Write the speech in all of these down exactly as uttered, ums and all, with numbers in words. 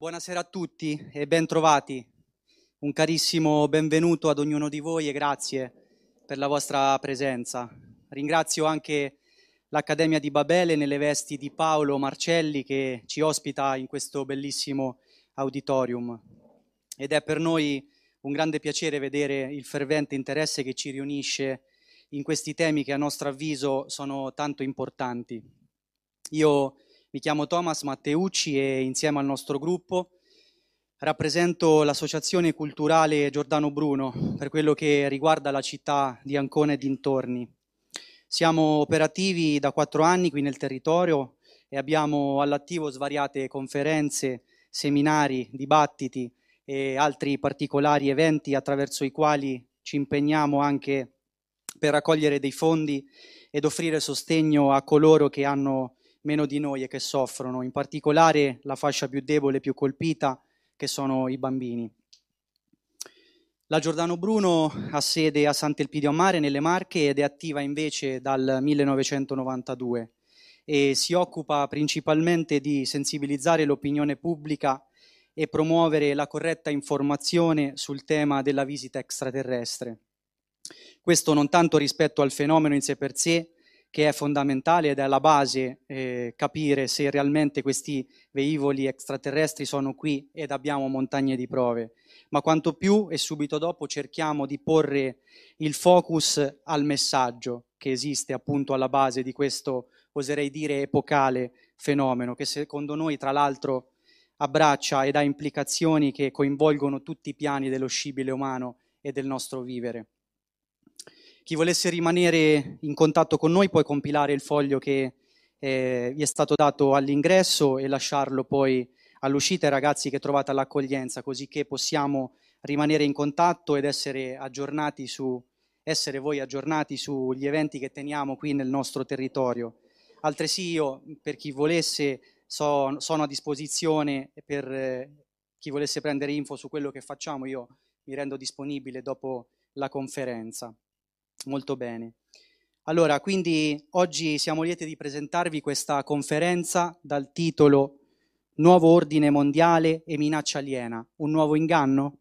Buonasera a tutti e ben trovati. Un carissimo benvenuto ad ognuno di voi e grazie per la vostra presenza. Ringrazio anche l'Accademia di Babele nelle vesti di Paolo Marcelli che ci ospita in questo bellissimo auditorium. Ed è per noi un grande piacere vedere il fervente interesse che ci riunisce in questi temi che a nostro avviso sono tanto importanti. Io mi chiamo Thomas Matteucci e insieme al nostro gruppo rappresento l'Associazione Culturale Giordano Bruno per quello che riguarda la città di Ancona e dintorni. Siamo operativi da quattro anni qui nel territorio e abbiamo all'attivo svariate conferenze, seminari, dibattiti e altri particolari eventi attraverso i quali ci impegniamo anche per raccogliere dei fondi ed offrire sostegno a coloro che hanno meno di noi e che soffrono, in particolare la fascia più debole, più colpita, che sono i bambini. La Giordano Bruno ha sede a Sant'Elpidio a Mare, nelle Marche, ed è attiva invece dal millenovecentonovantadue e si occupa principalmente di sensibilizzare l'opinione pubblica e promuovere la corretta informazione sul tema della visita extraterrestre. Questo non tanto rispetto al fenomeno in sé per sé, che è fondamentale ed è alla base eh, capire se realmente questi velivoli extraterrestri sono qui ed abbiamo montagne di prove, ma quanto più e subito dopo cerchiamo di porre il focus al messaggio che esiste appunto alla base di questo, oserei dire, epocale fenomeno, che secondo noi tra l'altro abbraccia ed ha implicazioni che coinvolgono tutti i piani dello scibile umano e del nostro vivere. Chi volesse rimanere in contatto con noi può compilare il foglio che eh, vi è stato dato all'ingresso e lasciarlo poi all'uscita ai ragazzi che trovate all'accoglienza, così che possiamo rimanere in contatto ed essere aggiornati su, essere voi aggiornati sugli eventi che teniamo qui nel nostro territorio. Altresì io, per chi volesse, so, sono a disposizione per eh, chi volesse prendere info su quello che facciamo, io mi rendo disponibile dopo la conferenza. Molto bene. Allora, quindi oggi siamo lieti di presentarvi questa conferenza dal titolo Nuovo ordine mondiale e minaccia aliena, un nuovo inganno?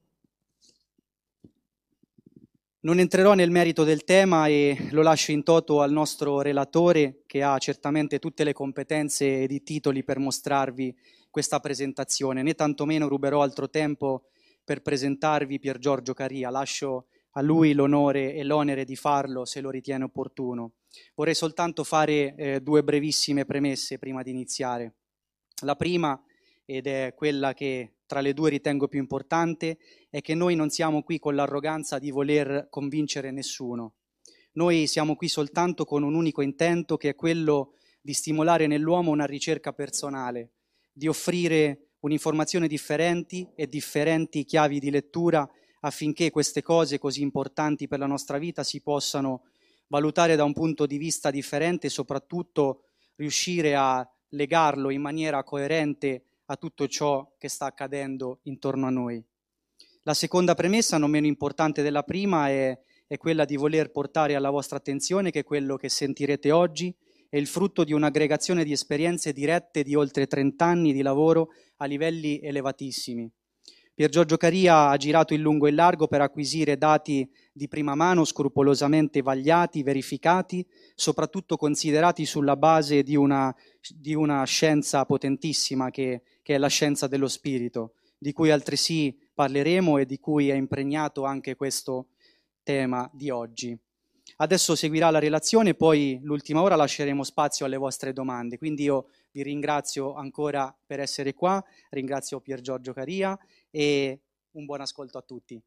Non entrerò nel merito del tema e lo lascio in toto al nostro relatore che ha certamente tutte le competenze ed i titoli per mostrarvi questa presentazione, né tantomeno ruberò altro tempo per presentarvi Pier Giorgio Caria, lascio a lui l'onore e l'onere di farlo se lo ritiene opportuno. Vorrei soltanto fare eh, due brevissime premesse prima di iniziare. La prima, ed è quella che tra le due ritengo più importante, è che noi non siamo qui con l'arroganza di voler convincere nessuno. Noi siamo qui soltanto con un unico intento, che è quello di stimolare nell'uomo una ricerca personale, di offrire un'informazione differenti e differenti chiavi di lettura affinché queste cose così importanti per la nostra vita si possano valutare da un punto di vista differente e soprattutto riuscire a legarlo in maniera coerente a tutto ciò che sta accadendo intorno a noi. La seconda premessa, non meno importante della prima, è, è quella di voler portare alla vostra attenzione che quello che sentirete oggi è il frutto di un'aggregazione di esperienze dirette di oltre trenta anni di lavoro a livelli elevatissimi. Pier Giorgio Caria ha girato in lungo e in largo per acquisire dati di prima mano scrupolosamente vagliati, verificati, soprattutto considerati sulla base di una, di una scienza potentissima che, che è la scienza dello spirito, di cui altresì parleremo e di cui è impregnato anche questo tema di oggi. Adesso seguirà la relazione, poi l'ultima ora lasceremo spazio alle vostre domande, quindi io vi ringrazio ancora per essere qua, ringrazio Pier Giorgio Caria e un buon ascolto a tutti.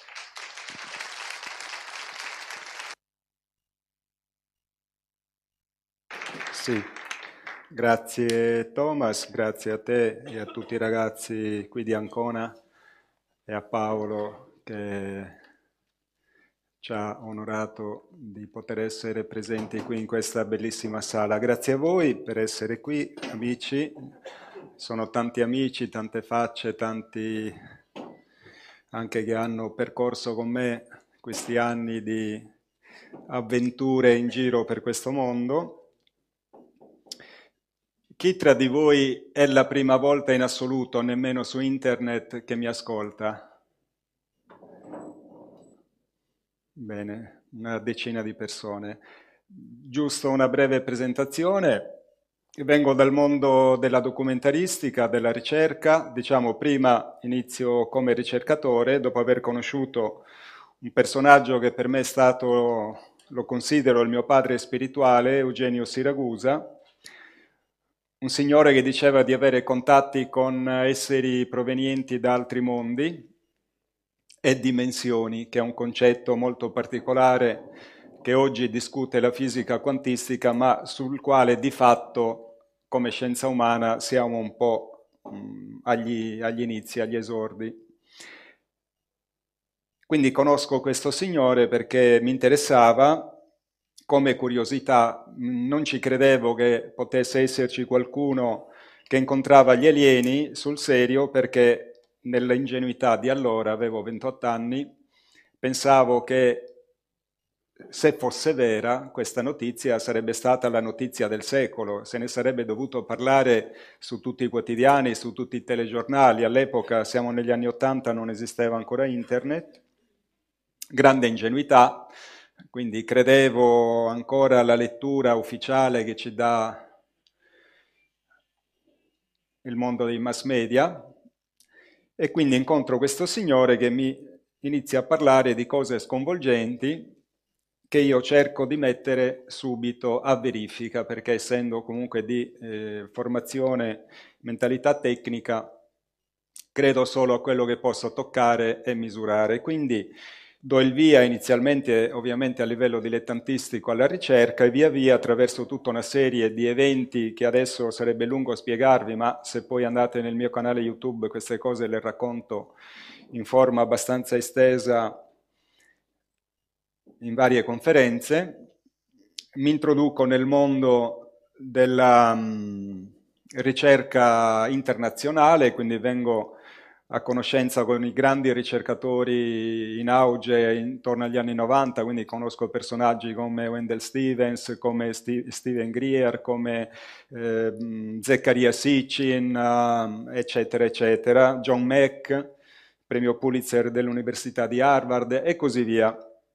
Sì, grazie Thomas, grazie a te e a tutti i ragazzi qui di Ancona e a Paolo che ci ha onorato di poter essere presenti qui in questa bellissima sala. Grazie a voi per essere qui, amici. Sono tanti amici, tante facce, tanti anche che hanno percorso con me questi anni di avventure in giro per questo mondo. Chi tra di voi è la prima volta in assoluto, nemmeno su internet, che mi ascolta? Bene, una decina di persone. Giusto una breve presentazione. Vengo dal mondo della documentaristica, della ricerca. Diciamo, prima inizio come ricercatore, dopo aver conosciuto un personaggio che per me è stato, lo considero il mio padre spirituale, Eugenio Siragusa, un signore che diceva di avere contatti con esseri provenienti da altri mondi e dimensioni, che è un concetto molto particolare che oggi discute la fisica quantistica, ma sul quale di fatto, come scienza umana, siamo un po' mh, agli, agli inizi, agli esordi. Quindi conosco questo signore perché mi interessava. Come curiosità, non ci credevo che potesse esserci qualcuno che incontrava gli alieni sul serio, perché nell'ingenuità di allora, avevo ventotto anni, pensavo che se fosse vera questa notizia sarebbe stata la notizia del secolo, se ne sarebbe dovuto parlare su tutti i quotidiani, su tutti i telegiornali. All'epoca, siamo negli anni Ottanta, non esisteva ancora internet. Grande ingenuità. Quindi credevo ancora alla lettura ufficiale che ci dà il mondo dei mass media, e quindi incontro questo signore che mi inizia a parlare di cose sconvolgenti che io cerco di mettere subito a verifica, perché essendo comunque di eh, formazione, mentalità tecnica, credo solo a quello che posso toccare e misurare. Quindi do il via inizialmente ovviamente a livello dilettantistico alla ricerca, e via via attraverso tutta una serie di eventi che adesso sarebbe lungo spiegarvi, ma se poi andate nel mio canale YouTube queste cose le racconto in forma abbastanza estesa in varie conferenze. Mi introduco nel mondo della mh, ricerca internazionale, quindi vengo a conoscenza con i grandi ricercatori in auge intorno agli anni novanta, quindi conosco personaggi come Wendell Stevens, come Steve, Steven Greer, come eh, Zecharia Sitchin, uh, eccetera, eccetera, John Mack, premio Pulitzer dell'Università di Harvard e così via.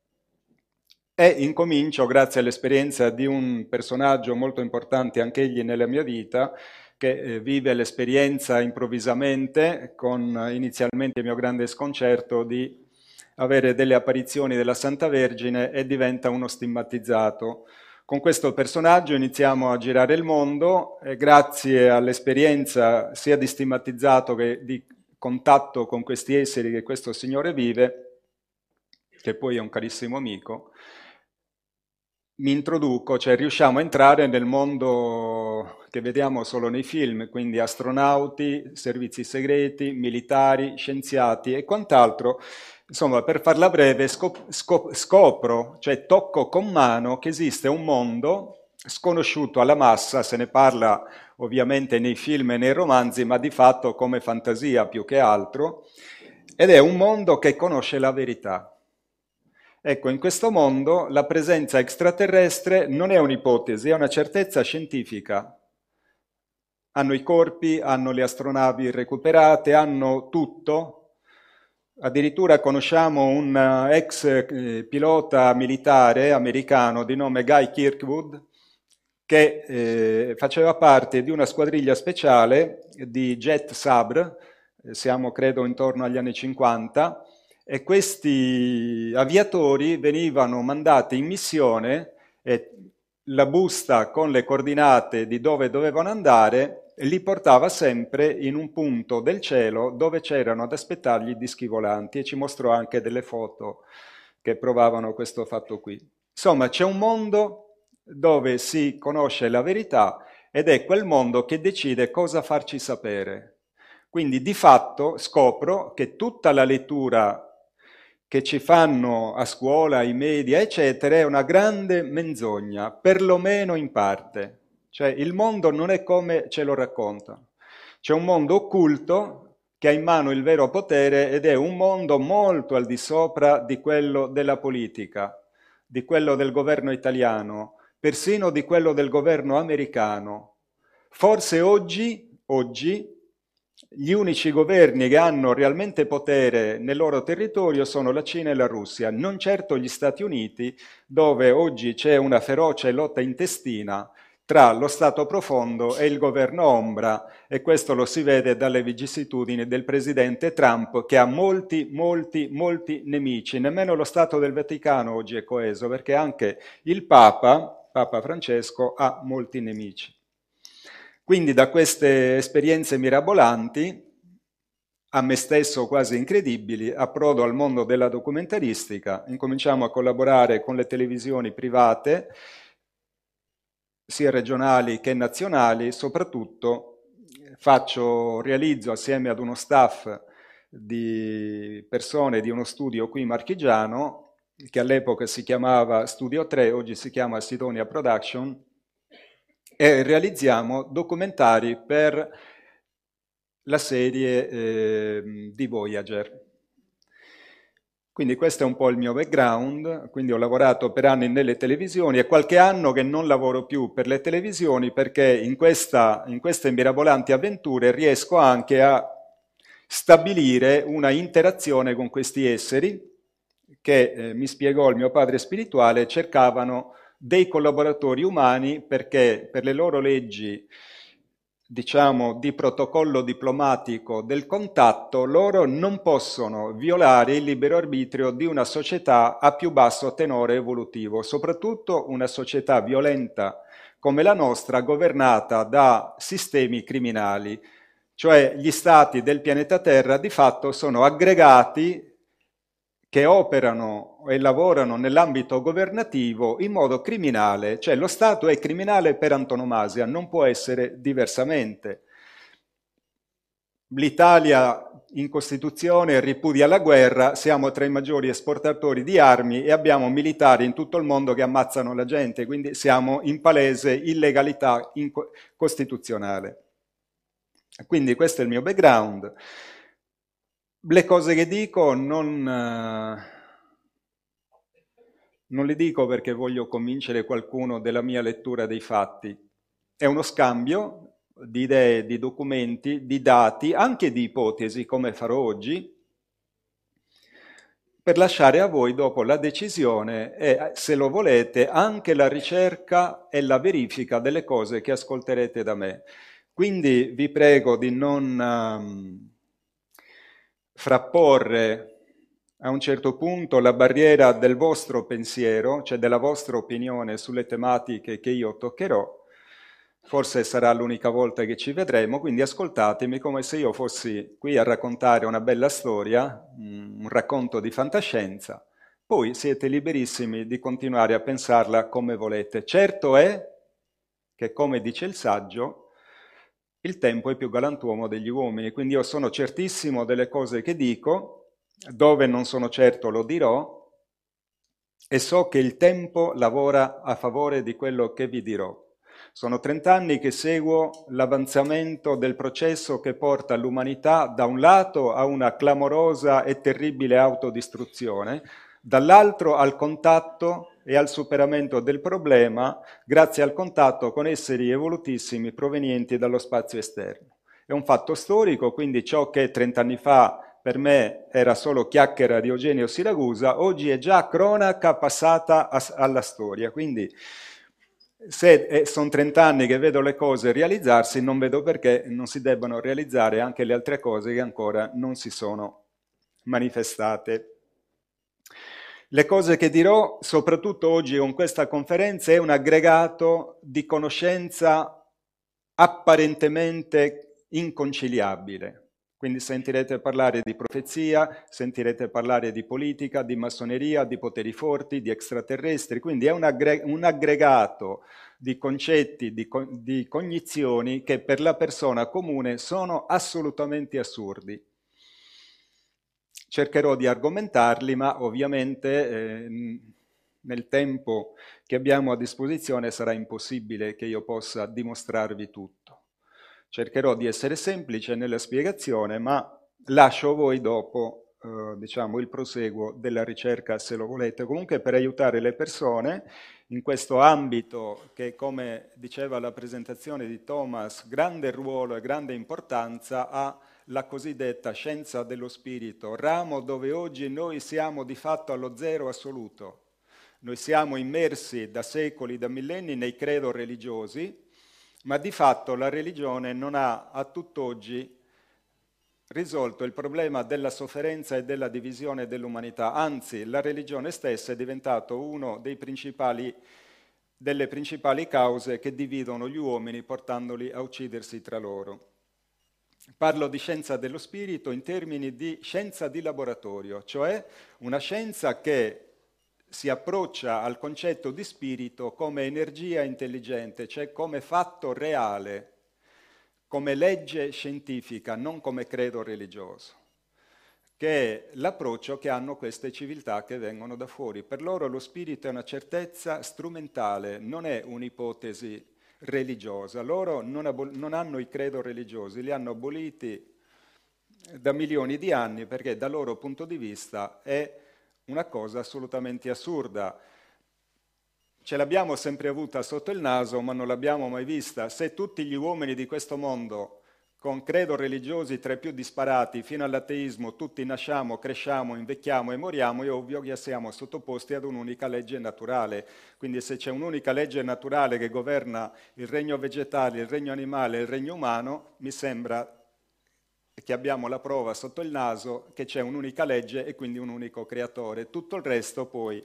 E incomincio, grazie all'esperienza di un personaggio molto importante anch'egli nella mia vita, che eh, vive l'esperienza improvvisamente, con inizialmente il mio grande sconcerto di avere delle apparizioni della Santa Vergine, e diventa uno stigmatizzato. Con questo personaggio iniziamo a girare il mondo e grazie all'esperienza sia di stigmatizzato che di contatto con questi esseri che questo signore vive, che poi è un carissimo amico, mi introduco, cioè riusciamo a entrare nel mondo che vediamo solo nei film, quindi astronauti, servizi segreti, militari, scienziati e quant'altro. Insomma, per farla breve, scop- scop- scopro, cioè tocco con mano che esiste un mondo sconosciuto alla massa, se ne parla ovviamente nei film e nei romanzi, ma di fatto come fantasia più che altro, ed è un mondo che conosce la verità. Ecco, in questo mondo la presenza extraterrestre non è un'ipotesi, è una certezza scientifica. Hanno i corpi, hanno le astronavi recuperate, hanno tutto. Addirittura conosciamo un ex eh, pilota militare americano di nome Guy Kirkwood, che eh, faceva parte di una squadriglia speciale di Jet Sabre, eh, siamo credo intorno agli anni cinquanta, e questi aviatori venivano mandati in missione e la busta con le coordinate di dove dovevano andare li portava sempre in un punto del cielo dove c'erano ad aspettargli dischi volanti, e ci mostrò anche delle foto che provavano questo fatto qui. Insomma, c'è un mondo dove si conosce la verità ed è quel mondo che decide cosa farci sapere. Quindi di fatto scopro che tutta la lettura che ci fanno a scuola, i media, eccetera, è una grande menzogna, perlomeno in parte. Cioè il mondo non è come ce lo raccontano. C'è un mondo occulto che ha in mano il vero potere ed è un mondo molto al di sopra di quello della politica, di quello del governo italiano, persino di quello del governo americano. Forse oggi, oggi gli unici governi che hanno realmente potere nel loro territorio sono la Cina e la Russia, non certo gli Stati Uniti, dove oggi c'è una feroce lotta intestina tra lo Stato profondo e il governo ombra, e questo lo si vede dalle vicissitudini del presidente Trump, che ha molti, molti, molti nemici. Nemmeno lo Stato del Vaticano oggi è coeso, perché anche il Papa, Papa Francesco, ha molti nemici. Quindi da queste esperienze mirabolanti, a me stesso quasi incredibili, approdo al mondo della documentaristica, incominciamo a collaborare con le televisioni private, sia regionali che nazionali, soprattutto faccio, realizzo assieme ad uno staff di persone di uno studio qui marchigiano, che all'epoca si chiamava Studio tre, oggi si chiama Sidonia Production, e realizziamo documentari per la serie eh, di Voyager. Quindi questo è un po' il mio background, quindi ho lavorato per anni nelle televisioni, è qualche anno che non lavoro più per le televisioni perché in, questa, in queste mirabolanti avventure riesco anche a stabilire una interazione con questi esseri che, eh, mi spiegò il mio padre spirituale, cercavano dei collaboratori umani perché per le loro leggi, diciamo, di protocollo diplomatico del contatto, loro non possono violare il libero arbitrio di una società a più basso tenore evolutivo, soprattutto una società violenta come la nostra, governata da sistemi criminali. Cioè gli stati del pianeta Terra di fatto sono aggregati che operano e lavorano nell'ambito governativo in modo criminale, cioè lo Stato è criminale per antonomasia, non può essere diversamente. L'Italia in Costituzione ripudia la guerra, siamo tra i maggiori esportatori di armi e abbiamo militari in tutto il mondo che ammazzano la gente, quindi siamo in palese illegalità costituzionale. Quindi questo è il mio background. Le cose che dico non, eh, non le dico perché voglio convincere qualcuno della mia lettura dei fatti. È uno scambio di idee, di documenti, di dati, anche di ipotesi, come farò oggi, per lasciare a voi dopo la decisione e, se lo volete, anche la ricerca e la verifica delle cose che ascolterete da me. Quindi vi prego di non um, frapporre a un certo punto la barriera del vostro pensiero, cioè della vostra opinione sulle tematiche che io toccherò. Forse sarà l'unica volta che ci vedremo, quindi ascoltatemi come se io fossi qui a raccontare una bella storia, un racconto di fantascienza. Poi siete liberissimi di continuare a pensarla come volete. Certo è che, come dice il saggio, il tempo è più galantuomo degli uomini, quindi io sono certissimo delle cose che dico, dove non sono certo lo dirò, e so che il tempo lavora a favore di quello che vi dirò. Sono trent'anni che seguo l'avanzamento del processo che porta l'umanità da un lato a una clamorosa e terribile autodistruzione, dall'altro al contatto e al superamento del problema grazie al contatto con esseri evolutissimi provenienti dallo spazio esterno. È un fatto storico, quindi ciò che trent'anni fa per me era solo chiacchiera di Eugenio Siragusa, oggi è già cronaca passata a, alla storia. Quindi se eh, sono trent'anni che vedo le cose realizzarsi, non vedo perché non si debbano realizzare anche le altre cose che ancora non si sono manifestate. Le cose che dirò, soprattutto oggi con questa conferenza, è un aggregato di conoscenza apparentemente inconciliabile. Quindi sentirete parlare di profezia, sentirete parlare di politica, di massoneria, di poteri forti, di extraterrestri, quindi è un, aggre- un aggregato di concetti, di, co- di cognizioni che per la persona comune sono assolutamente assurdi. Cercherò di argomentarli, ma ovviamente eh, nel tempo che abbiamo a disposizione sarà impossibile che io possa dimostrarvi tutto. Cercherò di essere semplice nella spiegazione, ma lascio a voi dopo eh, diciamo, il proseguo della ricerca se lo volete. Comunque per aiutare le persone in questo ambito che, come diceva la presentazione di Thomas, grande ruolo e grande importanza ha la cosiddetta scienza dello spirito, ramo dove oggi noi siamo di fatto allo zero assoluto. Noi siamo immersi da secoli, da millenni nei credo religiosi, ma di fatto la religione non ha a tutt'oggi risolto il problema della sofferenza e della divisione dell'umanità, anzi la religione stessa è diventato uno dei principali, delle principali cause che dividono gli uomini portandoli a uccidersi tra loro. Parlo di scienza dello spirito in termini di scienza di laboratorio, cioè una scienza che si approccia al concetto di spirito come energia intelligente, cioè come fatto reale, come legge scientifica, non come credo religioso, che è l'approccio che hanno queste civiltà che vengono da fuori. Per loro lo spirito è una certezza strumentale, non è un'ipotesi religiosa. Loro non, abol- non hanno i credo religiosi, li hanno aboliti da milioni di anni perché dal loro punto di vista è una cosa assolutamente assurda. Ce l'abbiamo sempre avuta sotto il naso, ma non l'abbiamo mai vista. Se tutti gli uomini di questo mondo, con credo religiosi tra i più disparati, fino all'ateismo, tutti nasciamo, cresciamo, invecchiamo e moriamo, è ovvio che siamo sottoposti ad un'unica legge naturale. Quindi se c'è un'unica legge naturale che governa il regno vegetale, il regno animale e il regno umano, mi sembra che abbiamo la prova sotto il naso che c'è un'unica legge e quindi un unico creatore. Tutto il resto poi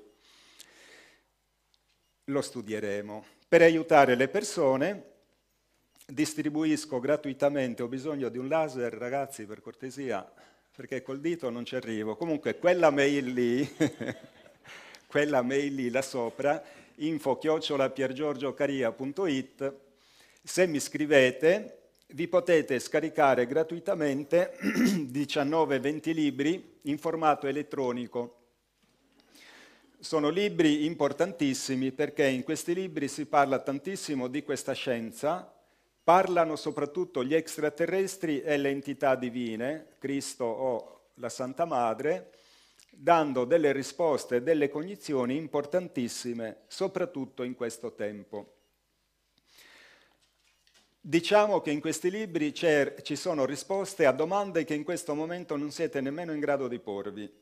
lo studieremo. Per aiutare le persone distribuisco gratuitamente, ho bisogno di un laser, ragazzi, per cortesia, perché col dito non ci arrivo. Comunque quella mail lì, quella mail lì là sopra, info chiocciola piergiorgiocaria punto it, se mi scrivete vi potete scaricare gratuitamente diciannove venti libri in formato elettronico. Sono libri importantissimi perché in questi libri si parla tantissimo di questa scienza, parlano soprattutto gli extraterrestri e le entità divine, Cristo o la Santa Madre, dando delle risposte e delle cognizioni importantissime, soprattutto in questo tempo. Diciamo che in questi libri ci sono risposte a domande che in questo momento non siete nemmeno in grado di porvi.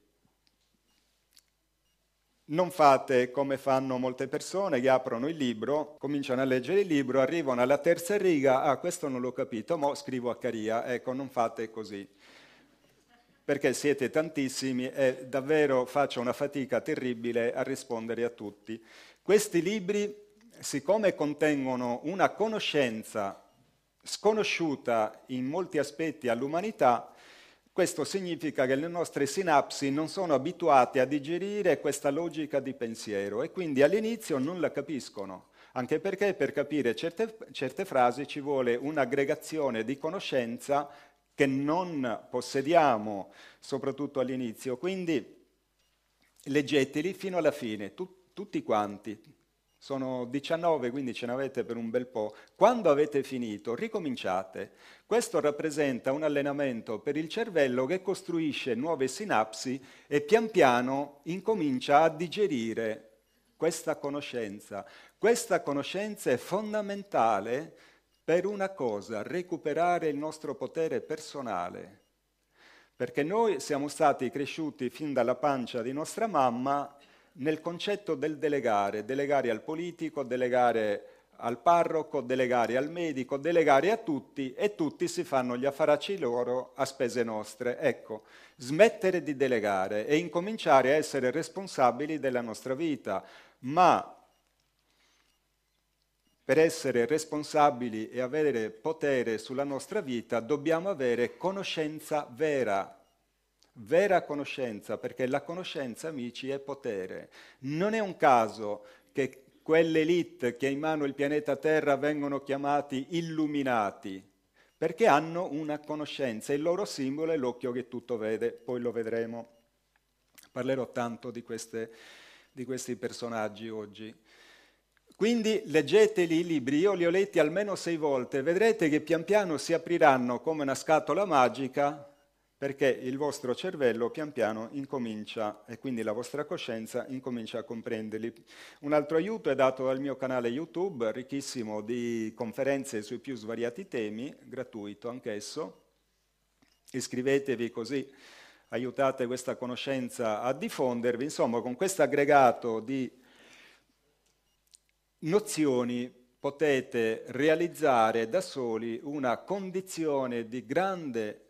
Non fate come fanno molte persone che aprono il libro, cominciano a leggere il libro, arrivano alla terza riga, ah questo non l'ho capito, mo scrivo a Caria, ecco non fate così, perché siete tantissimi e davvero faccio una fatica terribile a rispondere a tutti. Questi libri, siccome contengono una conoscenza sconosciuta in molti aspetti all'umanità, questo significa che le nostre sinapsi non sono abituate a digerire questa logica di pensiero e quindi all'inizio non la capiscono, anche perché per capire certe, certe frasi ci vuole un'aggregazione di conoscenza che non possediamo, soprattutto all'inizio. Quindi leggeteli fino alla fine, tu, tutti quanti. Sono diciannove, quindi ce n'avete per un bel po'. Quando avete finito, ricominciate. Questo rappresenta un allenamento per il cervello che costruisce nuove sinapsi e pian piano incomincia a digerire questa conoscenza. Questa conoscenza è fondamentale per una cosa, recuperare il nostro potere personale. Perché noi siamo stati cresciuti fin dalla pancia di nostra mamma nel concetto del delegare, delegare al politico, delegare al parroco, delegare al medico, delegare a tutti e tutti si fanno gli affaracci loro a spese nostre. Ecco, smettere di delegare e incominciare a essere responsabili della nostra vita, ma per essere responsabili e avere potere sulla nostra vita dobbiamo avere conoscenza vera. Vera conoscenza, perché la conoscenza, amici, è potere. Non è un caso che quell'elite che ha in mano il pianeta Terra vengono chiamati illuminati, perché hanno una conoscenza. Il loro simbolo è l'occhio che tutto vede, poi lo vedremo. Parlerò tanto di, queste, di questi personaggi oggi. Quindi leggeteli i libri, io li ho letti almeno sei volte, vedrete che pian piano si apriranno come una scatola magica perché il vostro cervello pian piano incomincia, e quindi la vostra coscienza incomincia a comprenderli. Un altro aiuto è dato dal mio canale YouTube, ricchissimo di conferenze sui più svariati temi, gratuito anch'esso. Iscrivetevi così aiutate questa conoscenza a diffondervi. Insomma, con questo aggregato di nozioni potete realizzare da soli una condizione di grande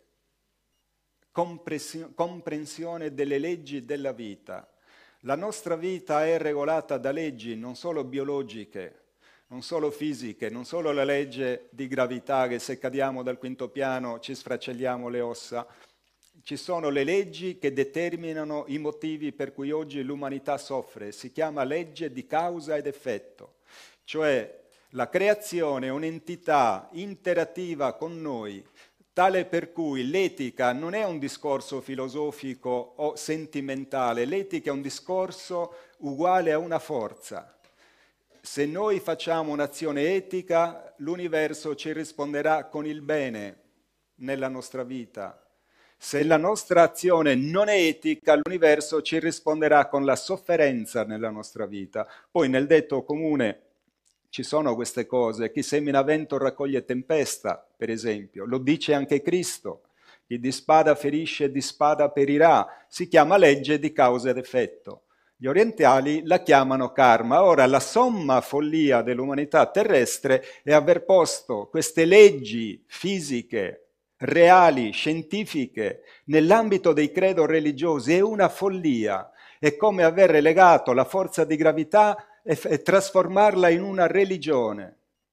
comprensione delle leggi della vita. La nostra vita è regolata da leggi non solo biologiche, non solo fisiche, non solo la legge di gravità che se cadiamo dal quinto piano ci sfracelliamo le ossa. Ci sono le leggi che determinano i motivi per cui oggi l'umanità soffre. Si chiama legge di causa ed effetto, cioè la creazione è un'entità interattiva con noi, tale per cui l'etica non è un discorso filosofico o sentimentale, l'etica è un discorso uguale a una forza. Se noi facciamo un'azione etica, l'universo ci risponderà con il bene nella nostra vita. Se la nostra azione non è etica, l'universo ci risponderà con la sofferenza nella nostra vita. Poi nel detto comune ci sono queste cose, chi semina vento raccoglie tempesta, per esempio, lo dice anche Cristo, chi di spada ferisce di spada perirà, si chiama legge di causa ed effetto. Gli orientali la chiamano karma. Ora, la somma follia dell'umanità terrestre è aver posto queste leggi fisiche, reali, scientifiche, nell'ambito dei credo religiosi. È una follia. È come aver relegato la forza di gravità e, e trasformarla in una religione.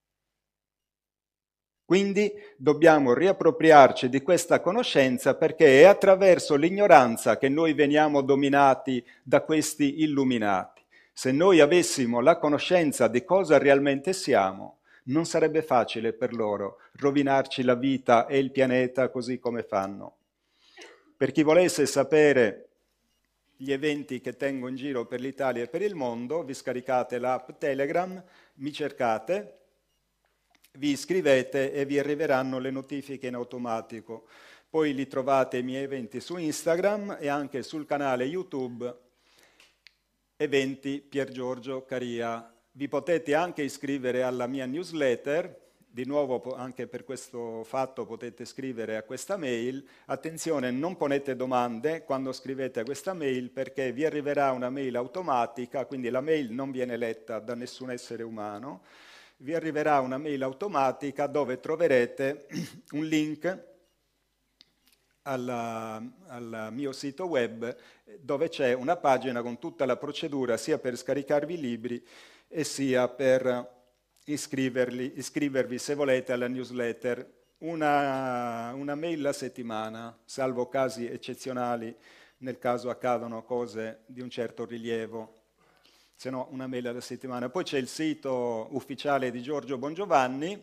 Quindi dobbiamo riappropriarci di questa conoscenza, perché è attraverso l'ignoranza che noi veniamo dominati da questi illuminati. Se noi avessimo la conoscenza di cosa realmente siamo, non sarebbe facile per loro rovinarci la vita e il pianeta così come fanno. Per chi volesse sapere gli eventi che tengo in giro per l'Italia e per il mondo, vi scaricate l'app Telegram, mi cercate, vi iscrivete e vi arriveranno le notifiche in automatico. Poi li trovate i miei eventi su Instagram e anche sul canale YouTube Eventi Pier Giorgio Caria. Vi potete anche iscrivere alla mia newsletter, di nuovo anche per questo fatto potete scrivere a questa mail. Attenzione, non ponete domande quando scrivete a questa mail, perché vi arriverà una mail automatica, quindi la mail non viene letta da nessun essere umano. Vi arriverà una mail automatica dove troverete un link al, al mio sito web, dove c'è una pagina con tutta la procedura sia per scaricarvi i libri e sia per iscriverli, iscrivervi se volete alla newsletter. Una, una mail alla settimana, salvo casi eccezionali, nel caso accadano cose di un certo rilievo. Se no una mail alla settimana. Poi c'è il sito ufficiale di Giorgio Bongiovanni,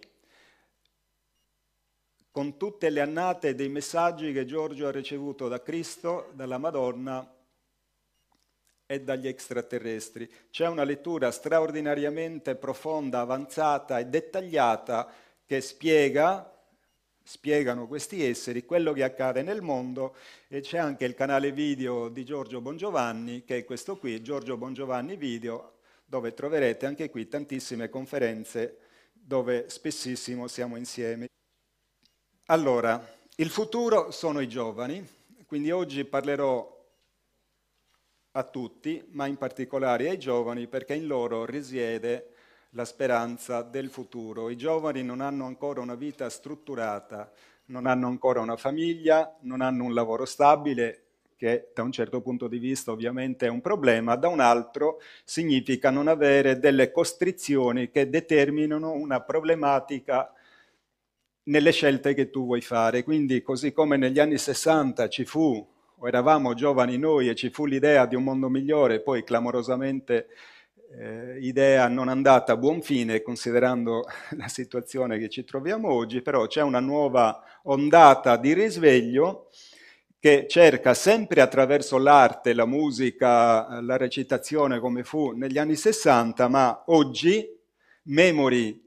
con tutte le annate dei messaggi che Giorgio ha ricevuto da Cristo, dalla Madonna e dagli extraterrestri. C'è una lettura straordinariamente profonda, avanzata e dettagliata che spiega, spiegano questi esseri, quello che accade nel mondo, e c'è anche il canale video di Giorgio Bongiovanni, che è questo qui, Giorgio Bongiovanni Video, dove troverete anche qui tantissime conferenze dove spessissimo siamo insieme. Allora, il futuro sono i giovani, quindi oggi parlerò a tutti, ma in particolare ai giovani, perché in loro risiede la speranza del futuro. I giovani non hanno ancora una vita strutturata, non hanno ancora una famiglia, non hanno un lavoro stabile, che da un certo punto di vista ovviamente è un problema, da un altro significa non avere delle costrizioni che determinano una problematica nelle scelte che tu vuoi fare. Quindi così come negli anni sessanta ci fu, o eravamo giovani noi e ci fu l'idea di un mondo migliore, poi clamorosamente eh, idea non andata a buon fine considerando la situazione che ci troviamo oggi, però c'è una nuova ondata di risveglio che cerca sempre attraverso l'arte, la musica, la recitazione come fu negli anni sessanta, ma oggi, memori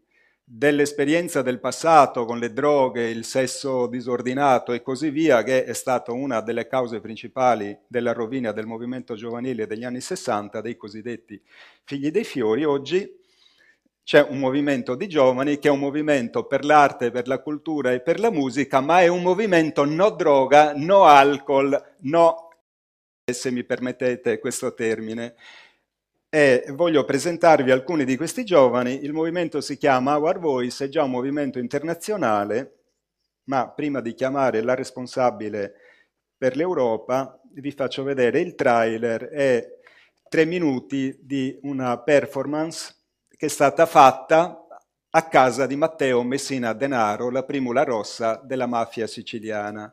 dell'esperienza del passato con le droghe, il sesso disordinato e così via, che è stata una delle cause principali della rovina del movimento giovanile degli anni sessanta, dei cosiddetti figli dei fiori, oggi c'è un movimento di giovani che è un movimento per l'arte, per la cultura e per la musica, ma è un movimento no droga, no alcol, no, se mi permettete questo termine. E voglio presentarvi alcuni di questi giovani. Il movimento si chiama Our Voice, è già un movimento internazionale, ma prima di chiamare la responsabile per l'Europa vi faccio vedere il trailer e tre minuti di una performance che è stata fatta a casa di Matteo Messina Denaro, la primula rossa della mafia siciliana,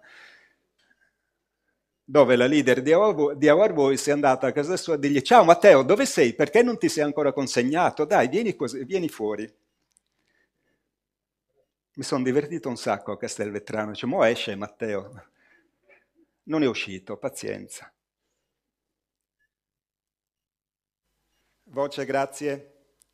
dove la leader di Our, di Our Voice è andata a casa sua a dirgli: ciao Matteo, dove sei? Perché non ti sei ancora consegnato? Dai, vieni, così, vieni fuori. Mi sono divertito un sacco a Castelvetrano, dice: mo esce Matteo. Non è uscito, pazienza. Voce, grazie.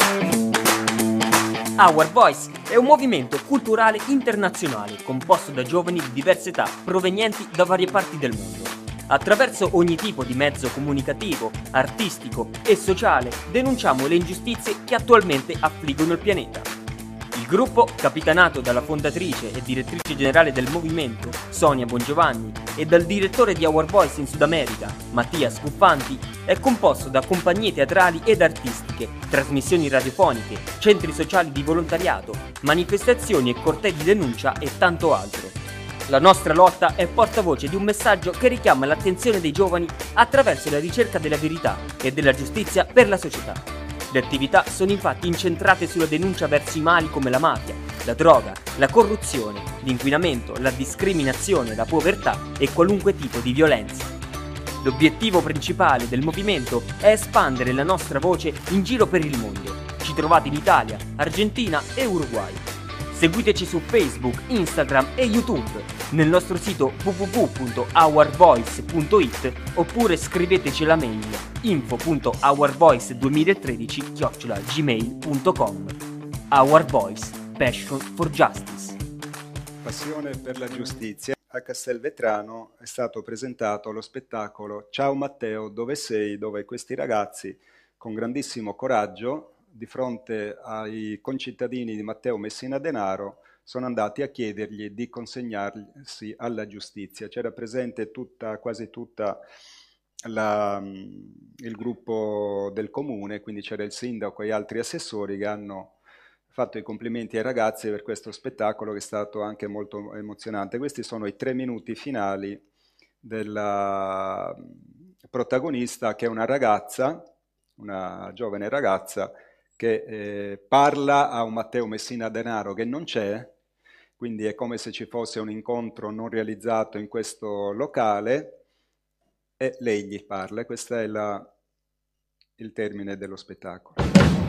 Our Voice è un movimento culturale internazionale composto da giovani di diverse età provenienti da varie parti del mondo. Attraverso ogni tipo di mezzo comunicativo, artistico e sociale denunciamo le ingiustizie che attualmente affliggono il pianeta. Il gruppo, capitanato dalla fondatrice e direttrice generale del movimento, Sonia Bongiovanni, e dal direttore di Our Voice in Sud America, Mattia Scuffanti, è composto da compagnie teatrali ed artistiche, trasmissioni radiofoniche, centri sociali di volontariato, manifestazioni e cortei di denuncia e tanto altro. La nostra lotta è portavoce di un messaggio che richiama l'attenzione dei giovani attraverso la ricerca della verità e della giustizia per la società. Le attività sono infatti incentrate sulla denuncia verso i mali come la mafia, la droga, la corruzione, l'inquinamento, la discriminazione, la povertà e qualunque tipo di violenza. L'obiettivo principale del movimento è espandere la nostra voce in giro per il mondo. Ci trovate in Italia, Argentina e Uruguay. Seguiteci su Facebook, Instagram e YouTube, nel nostro sito w w w punto our voice punto i t oppure scriveteci la mail info punto our voice duemilatredici chiocciola gmail punto com. Our Voice, Passion for Justice. Passione per la giustizia. A Castelvetrano è stato presentato lo spettacolo Ciao Matteo, dove sei? Dove questi ragazzi, con grandissimo coraggio, di fronte ai concittadini di Matteo Messina Denaro, sono andati a chiedergli di consegnarsi alla giustizia. C'era presente tutta, quasi tutta la, il gruppo del comune, quindi c'era il sindaco e altri assessori che hanno fatto i complimenti ai ragazzi per questo spettacolo che è stato anche molto emozionante. Questi sono i tre minuti finali della protagonista, che è una ragazza, una giovane ragazza, che eh, parla a un Matteo Messina Denaro che non c'è, quindi è come se ci fosse un incontro non realizzato in questo locale, e lei gli parla. Questo è la, il termine dello spettacolo.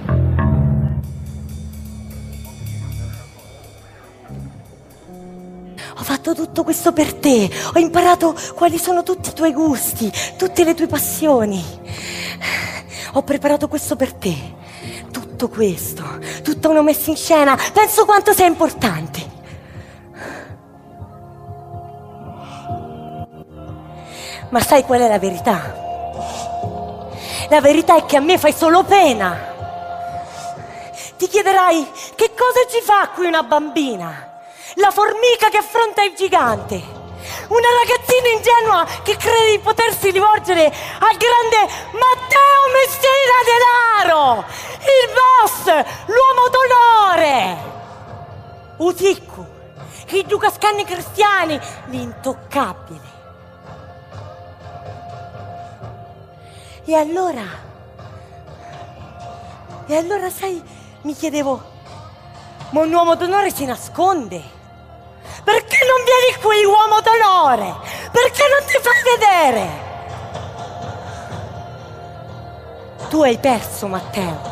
Ho fatto tutto questo per te, ho imparato quali sono tutti i tuoi gusti, tutte le tue passioni. Ho preparato questo per te. Tutto questo, tutta una messa in scena, penso quanto sei importante. Ma sai qual è la verità? La verità è che a me fai solo pena. Ti chiederai: che cosa ci fa qui una bambina? La formica che affronta il gigante. Una ragazzina ingenua che crede di potersi rivolgere al grande Matteo Messina Denaro, il boss, l'uomo d'onore. Uticcu, i giucascanni cristiani, l'intoccabile. E allora, e allora sai, mi chiedevo, ma un uomo d'onore si nasconde? Perché non vieni qui, uomo d'onore? Perché non ti fai vedere? Tu hai perso, Matteo.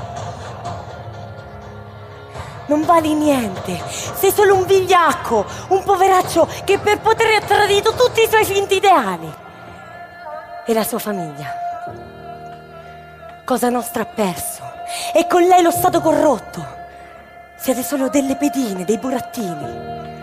Non vali niente. Sei solo un vigliacco, un poveraccio che per potere ha tradito tutti i suoi finti ideali. E la sua famiglia. Cosa Nostra ha perso. E con lei lo Stato corrotto. Siete solo delle pedine, dei burattini.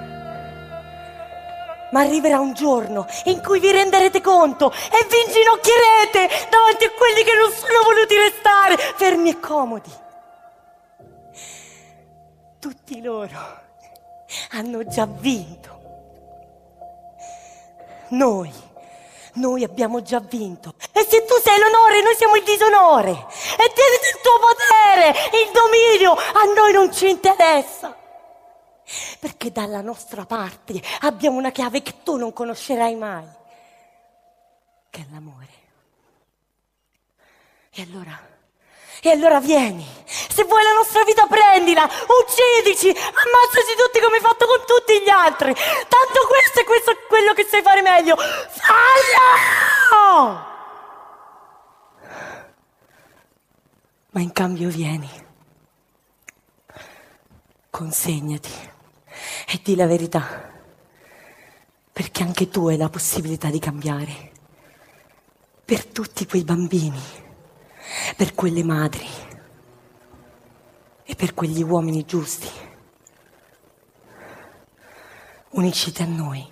Ma arriverà un giorno in cui vi renderete conto e vi inginocchierete davanti a quelli che non sono voluti restare fermi e comodi. Tutti loro hanno già vinto. Noi, noi abbiamo già vinto. E se tu sei l'onore, noi siamo il disonore. E tieniti il tuo potere, il dominio, a noi non ci interessa. Perché dalla nostra parte abbiamo una chiave che tu non conoscerai mai, che è l'amore. E allora, e allora vieni, se vuoi la nostra vita prendila, uccidici, ammazzaci tutti come hai fatto con tutti gli altri, tanto questo e questo è quello che sai fare meglio, fallo! Ma in cambio vieni, consegnati. E di la verità, perché anche tu hai la possibilità di cambiare. Per tutti quei bambini, per quelle madri e per quegli uomini giusti. Unisciti a noi.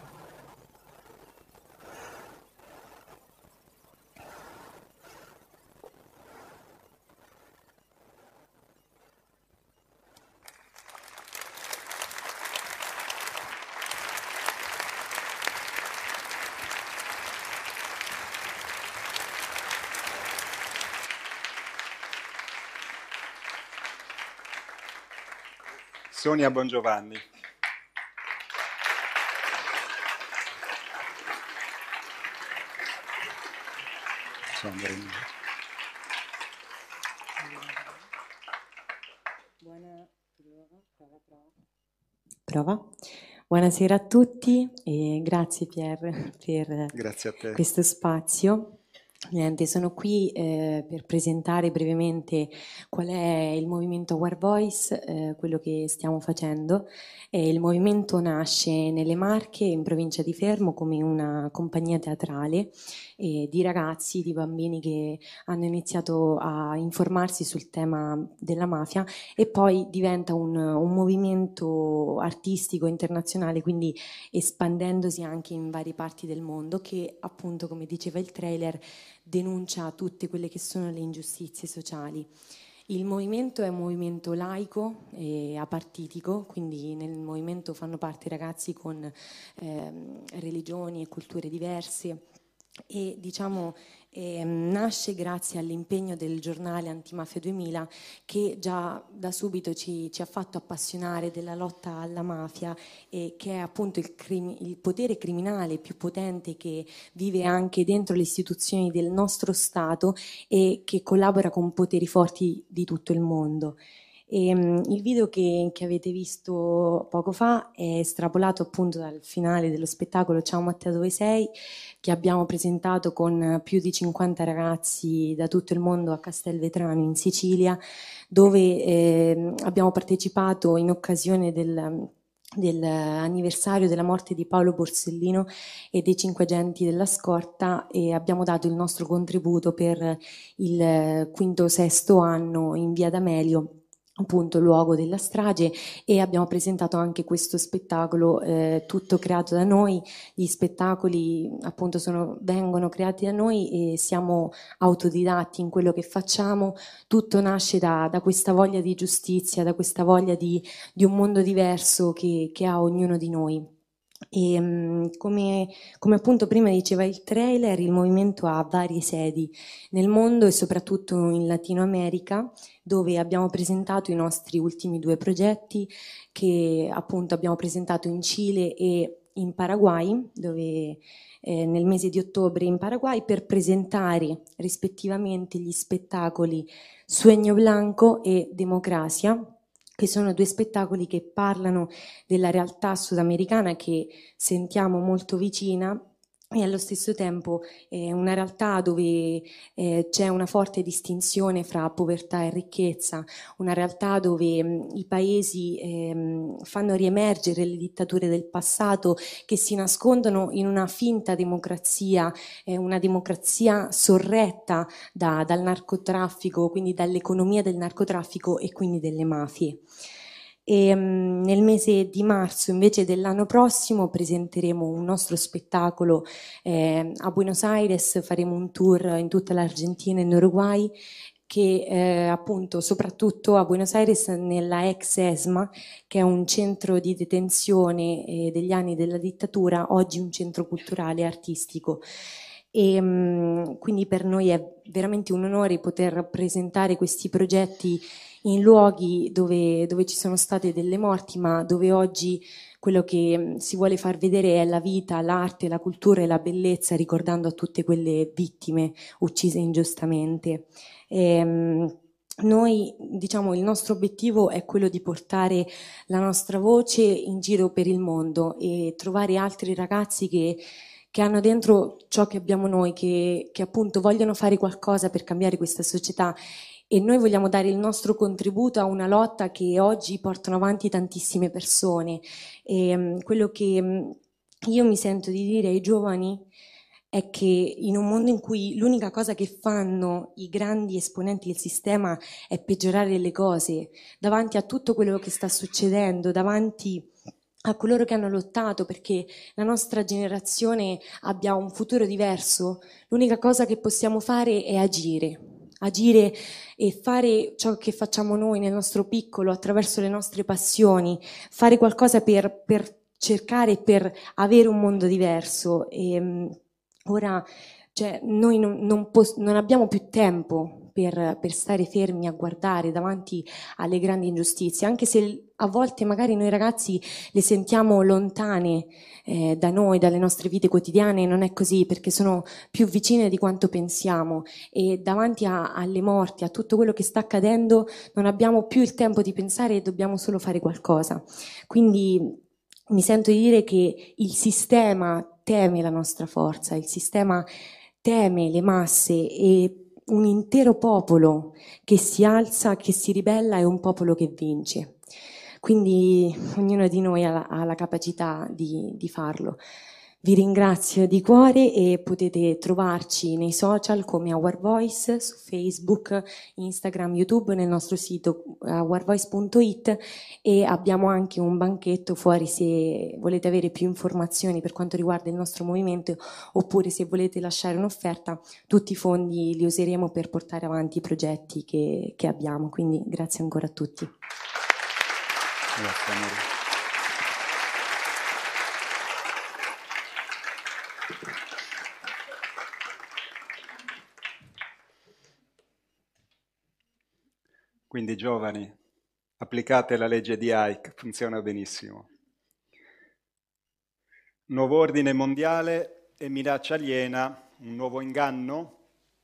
Sonia Bongiovanni. Buona... Prova. Buonasera a tutti e grazie Pier per Grazie a te. questo spazio. Niente, sono qui eh, per presentare brevemente qual è il movimento War Voice, eh, quello che stiamo facendo. E il movimento nasce nelle Marche, in provincia di Fermo, come una compagnia teatrale eh, di ragazzi, di bambini che hanno iniziato a informarsi sul tema della mafia e poi diventa un, un movimento artistico internazionale, quindi espandendosi anche in varie parti del mondo, che appunto, come diceva il trailer, denuncia tutte quelle che sono le ingiustizie sociali. Il movimento è un movimento laico e apartitico, quindi nel movimento fanno parte ragazzi con eh, religioni e culture diverse e diciamo eh, nasce grazie all'impegno del giornale Antimafia duemila, che già da subito ci, ci ha fatto appassionare della lotta alla mafia, e che è appunto il, crim- il potere criminale più potente che vive anche dentro le istituzioni del nostro Stato e che collabora con poteri forti di tutto il mondo. E, um, il video che, che avete visto poco fa è estrapolato appunto dal finale dello spettacolo Ciao Mattia dove sei, che abbiamo presentato con più di cinquanta ragazzi da tutto il mondo a Castelvetrano in Sicilia, dove eh, abbiamo partecipato in occasione del dell'anniversario della morte di Paolo Borsellino e dei cinque agenti della scorta, e abbiamo dato il nostro contributo per il quinto sesto anno in via D'Amelio, appunto luogo della strage, e abbiamo presentato anche questo spettacolo eh, tutto creato da noi. Gli spettacoli appunto sono, vengono creati da noi e siamo autodidatti in quello che facciamo. Tutto nasce da, da questa voglia di giustizia, da questa voglia di, di un mondo diverso che, che ha ognuno di noi. E um, come, come appunto prima diceva il trailer, il movimento ha varie sedi nel mondo e soprattutto in Latino America, dove abbiamo presentato i nostri ultimi due progetti, che appunto abbiamo presentato in Cile e in Paraguay, dove eh, nel mese di ottobre in Paraguay, per presentare rispettivamente gli spettacoli Sueño Blanco e Democracia, che sono due spettacoli che parlano della realtà sudamericana che sentiamo molto vicina, e allo stesso tempo è una realtà dove eh, c'è una forte distinzione fra povertà e ricchezza, una realtà dove mh, i paesi eh, fanno riemergere le dittature del passato che si nascondono in una finta democrazia, eh, una democrazia sorretta da, dal narcotraffico, quindi dall'economia del narcotraffico e quindi delle mafie. E um, nel mese di marzo invece dell'anno prossimo presenteremo un nostro spettacolo eh, a Buenos Aires, faremo un tour in tutta l'Argentina e in Uruguay, che eh, appunto soprattutto a Buenos Aires nella ex ESMA, che è un centro di detenzione eh, degli anni della dittatura, oggi un centro culturale e artistico. E um, quindi per noi è veramente un onore poter presentare questi progetti in luoghi dove, dove ci sono state delle morti, ma dove oggi quello che si vuole far vedere è la vita, l'arte, la cultura e la bellezza, ricordando a tutte quelle vittime uccise ingiustamente. E, noi, diciamo, il nostro obiettivo è quello di portare la nostra voce in giro per il mondo e trovare altri ragazzi che che hanno dentro ciò che abbiamo noi, che, che appunto vogliono fare qualcosa per cambiare questa società, e noi vogliamo dare il nostro contributo a una lotta che oggi portano avanti tantissime persone. E um, quello che um, io mi sento di dire ai giovani è che in un mondo in cui l'unica cosa che fanno i grandi esponenti del sistema è peggiorare le cose, davanti a tutto quello che sta succedendo, davanti a coloro che hanno lottato perché la nostra generazione abbia un futuro diverso, l'unica cosa che possiamo fare è agire, agire e fare ciò che facciamo noi nel nostro piccolo attraverso le nostre passioni, fare qualcosa per, per cercare, per avere un mondo diverso. E um, ora, cioè, noi non, non, pos- non abbiamo più tempo Per, per stare fermi a guardare davanti alle grandi ingiustizie, anche se a volte magari noi ragazzi le sentiamo lontane eh, da noi, dalle nostre vite quotidiane. Non è così, perché sono più vicine di quanto pensiamo, e davanti a, alle morti, a tutto quello che sta accadendo, non abbiamo più il tempo di pensare e dobbiamo solo fare qualcosa. Quindi mi sento di dire che il sistema teme la nostra forza, il sistema teme le masse, e un intero popolo che si alza, che si ribella, è un popolo che vince. Quindi ognuno di noi ha la, ha la capacità di, di farlo. Vi ringrazio di cuore e potete trovarci nei social come Our Voice, su Facebook, Instagram, YouTube, nel nostro sito our voice punto it, e abbiamo anche un banchetto fuori se volete avere più informazioni per quanto riguarda il nostro movimento, oppure se volete lasciare un'offerta. Tutti i fondi li useremo per portare avanti i progetti che, che abbiamo. Quindi grazie ancora a tutti. Grazie, amore. Quindi giovani, applicate la legge di Icke, funziona benissimo. Nuovo ordine mondiale e minaccia aliena, un nuovo inganno.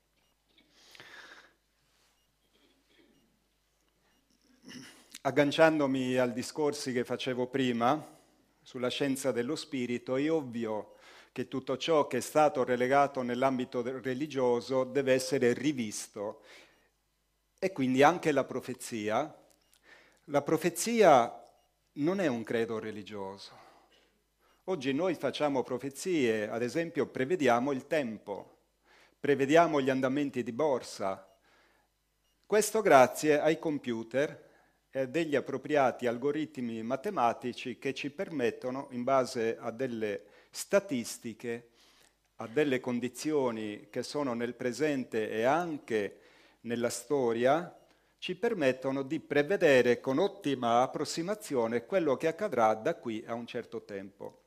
Agganciandomi ai discorsi che facevo prima sulla scienza dello spirito, è ovvio che tutto ciò che è stato relegato nell'ambito religioso deve essere rivisto. E quindi anche la profezia. La profezia non è un credo religioso. Oggi noi facciamo profezie, ad esempio prevediamo il tempo, prevediamo gli andamenti di borsa. Questo grazie ai computer e degli appropriati algoritmi matematici che ci permettono, in base a delle statistiche, a delle condizioni che sono nel presente e anche nella storia, ci permettono di prevedere con ottima approssimazione quello che accadrà da qui a un certo tempo.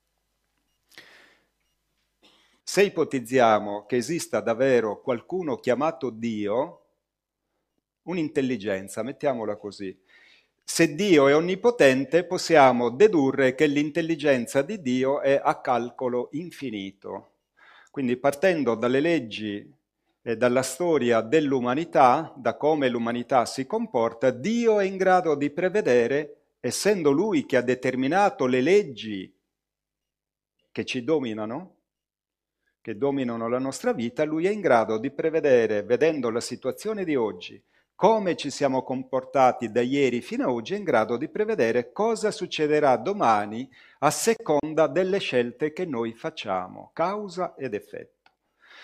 Se ipotizziamo che esista davvero qualcuno chiamato Dio, un'intelligenza, mettiamola così, se Dio è onnipotente possiamo dedurre che l'intelligenza di Dio è a calcolo infinito. Quindi partendo dalle leggi e dalla storia dell'umanità, da come l'umanità si comporta, Dio è in grado di prevedere, essendo Lui che ha determinato le leggi che ci dominano, che dominano la nostra vita, Lui è in grado di prevedere, vedendo la situazione di oggi, come ci siamo comportati da ieri fino a oggi, è in grado di prevedere cosa succederà domani a seconda delle scelte che noi facciamo, causa ed effetto.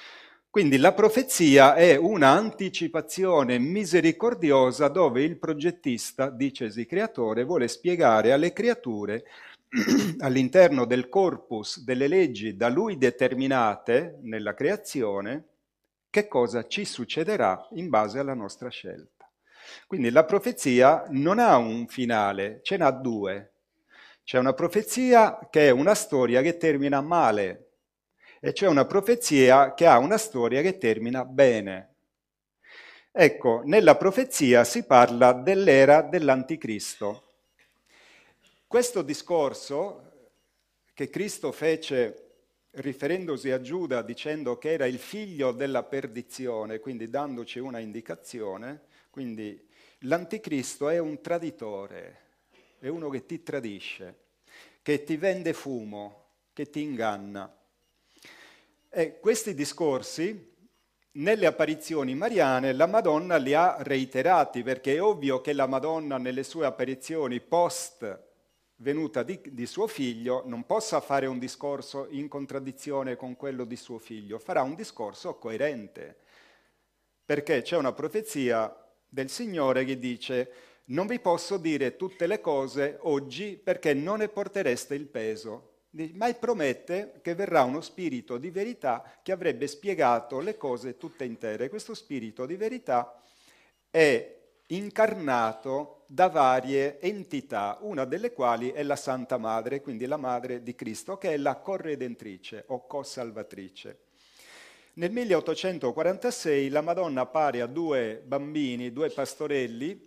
Quindi la profezia è una anticipazione misericordiosa dove il progettista, dicesi creatore, vuole spiegare alle creature all'interno del corpus delle leggi da lui determinate nella creazione che cosa ci succederà in base alla nostra scelta. Quindi la profezia non ha un finale, ce n'ha due. C'è una profezia che è una storia che termina male e c'è una profezia che ha una storia che termina bene. Ecco, nella profezia si parla dell'era dell'Anticristo. Questo discorso che Cristo fece riferendosi a Giuda dicendo che era il figlio della perdizione, quindi dandoci una indicazione, quindi l'Anticristo è un traditore, è uno che ti tradisce, che ti vende fumo, che ti inganna. E questi discorsi, nelle apparizioni mariane, la Madonna li ha reiterati, perché è ovvio che la Madonna nelle sue apparizioni post venuta di, di suo figlio non possa fare un discorso in contraddizione con quello di suo figlio, farà un discorso coerente, perché c'è una profezia del Signore che dice: non vi posso dire tutte le cose oggi perché non ne portereste il peso. Ma promette che verrà uno spirito di verità che avrebbe spiegato le cose tutte intere. Questo spirito di verità è incarnato da varie entità, una delle quali è la Santa Madre, quindi la Madre di Cristo, che è la corredentrice o co-salvatrice. Nel milleottocentoquarantasei la Madonna appare a due bambini, due pastorelli,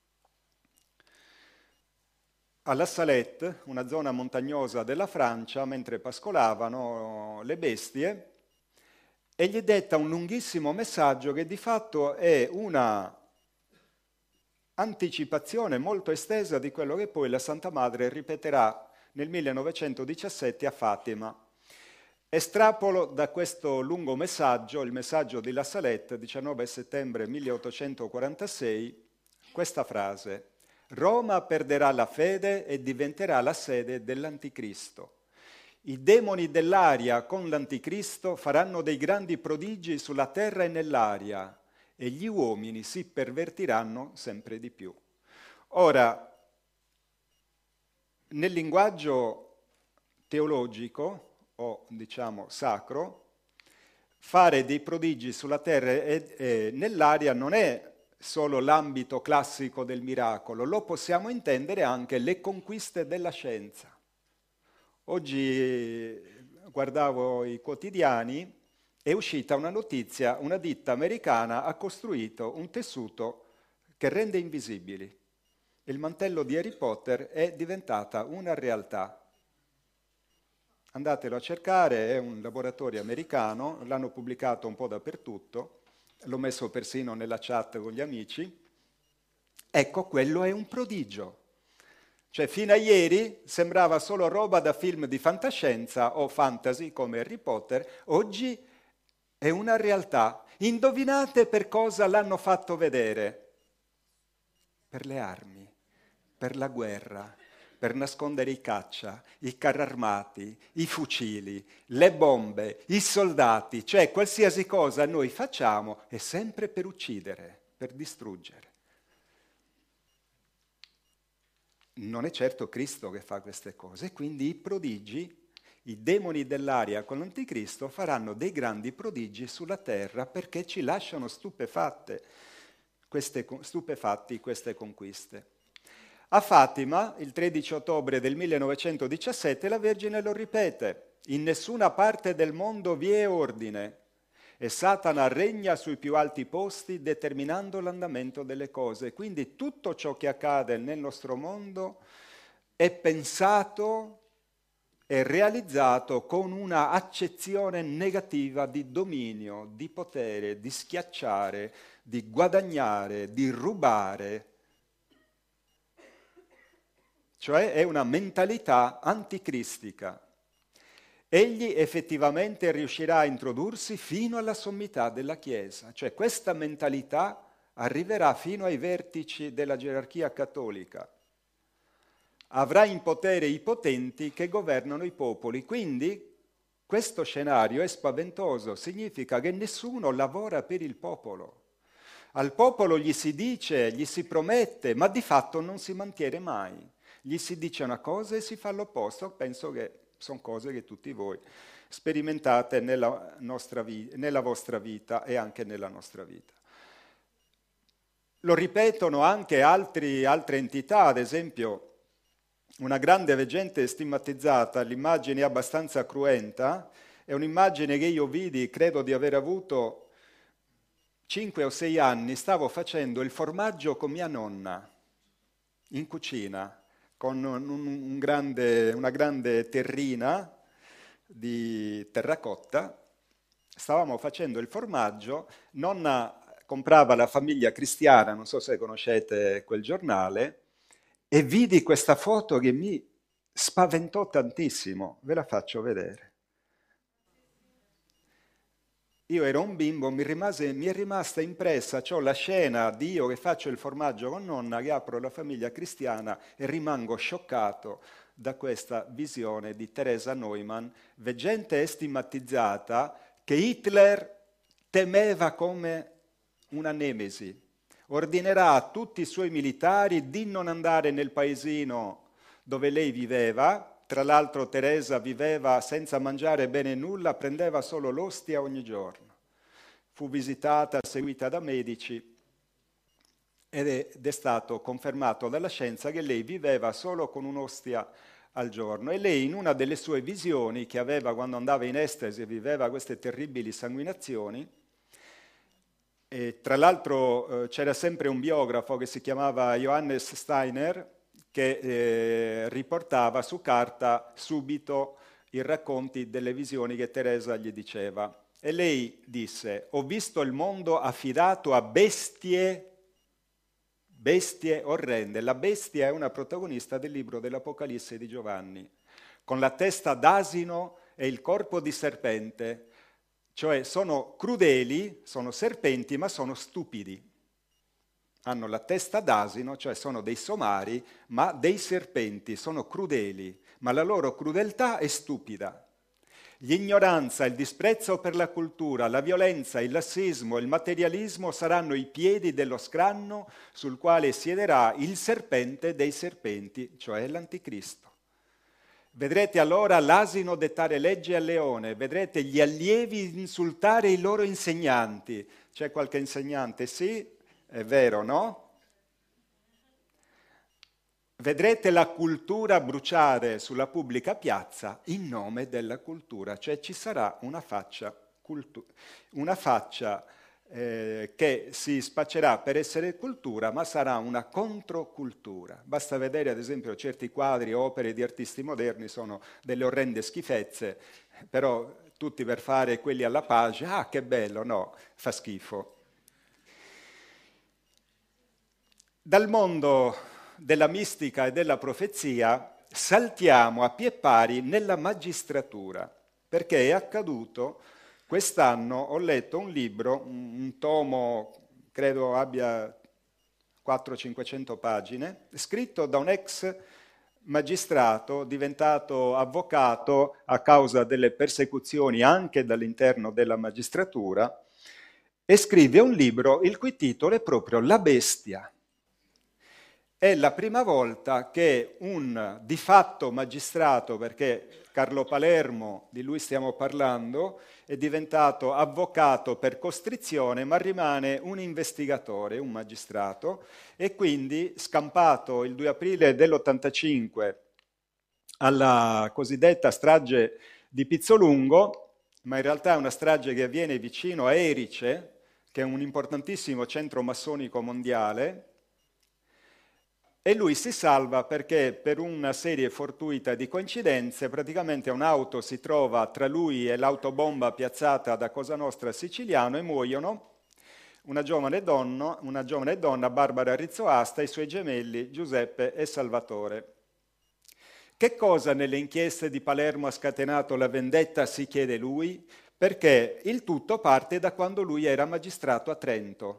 a La Salette, una zona montagnosa della Francia, mentre pascolavano le bestie, e gli detta un lunghissimo messaggio che di fatto è una anticipazione molto estesa di quello che poi la Santa Madre ripeterà nel millenovecentodiciassette a Fatima. Estrapolo da questo lungo messaggio, il messaggio di La Salette, diciannove settembre milleottocentoquarantasei, questa frase: Roma perderà la fede e diventerà la sede dell'Anticristo. I demoni dell'aria con l'Anticristo faranno dei grandi prodigi sulla terra e nell'aria e gli uomini si pervertiranno sempre di più. Ora, nel linguaggio teologico o diciamo sacro, fare dei prodigi sulla terra e, e nell'aria non è solo l'ambito classico del miracolo, lo possiamo intendere anche le conquiste della scienza. Oggi guardavo i quotidiani, è uscita una notizia, una ditta americana ha costruito un tessuto che rende invisibili. Il mantello di Harry Potter è diventata una realtà. Andatelo a cercare, è un laboratorio americano, l'hanno pubblicato un po' dappertutto, l'ho messo persino nella chat con gli amici. Ecco, quello è un prodigio. Cioè, fino a ieri sembrava solo roba da film di fantascienza o fantasy come Harry Potter, oggi è una realtà. Indovinate per cosa l'hanno fatto vedere? Per le armi, per la guerra, per nascondere i caccia, i carri armati, i fucili, le bombe, i soldati, cioè qualsiasi cosa noi facciamo è sempre per uccidere, per distruggere. Non è certo Cristo che fa queste cose, quindi i prodigi, i demoni dell'aria con l'Anticristo faranno dei grandi prodigi sulla terra perché ci lasciano stupefatte queste, stupefatti queste conquiste. A Fatima, il tredici ottobre del millenovecentodiciassette, la Vergine lo ripete: in nessuna parte del mondo vi è ordine e Satana regna sui più alti posti determinando l'andamento delle cose. Quindi tutto ciò che accade nel nostro mondo è pensato e realizzato con una accezione negativa di dominio, di potere, di schiacciare, di guadagnare, di rubare. Cioè è una mentalità anticristica. Egli effettivamente riuscirà a introdursi fino alla sommità della Chiesa, cioè questa mentalità arriverà fino ai vertici della gerarchia cattolica. Avrà in potere i potenti che governano i popoli, quindi Questo scenario è spaventoso, significa che nessuno lavora per il popolo. Al popolo gli si dice, gli si promette, ma di fatto non si mantiene mai. Gli si dice una cosa e si fa l'opposto. Penso che sono cose che tutti voi sperimentate nella, nostra vi- nella vostra vita e anche nella nostra vita. Lo ripetono anche altri, altre entità, ad esempio una grande veggente stigmatizzata, l'immagine è abbastanza cruenta, è un'immagine che io vidi, credo di aver avuto cinque o sei anni, stavo facendo il formaggio con mia nonna in cucina, con un, un grande, una grande terrina di terracotta, stavamo facendo il formaggio, nonna comprava La Famiglia Cristiana, non so se conoscete quel giornale, e vidi questa foto che mi spaventò tantissimo, ve la faccio vedere. Io ero un bimbo, mi, rimase, mi è rimasta impressa, c'ho la scena di io che faccio il formaggio con nonna, che apro La Famiglia Cristiana e rimango scioccato da questa visione di Teresa Neumann, veggente e stigmatizzata, che Hitler temeva come una nemesi. Ordinerà a tutti i suoi militari di non andare nel paesino dove lei viveva. Tra l'altro Teresa viveva senza mangiare bene nulla, prendeva solo l'ostia ogni giorno. Fu visitata, seguita da medici ed è, ed è stato confermato dalla scienza che lei viveva solo con un'ostia al giorno. E lei in una delle sue visioni che aveva quando andava in estasi e viveva queste terribili sanguinazioni, e tra l'altro eh, c'era sempre un biografo che si chiamava Johannes Steiner che eh, riportava su carta subito i racconti delle visioni che Teresa gli diceva. E lei disse: ho visto il mondo affidato a bestie, bestie orrende. La bestia è una protagonista del libro dell'Apocalisse di Giovanni, con la testa d'asino e il corpo di serpente. Cioè sono crudeli, sono serpenti, ma sono stupidi. Hanno la testa d'asino, cioè sono dei somari, ma dei serpenti, sono crudeli, ma la loro crudeltà è stupida. L'ignoranza, il disprezzo per la cultura, la violenza, il lassismo, il materialismo saranno i piedi dello scranno sul quale siederà il serpente dei serpenti, cioè l'Anticristo. Vedrete allora l'asino dettare legge al leone, vedrete gli allievi insultare i loro insegnanti. C'è qualche insegnante? Sì, è vero, no? Vedrete la cultura bruciare sulla pubblica piazza in nome della cultura, cioè ci sarà una faccia, cultu- una faccia eh, che si spaccerà per essere cultura, ma sarà una controcultura. Basta vedere ad esempio certi quadri, opere di artisti moderni, sono delle orrende schifezze, però tutti per fare quelli alla page, ah che bello, no, fa schifo. Dal mondo della mistica e della profezia saltiamo a pie pari nella magistratura, perché è accaduto quest'anno, ho letto un libro, un tomo, credo abbia quattrocento cinquecento pagine, scritto da un ex magistrato diventato avvocato a causa delle persecuzioni anche dall'interno della magistratura, e scrive un libro il cui titolo è proprio La bestia. È la prima volta che un di fatto magistrato, perché Carlo Palermo, di lui stiamo parlando, è diventato avvocato per costrizione, ma rimane un investigatore, un magistrato, e quindi scampato il due aprile dell'ottantacinque alla cosiddetta strage di Pizzolungo, ma in realtà è una strage che avviene vicino a Erice, che è un importantissimo centro massonico mondiale, e lui si salva perché per una serie fortuita di coincidenze praticamente un'auto si trova tra lui e l'autobomba piazzata da Cosa Nostra siciliano e muoiono una giovane donna, una giovane donna Barbara Rizzoasta, e i suoi gemelli Giuseppe e Salvatore. Che cosa nelle inchieste di Palermo ha scatenato la vendetta, si chiede lui? Perché il tutto parte da quando lui era magistrato a Trento.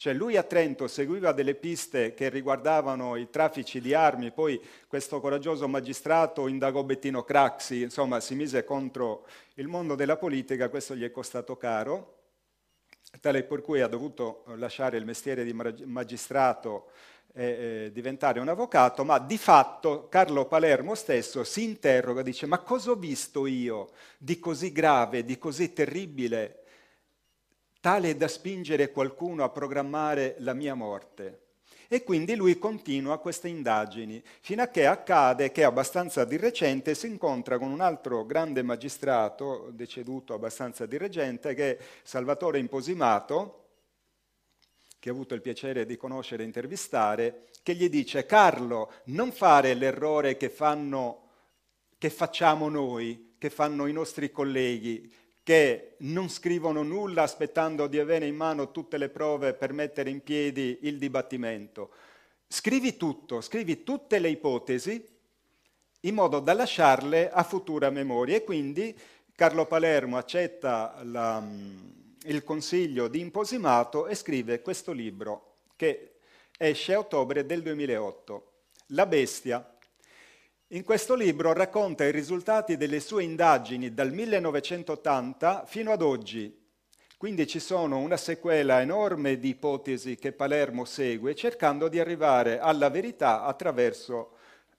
Cioè lui a Trento seguiva delle piste che riguardavano i traffici di armi, poi questo coraggioso magistrato indagò Bettino Craxi, insomma si mise contro il mondo della politica, questo gli è costato caro, tale per cui ha dovuto lasciare il mestiere di magistrato e eh, diventare un avvocato, ma di fatto Carlo Palermo stesso si interroga, dice: ma cosa ho visto io di così grave, di così terribile, tale da spingere qualcuno a programmare la mia morte? E quindi lui continua queste indagini, fino a che accade che abbastanza di recente si incontra con un altro grande magistrato, deceduto abbastanza di recente, che è Salvatore Imposimato, che ho avuto il piacere di conoscere e intervistare, che gli dice: Carlo, non fare l'errore che fanno, che facciamo noi, che fanno i nostri colleghi, che non scrivono nulla aspettando di avere in mano tutte le prove per mettere in piedi il dibattimento. Scrivi tutto, scrivi tutte le ipotesi in modo da lasciarle a futura memoria. E quindi Carlo Palermo accetta la, il consiglio di Imposimato e scrive questo libro che esce a ottobre del duemilaotto, La bestia. In questo libro racconta i risultati delle sue indagini dal millenovecentottanta fino ad oggi. Quindi ci sono una sequela enorme di ipotesi che Palermo segue, cercando di arrivare alla verità attraverso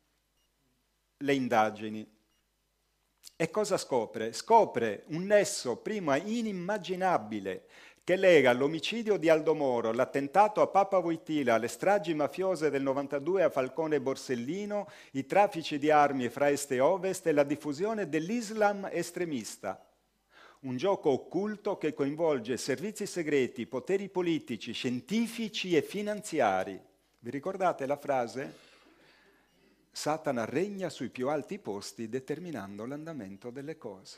le indagini. E cosa scopre? Scopre un nesso prima inimmaginabile che lega l'omicidio di Aldo Moro, l'attentato a Papa Wojtyla, le stragi mafiose del novantadue a Falcone e Borsellino, i traffici di armi fra est e ovest e la diffusione dell'Islam estremista. Un gioco occulto che coinvolge servizi segreti, poteri politici, scientifici e finanziari. Vi ricordate la frase? Satana regna sui più alti posti determinando l'andamento delle cose.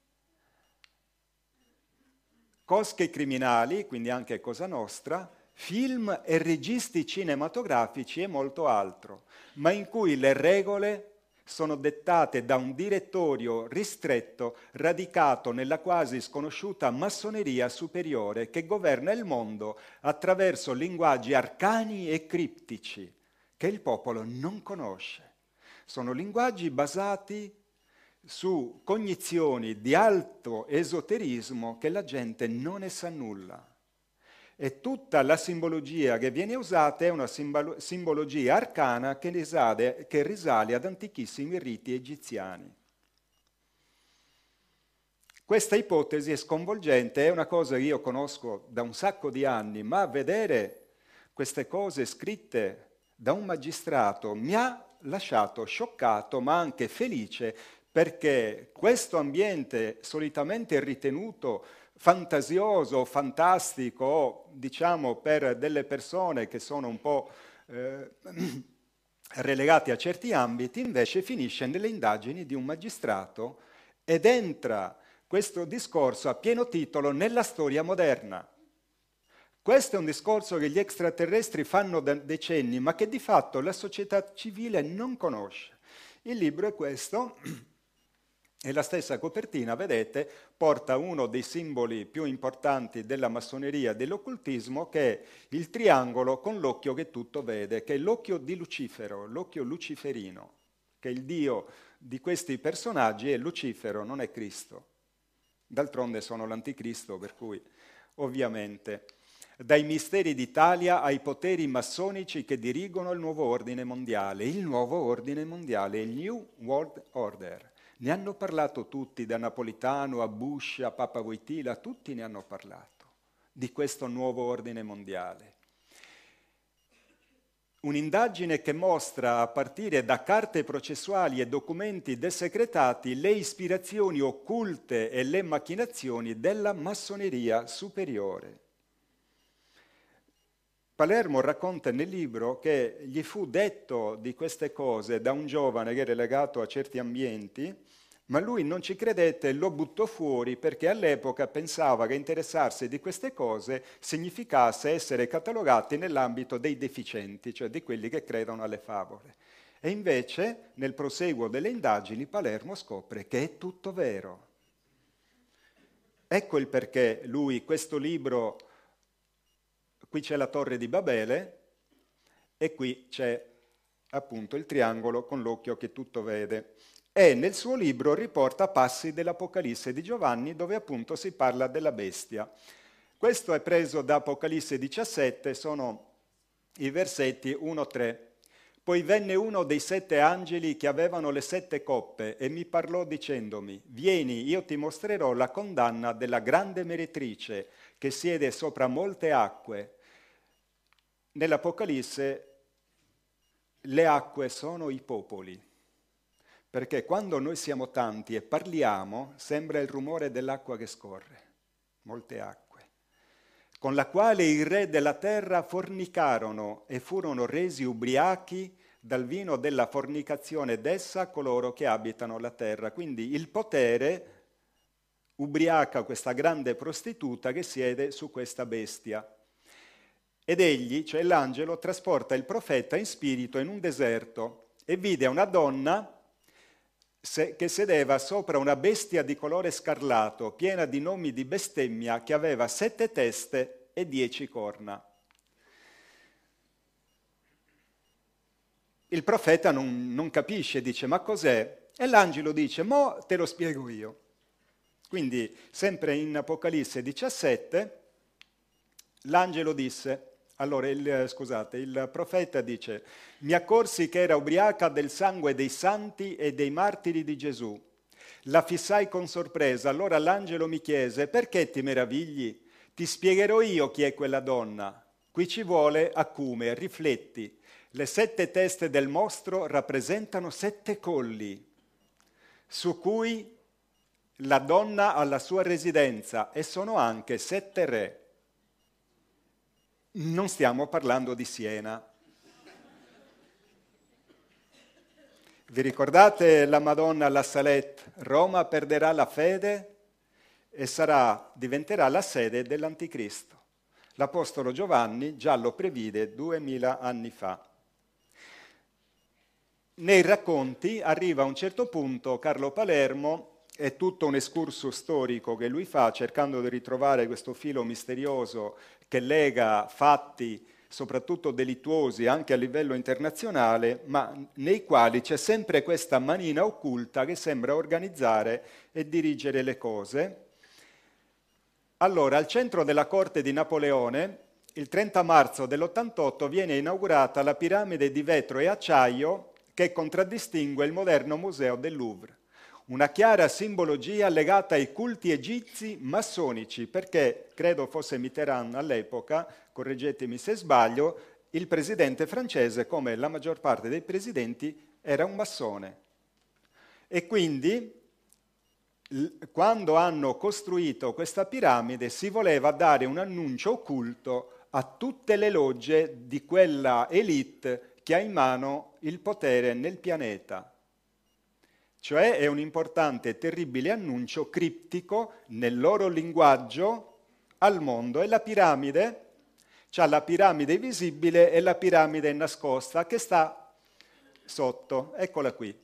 Cosche criminali, quindi anche Cosa Nostra, film e registi cinematografici e molto altro, ma in cui le regole sono dettate da un direttorio ristretto radicato nella quasi sconosciuta massoneria superiore che governa il mondo attraverso linguaggi arcani e criptici che il popolo non conosce. Sono linguaggi basati su cognizioni di alto esoterismo che la gente non ne sa nulla. E tutta la simbologia che viene usata è una simbolo- simbologia arcana che risale, che risale ad antichissimi riti egiziani. Questa ipotesi è sconvolgente, è una cosa che io conosco da un sacco di anni, ma vedere queste cose scritte da un magistrato mi ha lasciato scioccato, ma anche felice, perché questo ambiente solitamente ritenuto fantasioso, fantastico, diciamo per delle persone che sono un po' eh, relegate a certi ambiti, invece finisce nelle indagini di un magistrato ed entra questo discorso a pieno titolo nella storia moderna. Questo è un discorso che gli extraterrestri fanno da decenni, ma che di fatto la società civile non conosce. Il libro è questo. E la stessa copertina, vedete, porta uno dei simboli più importanti della massoneria e dell'occultismo, che è il triangolo con l'occhio che tutto vede, che è l'occhio di Lucifero, l'occhio luciferino, che è il dio di questi personaggi, e Lucifero non è Cristo. D'altronde sono l'anticristo, per cui ovviamente dai misteri d'Italia ai poteri massonici che dirigono il nuovo ordine mondiale. Il nuovo ordine mondiale, il New World Order. Ne hanno parlato tutti, da Napolitano a Bush a Papa Wojtyla, tutti ne hanno parlato di questo nuovo ordine mondiale. Un'indagine che mostra, a partire da carte processuali e documenti desecretati, le ispirazioni occulte e le macchinazioni della massoneria superiore. Palermo racconta nel libro che gli fu detto di queste cose da un giovane che era legato a certi ambienti, ma lui non ci credette e lo buttò fuori perché all'epoca pensava che interessarsi di queste cose significasse essere catalogati nell'ambito dei deficienti, cioè di quelli che credono alle favole. E invece, nel proseguo delle indagini, Palermo scopre che è tutto vero. Ecco il perché lui questo libro qui c'è la torre di Babele e qui c'è appunto il triangolo con l'occhio che tutto vede. E nel suo libro riporta passi dell'Apocalisse di Giovanni dove appunto si parla della bestia. Questo è preso da Apocalisse diciassette, sono i versetti uno tre. Poi venne uno dei sette angeli che avevano le sette coppe e mi parlò dicendomi: vieni, io ti mostrerò la condanna della grande meretrice che siede sopra molte acque. Nell'Apocalisse le acque sono i popoli, perché quando noi siamo tanti e parliamo sembra il rumore dell'acqua che scorre, molte acque, con la quale i re della terra fornicarono e furono resi ubriachi dal vino della fornicazione d'essa coloro che abitano la terra. Quindi il potere ubriaca questa grande prostituta che siede su questa bestia. Ed egli, cioè l'angelo, trasporta il profeta in spirito in un deserto e vide una donna che sedeva sopra una bestia di colore scarlato, piena di nomi di bestemmia, che aveva sette teste e dieci corna. Il profeta non, non capisce, dice: ma cos'è? E l'angelo dice: mo te lo spiego io. Quindi, sempre in Apocalisse diciassette, l'angelo disse, allora, il, scusate, il profeta dice: mi accorsi che era ubriaca del sangue dei santi e dei martiri di Gesù. La fissai con sorpresa, allora l'angelo mi chiese: perché ti meravigli? Ti spiegherò io chi è quella donna. Qui ci vuole acume, rifletti. Le sette teste del mostro rappresentano sette colli, su cui la donna ha la sua residenza, e sono anche sette re. Non stiamo parlando di Siena. Vi ricordate la Madonna alla Salette? Roma perderà la fede e sarà, diventerà la sede dell'Anticristo. L'Apostolo Giovanni già lo previde duemila anni fa. Nei racconti arriva a un certo punto Carlo Palermo, è tutto un excursus storico che lui fa cercando di ritrovare questo filo misterioso che lega fatti soprattutto delittuosi anche a livello internazionale, ma nei quali c'è sempre questa manina occulta che sembra organizzare e dirigere le cose. Allora, al centro della corte di Napoleone, il trenta marzo dell'ottantotto, viene inaugurata la piramide di vetro e acciaio che contraddistingue il moderno museo del Louvre. Una chiara simbologia legata ai culti egizi massonici, perché, credo fosse Mitterrand all'epoca, correggetemi se sbaglio, il presidente francese, come la maggior parte dei presidenti, era un massone. E quindi, quando hanno costruito questa piramide, si voleva dare un annuncio occulto a tutte le logge di quella elite che ha in mano il potere nel pianeta. Cioè è un importante e terribile annuncio criptico nel loro linguaggio al mondo. E la piramide, c'ha la piramide visibile e la piramide nascosta che sta sotto, eccola qui.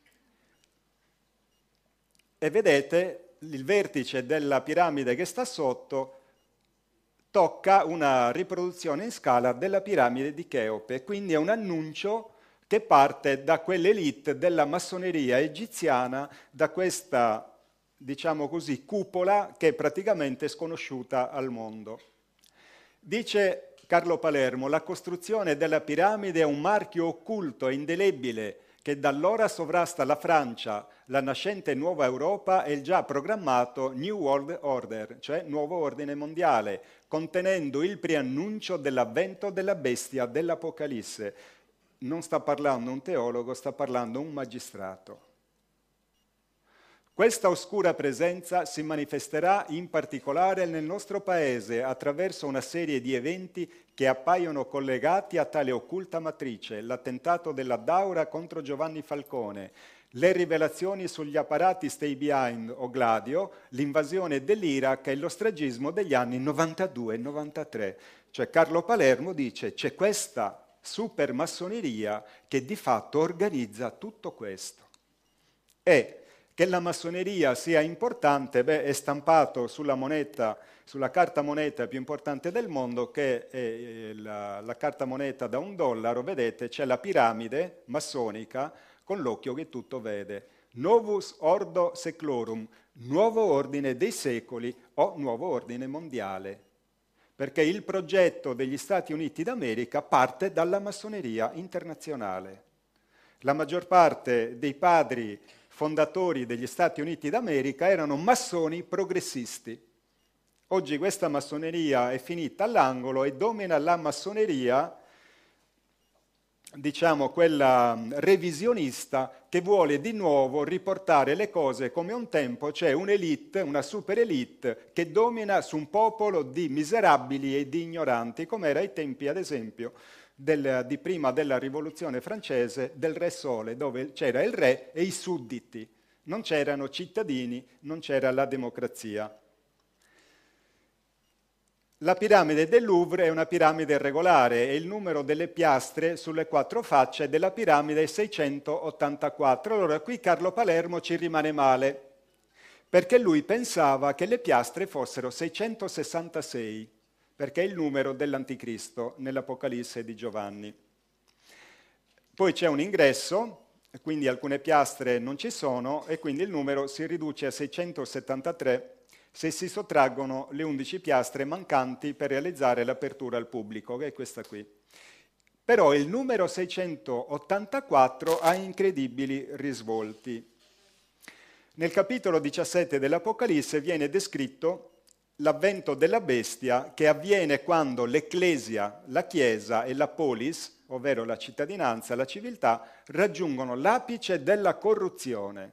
E vedete, il vertice della piramide che sta sotto tocca una riproduzione in scala della piramide di Cheope, quindi è un annuncio che parte da quell'elite della massoneria egiziana, da questa, diciamo così, cupola che è praticamente sconosciuta al mondo. Dice Carlo Palermo: la costruzione della piramide è un marchio occulto e indelebile che da allora sovrasta la Francia, la nascente nuova Europa e il già programmato New World Order, cioè nuovo ordine mondiale, contenendo il preannuncio dell'avvento della bestia dell'Apocalisse. Non sta parlando un teologo, sta parlando un magistrato. Questa oscura presenza si manifesterà in particolare nel nostro paese attraverso una serie di eventi che appaiono collegati a tale occulta matrice: l'attentato della Daura contro Giovanni Falcone, le rivelazioni sugli apparati Stay Behind o Gladio, l'invasione dell'Iraq e lo stragismo degli anni novantadue novantatré. Cioè Carlo Palermo dice: c'è questa supermassoneria che di fatto organizza tutto questo. E Che la massoneria sia importante, beh, è stampato sulla moneta, sulla carta moneta più importante del mondo, che è la, la carta moneta da un dollaro, vedete, c'è la piramide massonica con l'occhio che tutto vede. Novus Ordo Seclorum, nuovo ordine dei secoli o nuovo ordine mondiale. Perché il progetto degli Stati Uniti d'America parte dalla massoneria internazionale. La maggior parte dei padri fondatori degli Stati Uniti d'America erano massoni progressisti. Oggi questa massoneria è finita all'angolo e domina la massoneria, diciamo quella revisionista, che vuole di nuovo riportare le cose come un tempo, cioè un'elite, una super elite che domina su un popolo di miserabili e di ignoranti, come era ai tempi, ad esempio, Del, di prima della rivoluzione francese, del Re Sole, dove c'era il re e i sudditi, non c'erano cittadini, non c'era la democrazia. La piramide del Louvre è una piramide regolare e il numero delle piastre sulle quattro facce della piramide è seicentottantaquattro. Allora qui Carlo Palermo ci rimane male, perché lui pensava che le piastre fossero seicentosessantasei, perché è il numero dell'Anticristo nell'Apocalisse di Giovanni. Poi c'è un ingresso, quindi alcune piastre non ci sono, e quindi il numero si riduce a seicentosettantatré se si sottraggono le undici piastre mancanti per realizzare l'apertura al pubblico, che è questa qui. Però il numero seicentottantaquattro ha incredibili risvolti. Nel capitolo diciassette dell'Apocalisse viene descritto l'avvento della bestia, che avviene quando l'ecclesia, la chiesa e la polis, ovvero la cittadinanza, la civiltà, raggiungono l'apice della corruzione.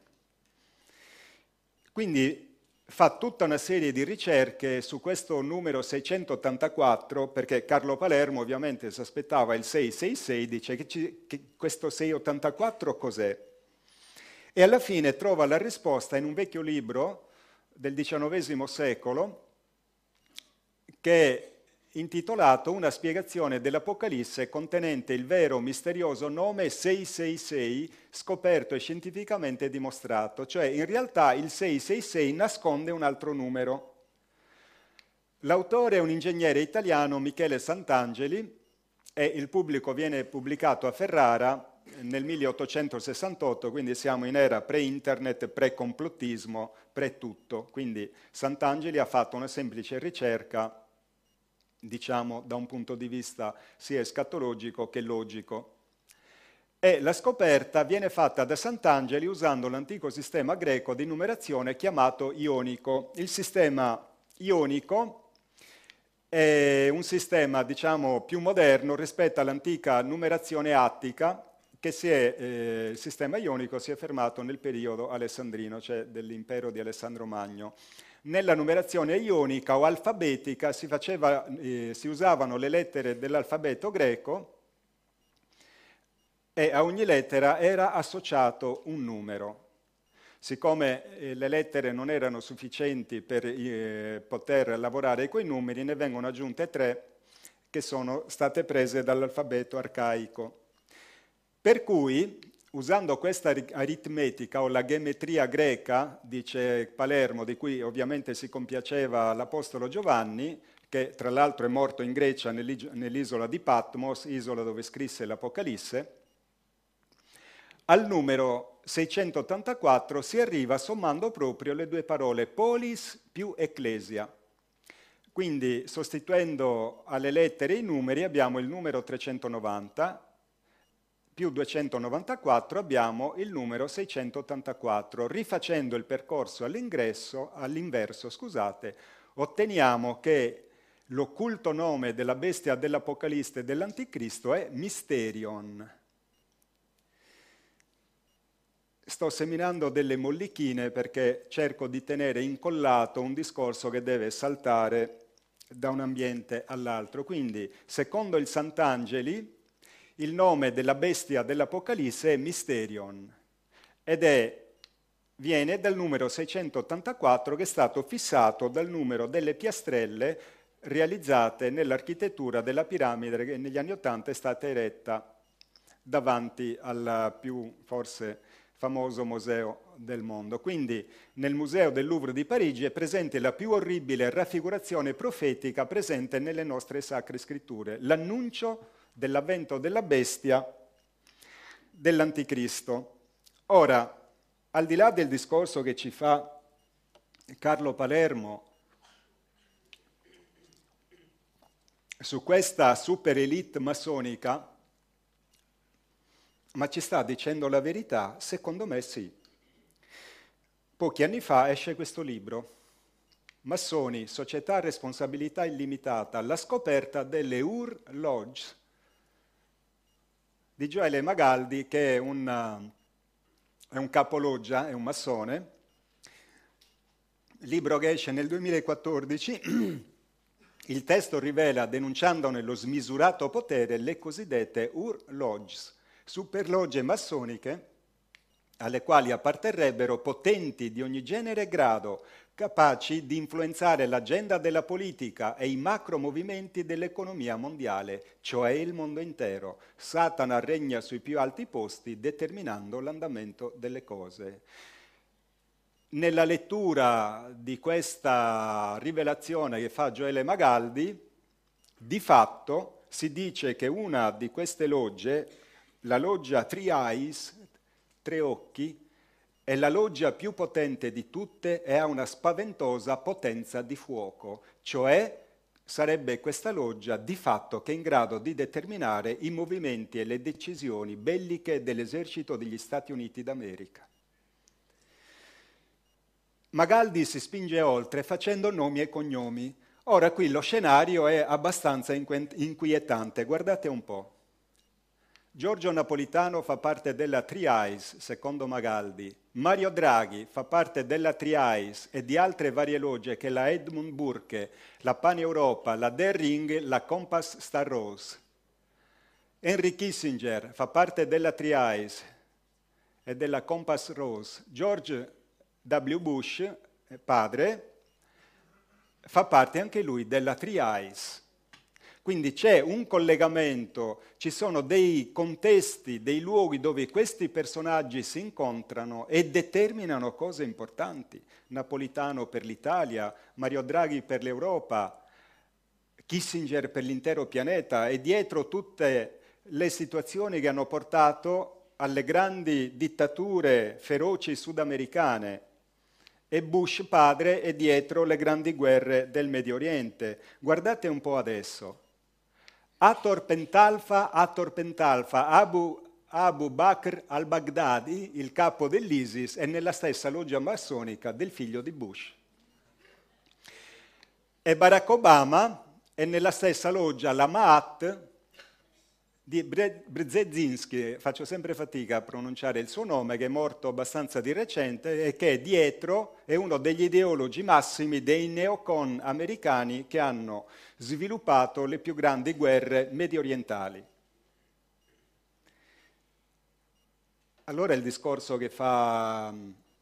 Quindi fa tutta una serie di ricerche su questo numero seicentottantaquattro, perché Carlo Palermo ovviamente si aspettava il seicentosessantasei, dice che, ci, che questo seicentottantaquattro cos'è? E alla fine trova la risposta in un vecchio libro del diciannovesimo secolo, che è intitolato Una spiegazione dell'Apocalisse contenente il vero misterioso nome seicentosessantasei scoperto e scientificamente dimostrato. Cioè in realtà il seicentosessantasei nasconde un altro numero. L'autore è un ingegnere italiano, Michele Santangeli, e il pubblico viene pubblicato a Ferrara nel milleottocentosessantotto, quindi siamo in era pre-internet, pre-complottismo, pre-tutto. Quindi Santangeli ha fatto una semplice ricerca, diciamo, da un punto di vista sia escatologico che logico. E la scoperta viene fatta da Sant'Angeli usando l'antico sistema greco di numerazione chiamato ionico. Il sistema ionico è un sistema, diciamo, più moderno rispetto all'antica numerazione attica, che si è, eh, il sistema ionico si è fermato nel periodo alessandrino, cioè dell'impero di Alessandro Magno. Nella numerazione ionica o alfabetica si, faceva, eh, si usavano le lettere dell'alfabeto greco e a ogni lettera era associato un numero. Siccome eh, le lettere non erano sufficienti per eh, poter lavorare con i numeri, ne vengono aggiunte tre che sono state prese dall'alfabeto arcaico. Per cui, usando questa aritmetica o la geometria greca, dice Palermo, di cui ovviamente si compiaceva l'Apostolo Giovanni, che tra l'altro è morto in Grecia nell'isola di Patmos, isola dove scrisse l'Apocalisse, al numero seicentottantaquattro si arriva sommando proprio le due parole polis più ecclesia. Quindi, sostituendo alle lettere i numeri, abbiamo il numero trecentonovanta, più duecentonovantaquattro abbiamo il numero seicentottantaquattro. Rifacendo il percorso all'ingresso, all'inverso, scusate, otteniamo che l'occulto nome della bestia dell'Apocalisse e dell'Anticristo è Mysterion. Sto seminando delle mollichine perché cerco di tenere incollato un discorso che deve saltare da un ambiente all'altro. Quindi, secondo il Sant'Angeli, il nome della bestia dell'Apocalisse è Mysterion ed è, viene dal numero seicentottantaquattro che è stato fissato dal numero delle piastrelle realizzate nell'architettura della piramide che negli anni Ottanta è stata eretta davanti alla più forse famoso museo del mondo. Quindi nel Museo del Louvre di Parigi è presente la più orribile raffigurazione profetica presente nelle nostre sacre scritture, l'annuncio dell'avvento della bestia dell'Anticristo. Ora, al di là del discorso che ci fa Carlo Palermo su questa super elite massonica, ma ci sta dicendo la verità? Secondo me sì. Pochi anni fa esce questo libro, Massoni, Società a responsabilità illimitata, la scoperta delle Ur Lodge, di Gioele Magaldi, che è un, è un capologgia, è un massone, libro che esce nel duemilaquattordici. Il testo rivela, denunciandone lo smisurato potere, le cosiddette Ur Lodges, superlogge massoniche alle quali apparterrebbero potenti di ogni genere e grado, capaci di influenzare l'agenda della politica e i macro movimenti dell'economia mondiale, cioè il mondo intero. Satana regna sui più alti posti, determinando l'andamento delle cose. Nella lettura di questa rivelazione che fa Gioele Magaldi, di fatto si dice che una di queste logge, la loggia Three Eyes, Tre Occhi, è la loggia più potente di tutte e ha una spaventosa potenza di fuoco, cioè sarebbe questa loggia di fatto che è in grado di determinare i movimenti e le decisioni belliche dell'esercito degli Stati Uniti d'America. Magaldi si spinge oltre facendo nomi e cognomi. Ora qui lo scenario è abbastanza inquietante, guardate un po'. Giorgio Napolitano fa parte della Three Eyes, secondo Magaldi. Mario Draghi fa parte della Three Eyes e di altre varie logge che la Edmund Burke, la Pan Europa, la Der Ring, la Compass Star Rose. Henry Kissinger fa parte della Three Eyes e della Compass Rose. George W. Bush, padre, fa parte anche lui della Three Eyes. Quindi c'è un collegamento, ci sono dei contesti, dei luoghi dove questi personaggi si incontrano e determinano cose importanti. Napolitano per l'Italia, Mario Draghi per l'Europa, Kissinger per l'intero pianeta, e dietro tutte le situazioni che hanno portato alle grandi dittature feroci sudamericane. E Bush padre è dietro le grandi guerre del Medio Oriente. Guardate un po' adesso. Ator Pentalfa, Ator Pentalfa, Abu, Abu Bakr al-Baghdadi, il capo dell'ISIS, è nella stessa loggia massonica del figlio di Bush. E Barack Obama è nella stessa loggia, la Ma'at, di Brzezinski, faccio sempre fatica a pronunciare il suo nome, che è morto abbastanza di recente e che è dietro, è uno degli ideologi massimi dei neocon americani che hanno sviluppato le più grandi guerre mediorientali. Allora il discorso che fa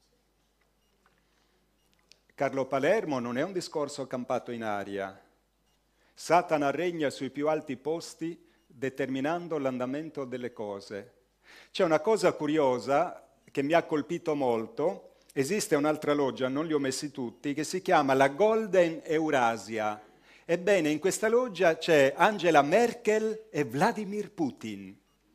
Carlo Palermo non è un discorso campato in aria. Satana regna sui più alti posti, determinando l'andamento delle cose. C'è una cosa curiosa che mi ha colpito molto, esiste un'altra loggia, non li ho messi tutti, che si chiama la Golden Eurasia. Ebbene, in questa loggia c'è Angela Merkel e Vladimir Putin.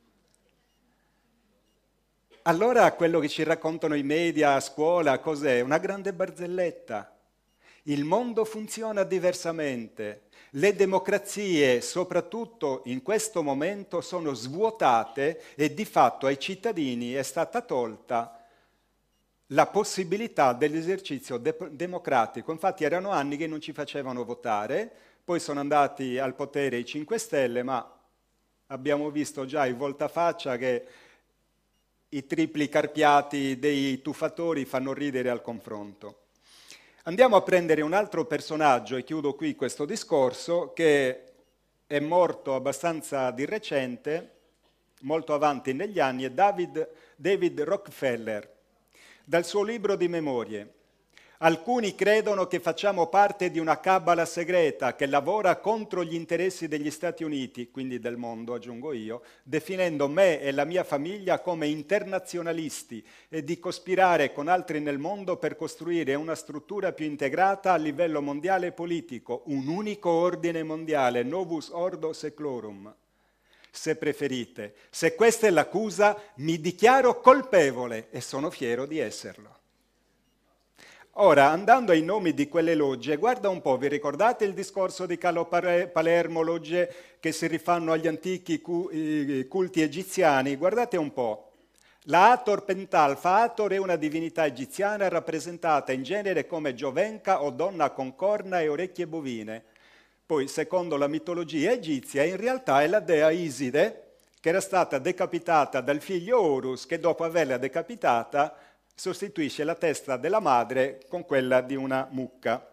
Allora quello che ci raccontano i media a scuola cos'è? Una grande barzelletta. Il mondo funziona diversamente. Le democrazie, soprattutto in questo momento, sono svuotate e di fatto ai cittadini è stata tolta la possibilità dell'esercizio de- democratico. Infatti erano anni che non ci facevano votare, poi sono andati al potere i cinque Stelle, ma abbiamo visto già il voltafaccia che i tripli carpiati dei tuffatori fanno ridere al confronto. Andiamo a prendere un altro personaggio, e chiudo qui questo discorso, che è morto abbastanza di recente, molto avanti negli anni, è David, David Rockefeller. Dal suo libro di memorie. Alcuni credono che facciamo parte di una cabala segreta che lavora contro gli interessi degli Stati Uniti, quindi del mondo, aggiungo io, definendo me e la mia famiglia come internazionalisti e di cospirare con altri nel mondo per costruire una struttura più integrata a livello mondiale e politico, un unico ordine mondiale, novus ordo seclorum, se preferite. Se questa è l'accusa, mi dichiaro colpevole e sono fiero di esserlo. Ora, andando ai nomi di quelle logge, guarda un po', vi ricordate il discorso di Carlo Palermo, logge che si rifanno agli antichi culti egiziani? Guardate un po'. La Hathor Pentalfa, Hathor è una divinità egiziana rappresentata in genere come giovenca o donna con corna e orecchie bovine. Poi, secondo la mitologia egizia, in realtà è la dea Iside, che era stata decapitata dal figlio Horus, che dopo averla decapitata sostituisce la testa della madre con quella di una mucca.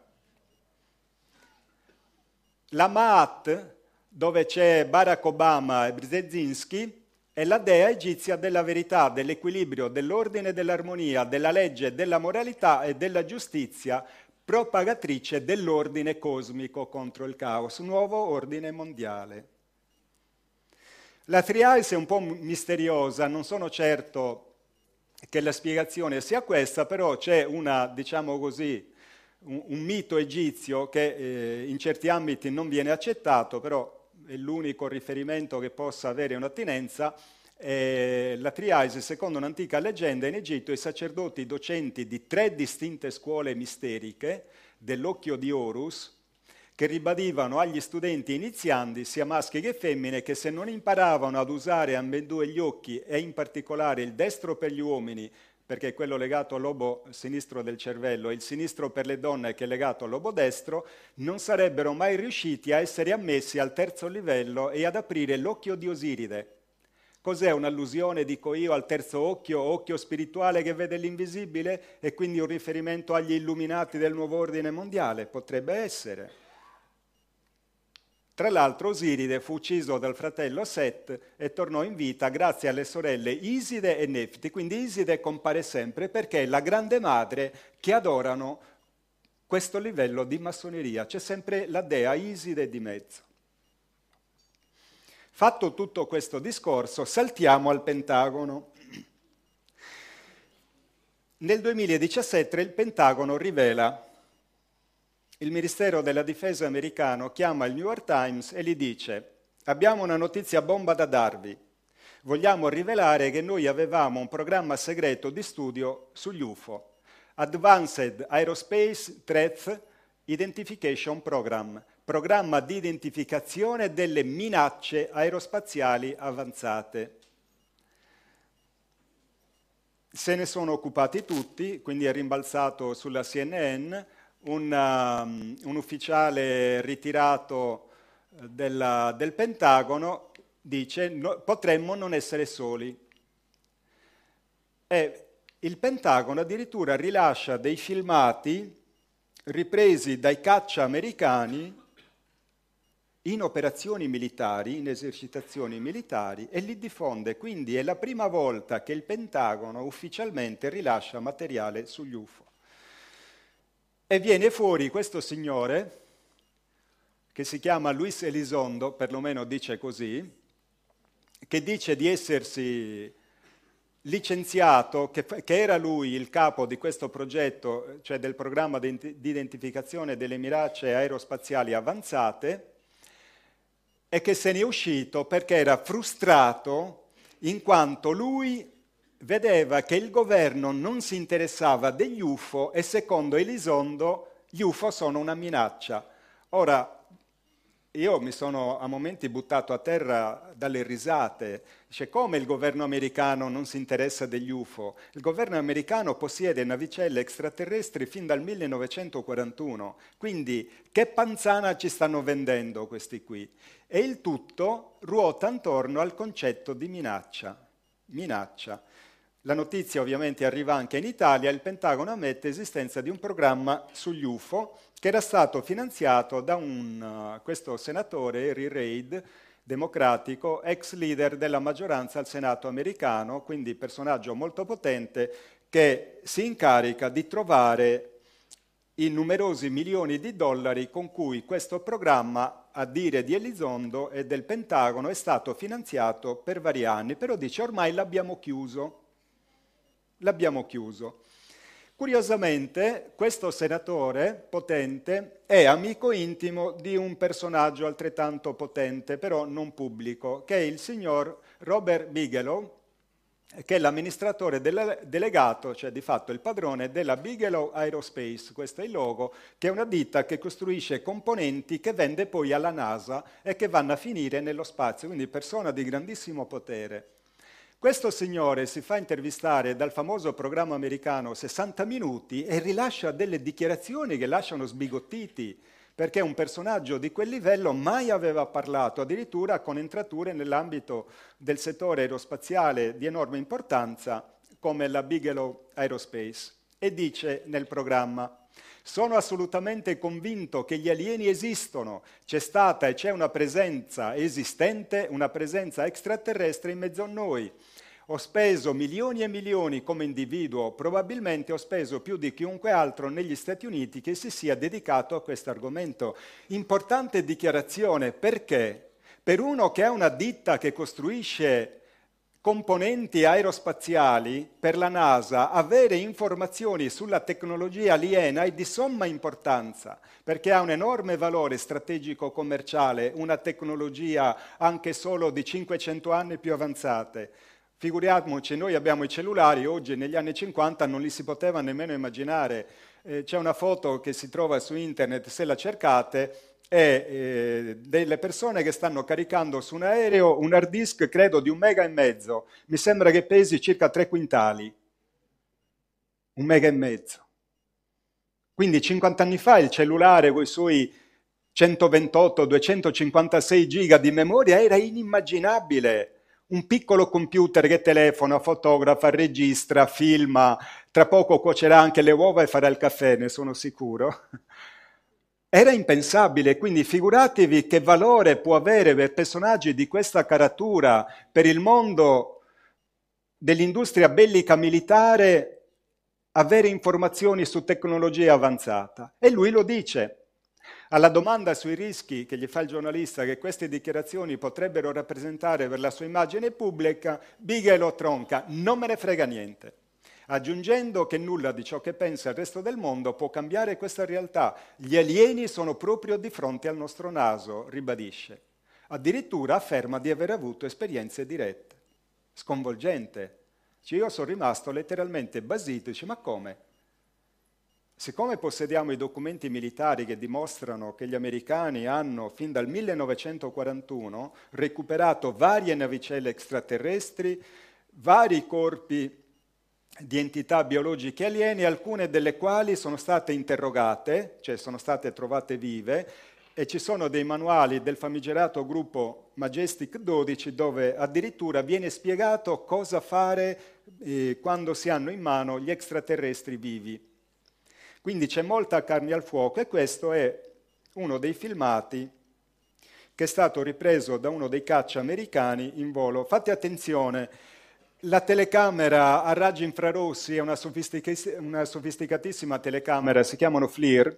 La Ma'at, dove c'è Barack Obama e Brzezinski, è la dea egizia della verità, dell'equilibrio, dell'ordine, dell'armonia, della legge, della moralità e della giustizia, propagatrice dell'ordine cosmico contro il caos, nuovo ordine mondiale. La Triais è un po' misteriosa, non sono certo che la spiegazione sia questa, però c'è una, diciamo così, un, un mito egizio che eh, in certi ambiti non viene accettato, però è l'unico riferimento che possa avere un'attinenza. Eh, la Triais, secondo un'antica leggenda, in Egitto i sacerdoti docenti di tre distinte scuole misteriche dell'occhio di Horus, che ribadivano agli studenti iniziandi, sia maschi che femmine, che se non imparavano ad usare ambedue gli occhi, e in particolare il destro per gli uomini, perché è quello legato al lobo sinistro del cervello, e il sinistro per le donne che è legato al lobo destro, non sarebbero mai riusciti a essere ammessi al terzo livello e ad aprire l'occhio di Osiride. Cos'è un'allusione, dico io, al terzo occhio, occhio spirituale che vede l'invisibile, e quindi un riferimento agli illuminati del nuovo ordine mondiale? Potrebbe essere. Tra l'altro Osiride fu ucciso dal fratello Set e tornò in vita grazie alle sorelle Iside e Nefti. Quindi Iside compare sempre perché è la grande madre che adorano questo livello di massoneria. C'è sempre la dea Iside di mezzo. Fatto tutto questo discorso, saltiamo al Pentagono. Nel duemiladiciassette il Pentagono rivela: il Ministero della Difesa americano chiama il New York Times e gli dice: abbiamo una notizia bomba da darvi. Vogliamo rivelare che noi avevamo un programma segreto di studio sugli U F O, Advanced Aerospace Threat Identification Program, programma di identificazione delle minacce aerospaziali avanzate. Se ne sono occupati tutti, quindi è rimbalzato sulla C N N. Un, um, un ufficiale ritirato della, del Pentagono dice: no, potremmo non essere soli. E il Pentagono addirittura rilascia dei filmati ripresi dai caccia americani in operazioni militari, in esercitazioni militari, e li diffonde. Quindi è la prima volta che il Pentagono ufficialmente rilascia materiale sugli U F O. E viene fuori questo signore, che si chiama Luis Elizondo, perlomeno dice così, che dice di essersi licenziato, che, che era lui il capo di questo progetto, cioè del programma di, di identificazione delle minacce aerospaziali avanzate, e che se ne è uscito perché era frustrato in quanto lui vedeva che il governo non si interessava degli U F O e secondo Elizondo gli U F O sono una minaccia. Ora, io mi sono a momenti buttato a terra dalle risate. Dice: come il governo americano non si interessa degli U F O? Il governo americano possiede navicelle extraterrestri fin dal millenovecentoquarantuno, quindi che panzana ci stanno vendendo questi qui? E il tutto ruota intorno al concetto di minaccia. Minaccia. La notizia ovviamente arriva anche in Italia. Il Pentagono ammette l'esistenza di un programma sugli U F O che era stato finanziato da un, uh, questo senatore, Harry Reid, democratico, ex leader della maggioranza al Senato americano, quindi personaggio molto potente che si incarica di trovare i numerosi milioni di dollari con cui questo programma, a dire di Elizondo e del Pentagono, è stato finanziato per vari anni, però dice ormai l'abbiamo chiuso, l'abbiamo chiuso. Curiosamente, questo senatore potente è amico intimo di un personaggio altrettanto potente, però non pubblico, che è il signor Robert Bigelow, che è l'amministratore dele- delegato, cioè di fatto il padrone della Bigelow Aerospace, questo è il logo, che è una ditta che costruisce componenti che vende poi alla NASA e che vanno a finire nello spazio, quindi persona di grandissimo potere. Questo signore si fa intervistare dal famoso programma americano sessanta minuti e rilascia delle dichiarazioni che lasciano sbigottiti, perché un personaggio di quel livello mai aveva parlato, addirittura con entrature nell'ambito del settore aerospaziale di enorme importanza, come la Bigelow Aerospace. E dice nel programma: sono assolutamente convinto che gli alieni esistono, c'è stata e c'è una presenza esistente, una presenza extraterrestre in mezzo a noi. Ho speso milioni e milioni come individuo, probabilmente ho speso più di chiunque altro negli Stati Uniti che si sia dedicato a questo argomento. Importante dichiarazione, perché? Per uno che ha una ditta che costruisce componenti aerospaziali per la NASA, avere informazioni sulla tecnologia aliena è di somma importanza, perché ha un enorme valore strategico commerciale, una tecnologia anche solo di cinquecento anni più avanzate. Figuriamoci, noi abbiamo i cellulari, oggi negli anni cinquanta non li si poteva nemmeno immaginare. Eh, c'è una foto che si trova su internet, se la cercate, è eh, delle persone che stanno caricando su un aereo un hard disk, credo, di un mega e mezzo. Mi sembra che pesi circa tre quintali. Un mega e mezzo. Quindi cinquanta anni fa il cellulare con i suoi centoventotto duecentocinquantasei giga di memoria era inimmaginabile. Un piccolo computer che telefona, fotografa, registra, filma, tra poco cuocerà anche le uova e farà il caffè, ne sono sicuro. Era impensabile, quindi figuratevi che valore può avere per personaggi di questa caratura, per il mondo dell'industria bellica militare, avere informazioni su tecnologia avanzata. E lui lo dice. Alla domanda sui rischi che gli fa il giornalista che queste dichiarazioni potrebbero rappresentare per la sua immagine pubblica, Bigelow tronca: non me ne frega niente, aggiungendo che nulla di ciò che pensa il resto del mondo può cambiare questa realtà. Gli alieni sono proprio di fronte al nostro naso, ribadisce. Addirittura afferma di aver avuto esperienze dirette. Sconvolgente. Cioè, io sono rimasto letteralmente basito, dice: ma come? Siccome possediamo i documenti militari che dimostrano che gli americani hanno, fin dal millenovecentoquarantuno, recuperato varie navicelle extraterrestri, vari corpi di entità biologiche aliene, alcune delle quali sono state interrogate, cioè sono state trovate vive, e ci sono dei manuali del famigerato gruppo Majestic dodici dove addirittura viene spiegato cosa fare eh, quando si hanno in mano gli extraterrestri vivi. Quindi c'è molta carne al fuoco e questo è uno dei filmati che è stato ripreso da uno dei caccia americani in volo. Fate attenzione, la telecamera a raggi infrarossi è una, sofistic- una sofisticatissima telecamera, si chiamano FLIR,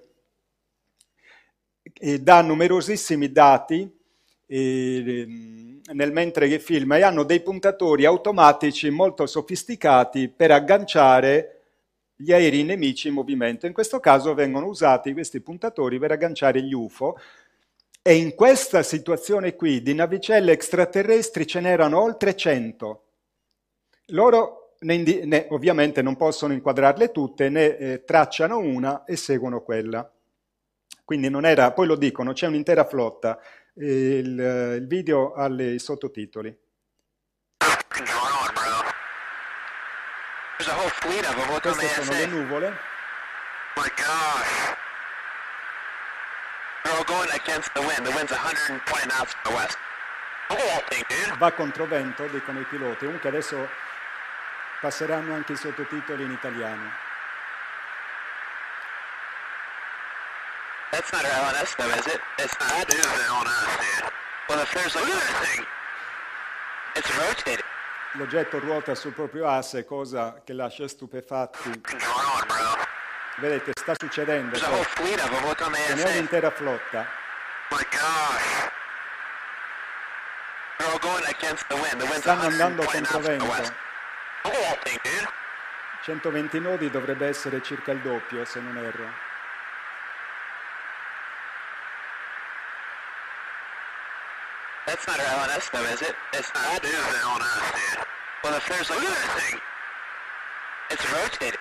e dà numerosissimi dati eh, nel mentre che filma, e hanno dei puntatori automatici molto sofisticati per agganciare gli aerei nemici in movimento. In questo caso vengono usati questi puntatori per agganciare gli U F O, e in questa situazione qui di navicelle extraterrestri ce n'erano oltre cento. Loro ne indi- ne, ovviamente non possono inquadrarle tutte, ne eh, tracciano una e seguono quella. Quindi non era, poi lo dicono, c'è un'intera flotta. Eh, il, il video ha i sottotitoli. Queste sono le nuvole. Oh my gosh. They're all going against the wind. The wind's one hundred twenty knots to the west. Look at that thing, dude. Va controvento, dicono i piloti. Comunque adesso passeranno anche i sottotitoli in italiano. That's not our L N S though, is it? It's not. That is an L N S, dude. Well, if there's like, look at that thing. It's rotating. L'oggetto ruota sul proprio asse, cosa che lascia stupefatti What's going on, bro? Vedete, sta succedendo. There's a whole fleet of them. Look on the Ce n'è A S A. un'intera flotta. Oh my gosh. They're all going against the wind. The wind's Stanno andando one hundred twenty knots from the controvento. west. Look at that thing, dude. centoventi nodi dovrebbe essere circa il doppio, se non erro. That's not our L N S though, is it? It's not. That is the L N S, dude. Well, if there's like, look at that thing. It's rotating.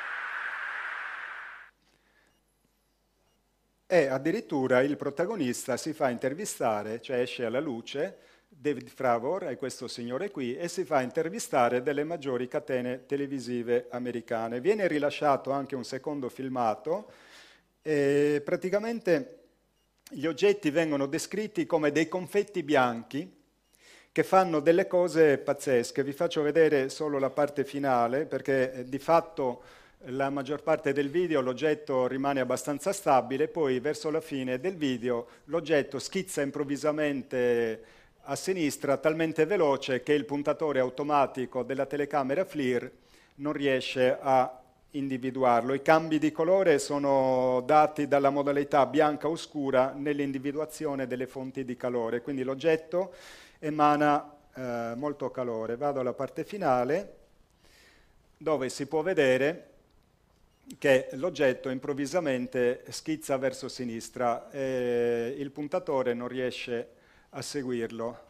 E addirittura il protagonista si fa intervistare, cioè esce alla luce, David Fravor è questo signore qui, e si fa intervistare delle maggiori catene televisive americane. Viene rilasciato anche un secondo filmato e praticamente gli oggetti vengono descritti come dei confetti bianchi che fanno delle cose pazzesche. Vi faccio vedere solo la parte finale perché eh, di fatto la maggior parte del video l'oggetto rimane abbastanza stabile, poi verso la fine del video l'oggetto schizza improvvisamente a sinistra talmente veloce che il puntatore automatico della telecamera FLIR non riesce a individuarlo. I cambi di colore sono dati dalla modalità bianca o scura nell'individuazione delle fonti di calore, quindi l'oggetto emana eh, molto calore. Vado alla parte finale dove si può vedere che l'oggetto improvvisamente schizza verso sinistra e il puntatore non riesce a seguirlo.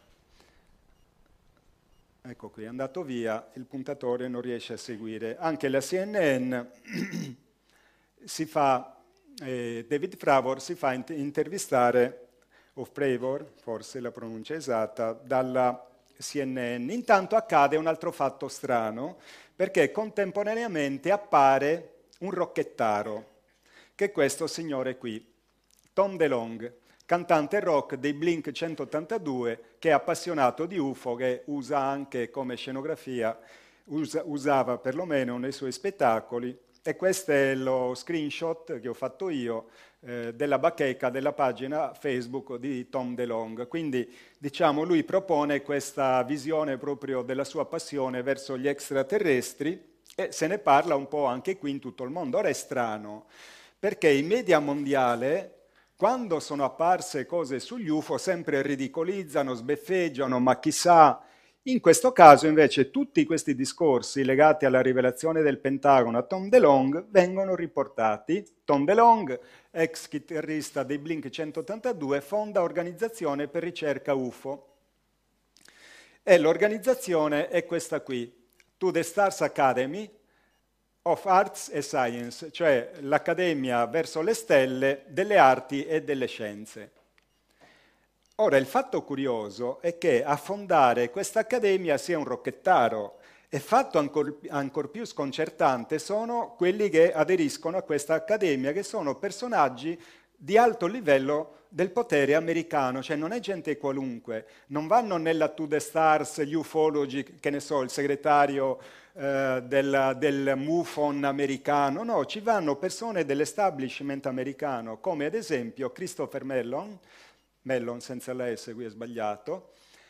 Ecco qui, è andato via, il puntatore non riesce a seguire. Anche la C N N si fa, eh, David Fravor si fa int- intervistare, o Fravor, forse la pronuncia esatta, dalla C N N. Intanto accade un altro fatto strano, perché contemporaneamente appare un rocchettaro, che è questo signore qui, Tom DeLonge, cantante rock dei Blink centottantadue, che è appassionato di U F O, che usa anche come scenografia, usa, usava perlomeno nei suoi spettacoli, e questo è lo screenshot che ho fatto io eh, della bacheca della pagina Facebook di Tom DeLonge. Quindi, diciamo, lui propone questa visione proprio della sua passione verso gli extraterrestri, e se ne parla un po' anche qui in tutto il mondo. Ora è strano, perché i media mondiali, quando sono apparse cose sugli U F O, sempre ridicolizzano, sbeffeggiano, ma chissà. In questo caso, invece, tutti questi discorsi legati alla rivelazione del Pentagono a Tom DeLonge vengono riportati. Tom DeLonge, ex chitarrista dei Blink centottantadue, fonda Organizzazione per ricerca U F O. E l'organizzazione è questa qui, To the Stars Academy of Arts and Science, cioè l'Accademia verso le stelle delle arti e delle scienze. Ora, il fatto curioso è che a fondare questa accademia sia un rocchettaro, e fatto ancor, ancor più sconcertante sono quelli che aderiscono a questa accademia, che sono personaggi di alto livello del potere americano, cioè non è gente qualunque, non vanno nella To the Stars, gli ufologi, che ne so, il segretario eh, del, del MUFON americano, no, ci vanno persone dell'establishment americano, come ad esempio Christopher Mellon, Mellon senza la S, qui è sbagliato,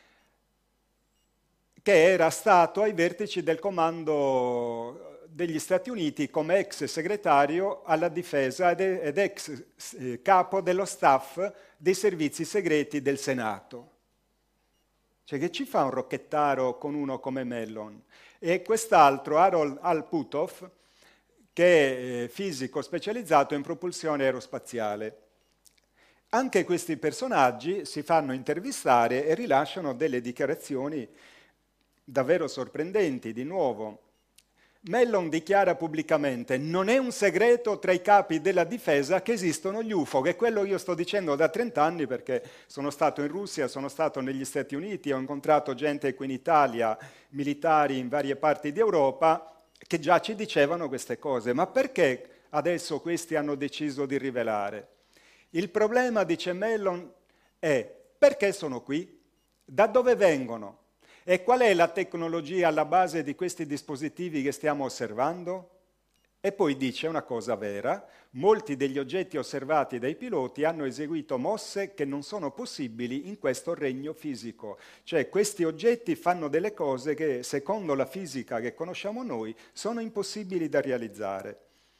che era stato ai vertici del comando degli Stati Uniti come ex segretario alla difesa ed ex capo dello staff dei servizi segreti del Senato. Cioè, che ci fa un rocchettaro con uno come Mellon? E quest'altro, Harold Alputov, che è fisico specializzato in propulsione aerospaziale. Anche questi personaggi si fanno intervistare e rilasciano delle dichiarazioni davvero sorprendenti. Di nuovo, Mellon dichiara pubblicamente: non è un segreto tra i capi della difesa che esistono gli U F O, che è quello che io sto dicendo da trent'anni, perché sono stato in Russia, sono stato negli Stati Uniti, ho incontrato gente qui in Italia, militari in varie parti d'Europa, che già ci dicevano queste cose. Ma perché adesso questi hanno deciso di rivelare? Il problema, dice Mellon, è: perché sono qui? Da dove vengono? E qual è la tecnologia alla base di questi dispositivi che stiamo osservando? E poi dice una cosa vera: molti degli oggetti osservati dai piloti hanno eseguito mosse che non sono possibili in questo regno fisico. Cioè, questi oggetti fanno delle cose che, secondo la fisica che conosciamo noi, sono impossibili da realizzare.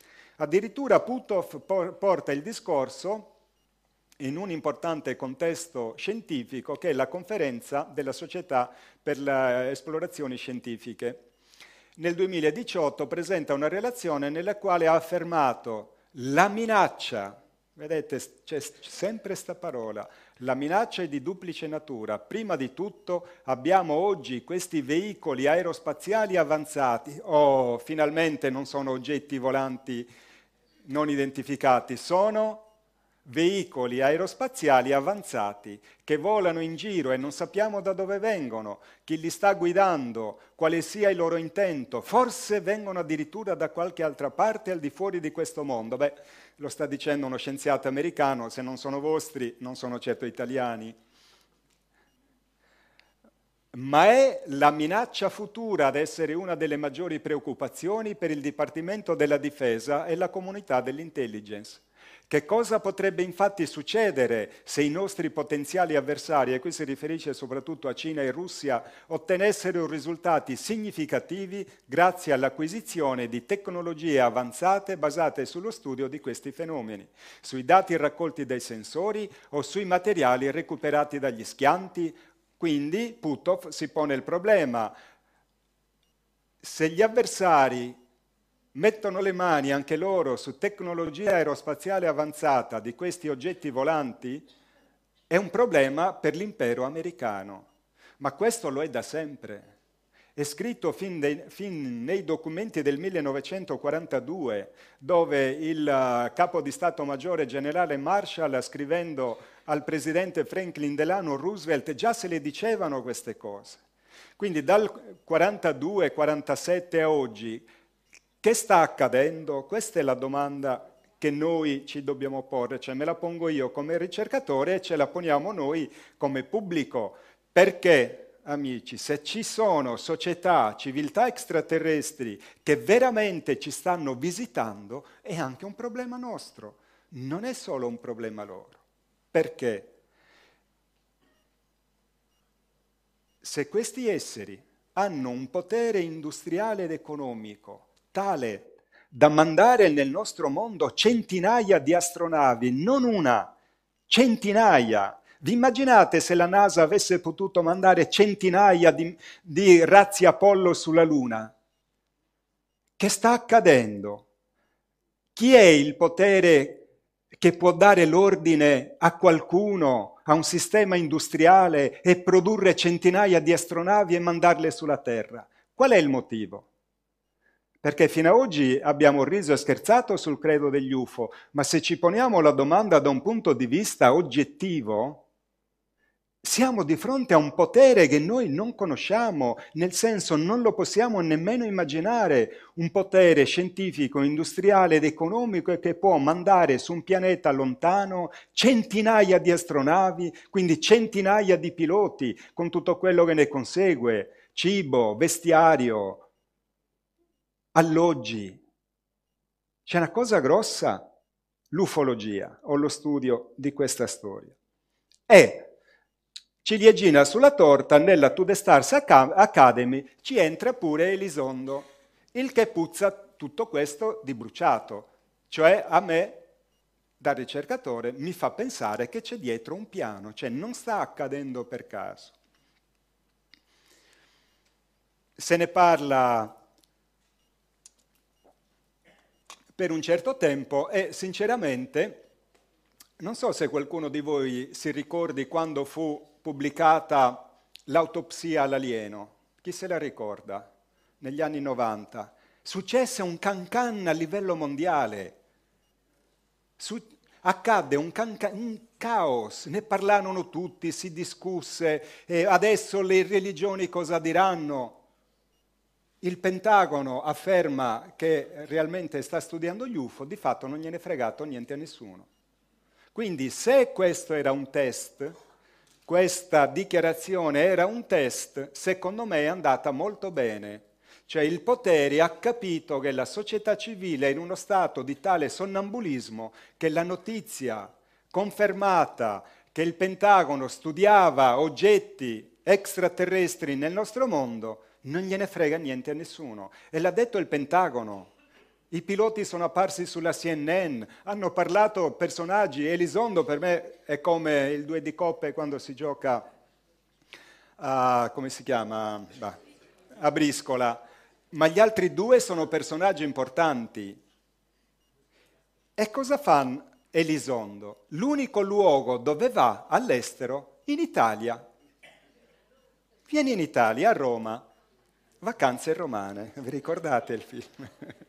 Addirittura Puthoff por- porta il discorso in un importante contesto scientifico che è la conferenza della Società per le Esplorazioni Scientifiche. Nel duemiladiciotto presenta una relazione nella quale ha affermato la minaccia, vedete c'è sempre questa parola, la minaccia è di duplice natura. Prima di tutto abbiamo oggi questi veicoli aerospaziali avanzati, oh finalmente non sono oggetti volanti non identificati, sono veicoli aerospaziali avanzati che volano in giro e non sappiamo da dove vengono, chi li sta guidando, quale sia il loro intento, forse vengono addirittura da qualche altra parte al di fuori di questo mondo. Beh, lo sta dicendo uno scienziato americano, se non sono vostri non sono certo italiani. Ma è la minaccia futura ad essere una delle maggiori preoccupazioni per il Dipartimento della Difesa e la comunità dell'intelligence. Che cosa potrebbe infatti succedere se i nostri potenziali avversari, e qui si riferisce soprattutto a Cina e Russia, ottenessero risultati significativi grazie all'acquisizione di tecnologie avanzate basate sullo studio di questi fenomeni, sui dati raccolti dai sensori o sui materiali recuperati dagli schianti? Quindi Puthoff si pone il problema: se gli avversari mettono le mani anche loro su tecnologia aerospaziale avanzata di questi oggetti volanti, è un problema per l'impero americano. Ma questo lo è da sempre. È scritto fin, dei, fin nei documenti del millenovecentoquarantadue, dove il uh, capo di Stato Maggiore generale Marshall, scrivendo al presidente Franklin Delano Roosevelt, già se le dicevano queste cose. Quindi dal quarantadue quarantasette a oggi, che sta accadendo? Questa è la domanda che noi ci dobbiamo porre, cioè me la pongo io come ricercatore e ce la poniamo noi come pubblico. Perché, amici, se ci sono società, civiltà extraterrestri che veramente ci stanno visitando, è anche un problema nostro, non è solo un problema loro. Perché? Se questi esseri hanno un potere industriale ed economico tale da mandare nel nostro mondo centinaia di astronavi, non una, centinaia. Vi immaginate se la NASA avesse potuto mandare centinaia di, di razzi Apollo sulla Luna? Che sta accadendo? Chi è il potere che può dare l'ordine a qualcuno, a un sistema industriale, e produrre centinaia di astronavi e mandarle sulla Terra? Qual è il motivo? Perché fino ad oggi abbiamo riso e scherzato sul credo degli U F O, ma se ci poniamo la domanda da un punto di vista oggettivo, siamo di fronte a un potere che noi non conosciamo, nel senso non lo possiamo nemmeno immaginare, un potere scientifico, industriale ed economico che può mandare su un pianeta lontano centinaia di astronavi, quindi centinaia di piloti, con tutto quello che ne consegue, cibo, vestiario, alloggi. C'è una cosa grossa, l'ufologia o lo studio di questa storia. E ciliegina sulla torta, nella To The Stars Academy ci entra pure Elizondo, il che puzza tutto questo di bruciato. Cioè a me, da ricercatore, mi fa pensare che c'è dietro un piano, cioè non sta accadendo per caso. Se ne parla per un certo tempo e sinceramente non so se qualcuno di voi si ricordi quando fu pubblicata l'autopsia all'alieno. Chi se la ricorda? Negli anni novanta. Successe un cancan a livello mondiale. Su- accadde un, cancan- un caos, ne parlarono tutti, si discusse, e adesso le religioni cosa diranno? Il Pentagono afferma che realmente sta studiando gli U F O, di fatto non gliene è fregato niente a nessuno. Quindi se questo era un test, questa dichiarazione era un test, secondo me è andata molto bene. Cioè il potere ha capito che la società civile è in uno stato di tale sonnambulismo che la notizia confermata che il Pentagono studiava oggetti extraterrestri nel nostro mondo non gliene frega niente a nessuno. E l'ha detto il Pentagono. I piloti sono apparsi sulla C N N, hanno parlato personaggi. Elizondo per me è come il due di coppe quando si gioca a, come si chiama? Bah, a briscola, ma gli altri due sono personaggi importanti. E cosa fa Elizondo? L'unico luogo dove va all'estero, in Italia. Vieni in Italia, a Roma, Vacanze romane, vi ricordate il film?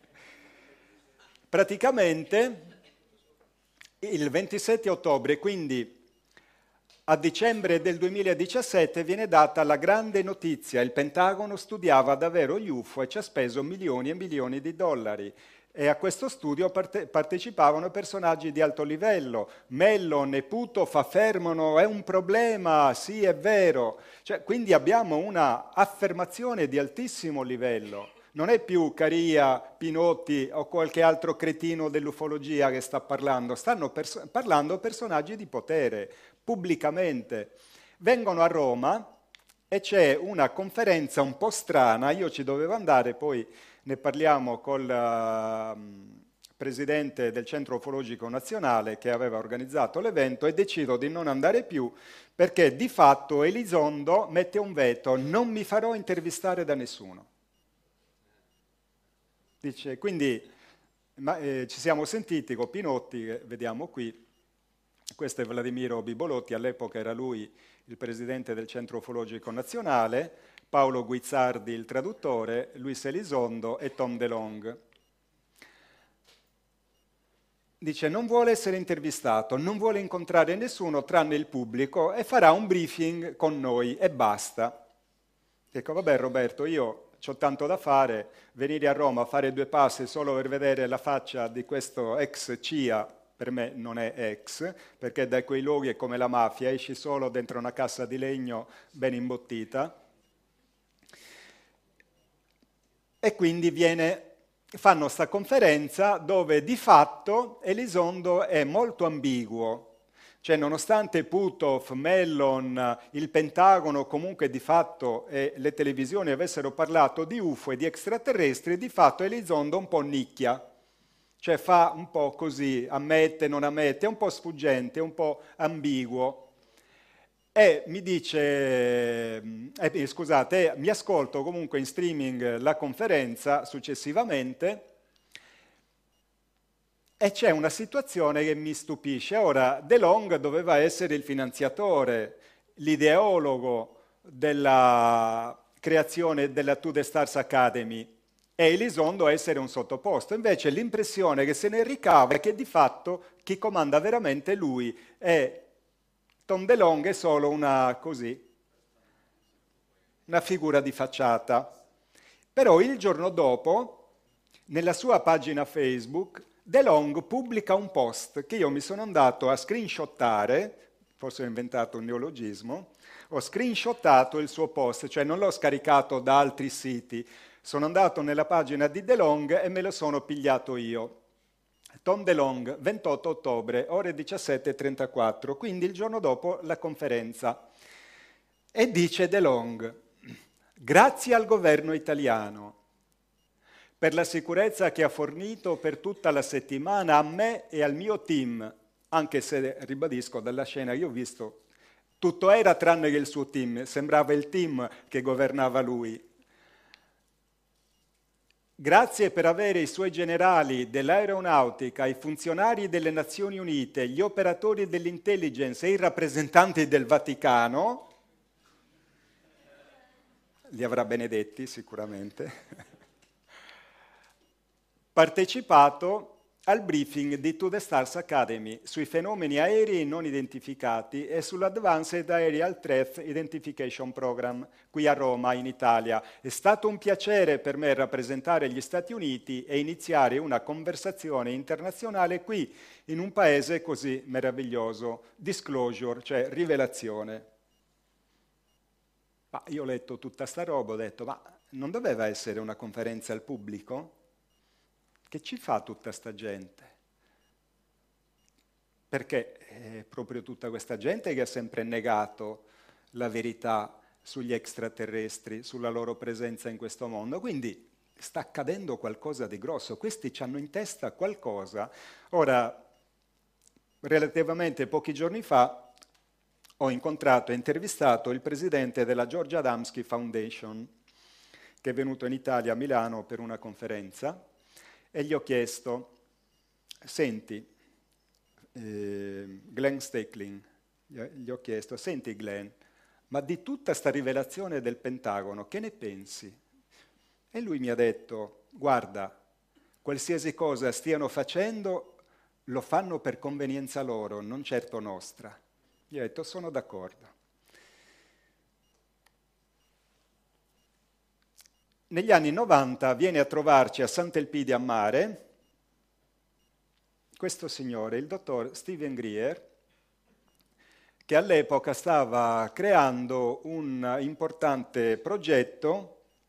Praticamente il ventisette ottobre, quindi a dicembre del duemiladiciassette, viene data la grande notizia: il Pentagono studiava davvero gli U F O e ci ha speso milioni e milioni di dollari. E a questo studio parte- partecipavano personaggi di alto livello. Mellon e Putov affermano è un problema, sì è vero. Cioè, quindi abbiamo una affermazione di altissimo livello. Non è più Caria, Pinotti o qualche altro cretino dell'ufologia che sta parlando, stanno pers- parlando personaggi di potere, pubblicamente. Vengono a Roma e c'è una conferenza un po' strana, io ci dovevo andare, poi ne parliamo col uh, presidente del Centro Ufologico Nazionale che aveva organizzato l'evento, e decido di non andare più perché di fatto Elizondo mette un veto: non mi farò intervistare da nessuno. Dice, quindi ma, eh, ci siamo sentiti con Pinotti, che vediamo qui, questo è Vladimiro Bibolotti, all'epoca era lui il presidente del Centro Ufologico Nazionale, Paolo Guizzardi il traduttore, Luis Elizondo e Tom DeLonge. Dice, non vuole essere intervistato, non vuole incontrare nessuno tranne il pubblico e farà un briefing con noi e basta. Ecco, vabbè Roberto, io c'ho tanto da fare, venire a Roma a fare due passi solo per vedere la faccia di questo ex C I A, per me non è ex, perché da quei luoghi è come la mafia, esci solo dentro una cassa di legno ben imbottita. E quindi viene, fanno sta conferenza dove di fatto Elizondo è molto ambiguo. Cioè, nonostante Putov, Mellon, il Pentagono, comunque di fatto e le televisioni avessero parlato di U F O e di extraterrestri, di fatto Elizondo un po' nicchia. Cioè fa un po' così, ammette, non ammette, è un po' sfuggente, un po' ambiguo. E mi dice, eh, scusate, mi ascolto comunque in streaming la conferenza successivamente, e c'è una situazione che mi stupisce. Ora, DeLonge doveva essere il finanziatore, l'ideologo della creazione della To The Stars Academy, e Elizondo essere un sottoposto. Invece l'impressione che se ne ricava è che di fatto chi comanda veramente lui, è Tom DeLonge è solo una, così, una figura di facciata. Però il giorno dopo, nella sua pagina Facebook, DeLonge pubblica un post che io mi sono andato a screenshottare, forse ho inventato un neologismo, ho screenshottato il suo post, cioè non l'ho scaricato da altri siti, sono andato nella pagina di DeLonge e me lo sono pigliato io. Tom DeLonge, ventotto ottobre, ore diciassette e trentaquattro, quindi il giorno dopo la conferenza. E dice DeLonge, grazie al governo italiano per la sicurezza che ha fornito per tutta la settimana a me e al mio team, anche se, ribadisco, dalla scena io ho visto, tutto era tranne che il suo team, sembrava il team che governava lui. Grazie per avere i suoi generali dell'aeronautica, i funzionari delle Nazioni Unite, gli operatori dell'intelligence e i rappresentanti del Vaticano, li avrà benedetti sicuramente, partecipato al briefing di To The Stars Academy sui fenomeni aerei non identificati e sull'Advanced Aerial Threat Identification Program qui a Roma, in Italia. È stato un piacere per me rappresentare gli Stati Uniti e iniziare una conversazione internazionale qui, in un paese così meraviglioso. Disclosure, cioè rivelazione. Ma io ho letto tutta sta roba, ho detto, ma non doveva essere una conferenza al pubblico? Che ci fa tutta sta gente? Perché è proprio tutta questa gente che ha sempre negato la verità sugli extraterrestri, sulla loro presenza in questo mondo. Quindi sta accadendo qualcosa di grosso, questi hanno in testa qualcosa. Ora, relativamente pochi giorni fa, ho incontrato e intervistato il presidente della George Adamski Foundation, che è venuto in Italia, a Milano, per una conferenza, e gli ho chiesto, senti, eh, Glenn Steckling, gli ho chiesto, senti Glenn, ma di tutta sta rivelazione del Pentagono, che ne pensi? E lui mi ha detto, guarda, qualsiasi cosa stiano facendo, lo fanno per convenienza loro, non certo nostra. Gli ho detto, sono d'accordo. Negli anni novanta viene a trovarci a Sant'Elpidio a Mare questo signore, il dottor Steven Greer, che all'epoca stava creando un importante progetto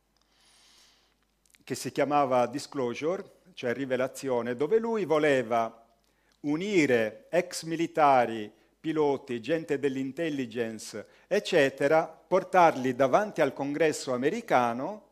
che si chiamava Disclosure, cioè rivelazione, dove lui voleva unire ex militari, piloti, gente dell'intelligence, eccetera, portarli davanti al Congresso americano,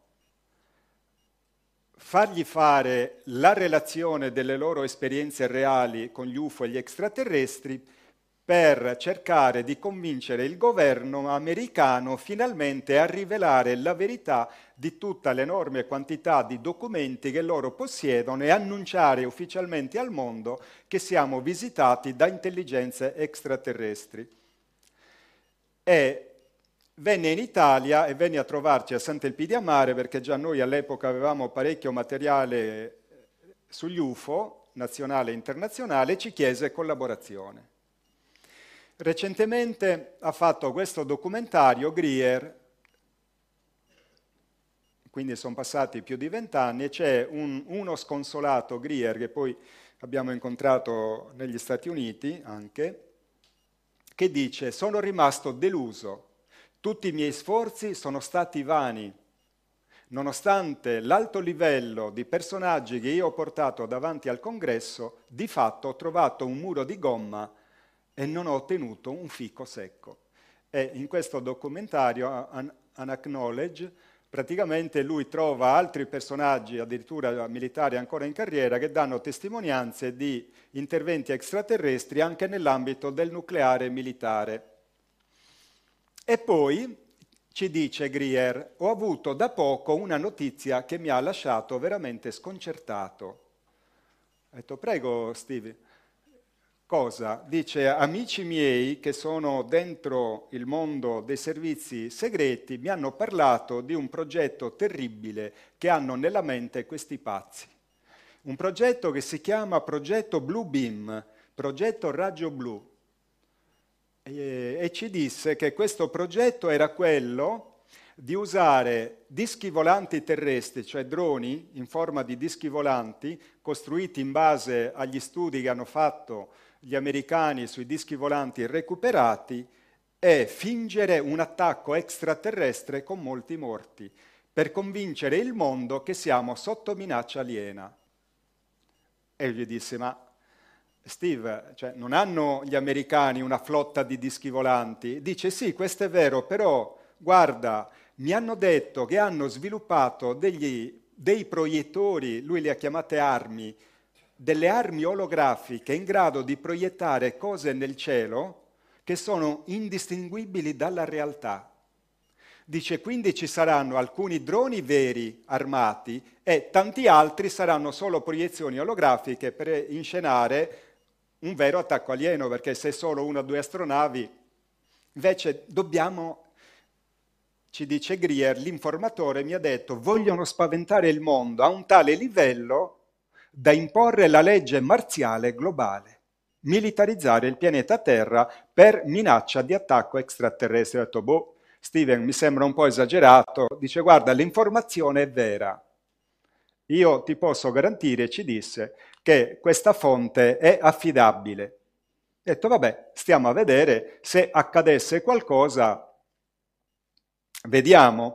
fargli fare la relazione delle loro esperienze reali con gli U F O e gli extraterrestri per cercare di convincere il governo americano finalmente a rivelare la verità di tutta l'enorme quantità di documenti che loro possiedono e annunciare ufficialmente al mondo che siamo visitati da intelligenze extraterrestri. E venne in Italia e venne a trovarci a Sant'Elpidio a Mare, perché già noi all'epoca avevamo parecchio materiale sugli U F O, nazionale e internazionale, e ci chiese collaborazione. Recentemente ha fatto questo documentario, Greer, quindi sono passati più di vent'anni, e c'è un, uno sconsolato Greer, che poi abbiamo incontrato negli Stati Uniti anche, che dice, sono rimasto deluso, tutti i miei sforzi sono stati vani, nonostante l'alto livello di personaggi che io ho portato davanti al congresso, di fatto ho trovato un muro di gomma e non ho ottenuto un fico secco. E in questo documentario, An, An Acknowledge, praticamente lui trova altri personaggi, addirittura militari ancora in carriera, che danno testimonianze di interventi extraterrestri anche nell'ambito del nucleare militare. E poi ci dice Greer, ho avuto da poco una notizia che mi ha lasciato veramente sconcertato. Ho detto, prego Steve. Cosa? Dice, amici miei che sono dentro il mondo dei servizi segreti mi hanno parlato di un progetto terribile che hanno nella mente questi pazzi. Un progetto che si chiama Progetto Blue Beam, Progetto Raggio Blu. E, e ci disse che questo progetto era quello di usare dischi volanti terrestri, cioè droni in forma di dischi volanti, costruiti in base agli studi che hanno fatto gli americani sui dischi volanti recuperati, e fingere un attacco extraterrestre con molti morti, per convincere il mondo che siamo sotto minaccia aliena. E io gli disse, ma Steve, cioè, non hanno gli americani una flotta di dischi volanti? Dice, sì, questo è vero, però, guarda, mi hanno detto che hanno sviluppato degli, dei proiettori, lui li ha chiamate armi, delle armi olografiche in grado di proiettare cose nel cielo che sono indistinguibili dalla realtà. Dice, quindi ci saranno alcuni droni veri armati e tanti altri saranno solo proiezioni olografiche per inscenare un vero attacco alieno, perché se solo una o due astronavi, invece dobbiamo, ci dice Greer, l'informatore mi ha detto, vogliono spaventare il mondo a un tale livello da imporre la legge marziale globale, militarizzare il pianeta Terra per minaccia di attacco extraterrestre. Ho detto, boh, Steven, mi sembra un po' esagerato. Dice, guarda, l'informazione è vera. Io ti posso garantire, ci disse, che questa fonte è affidabile. Ho detto, vabbè, stiamo a vedere, se accadesse qualcosa, vediamo.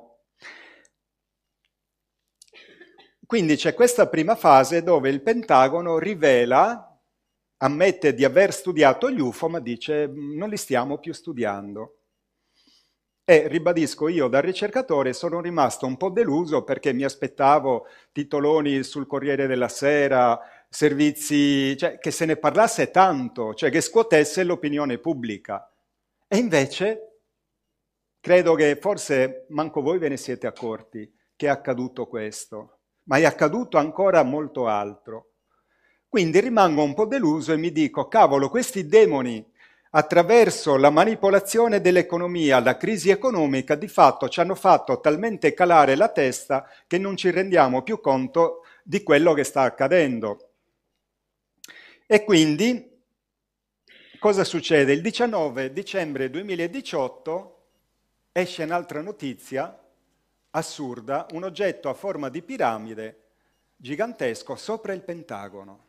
Quindi c'è questa prima fase dove il Pentagono rivela, ammette di aver studiato gli U F O, ma dice non li stiamo più studiando. E ribadisco, io da ricercatore sono rimasto un po' deluso perché mi aspettavo titoloni sul Corriere della Sera, servizi, cioè che se ne parlasse tanto, cioè che scuotesse l'opinione pubblica. E invece credo che forse manco voi ve ne siete accorti che è accaduto questo, ma è accaduto ancora molto altro. Quindi rimango un po' deluso e mi dico, cavolo, questi demoni attraverso la manipolazione dell'economia, la crisi economica, di fatto ci hanno fatto talmente calare la testa che non ci rendiamo più conto di quello che sta accadendo. E quindi cosa succede? Il diciannove dicembre duemiladiciotto esce un'altra notizia assurda, un oggetto a forma di piramide gigantesco sopra il Pentagono.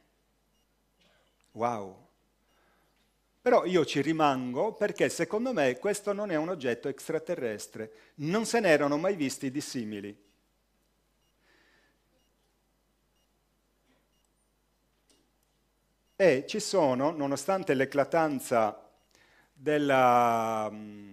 Wow! Però io ci rimango perché secondo me questo non è un oggetto extraterrestre, non se ne erano mai visti di simili. E ci sono, nonostante l'eclatanza della,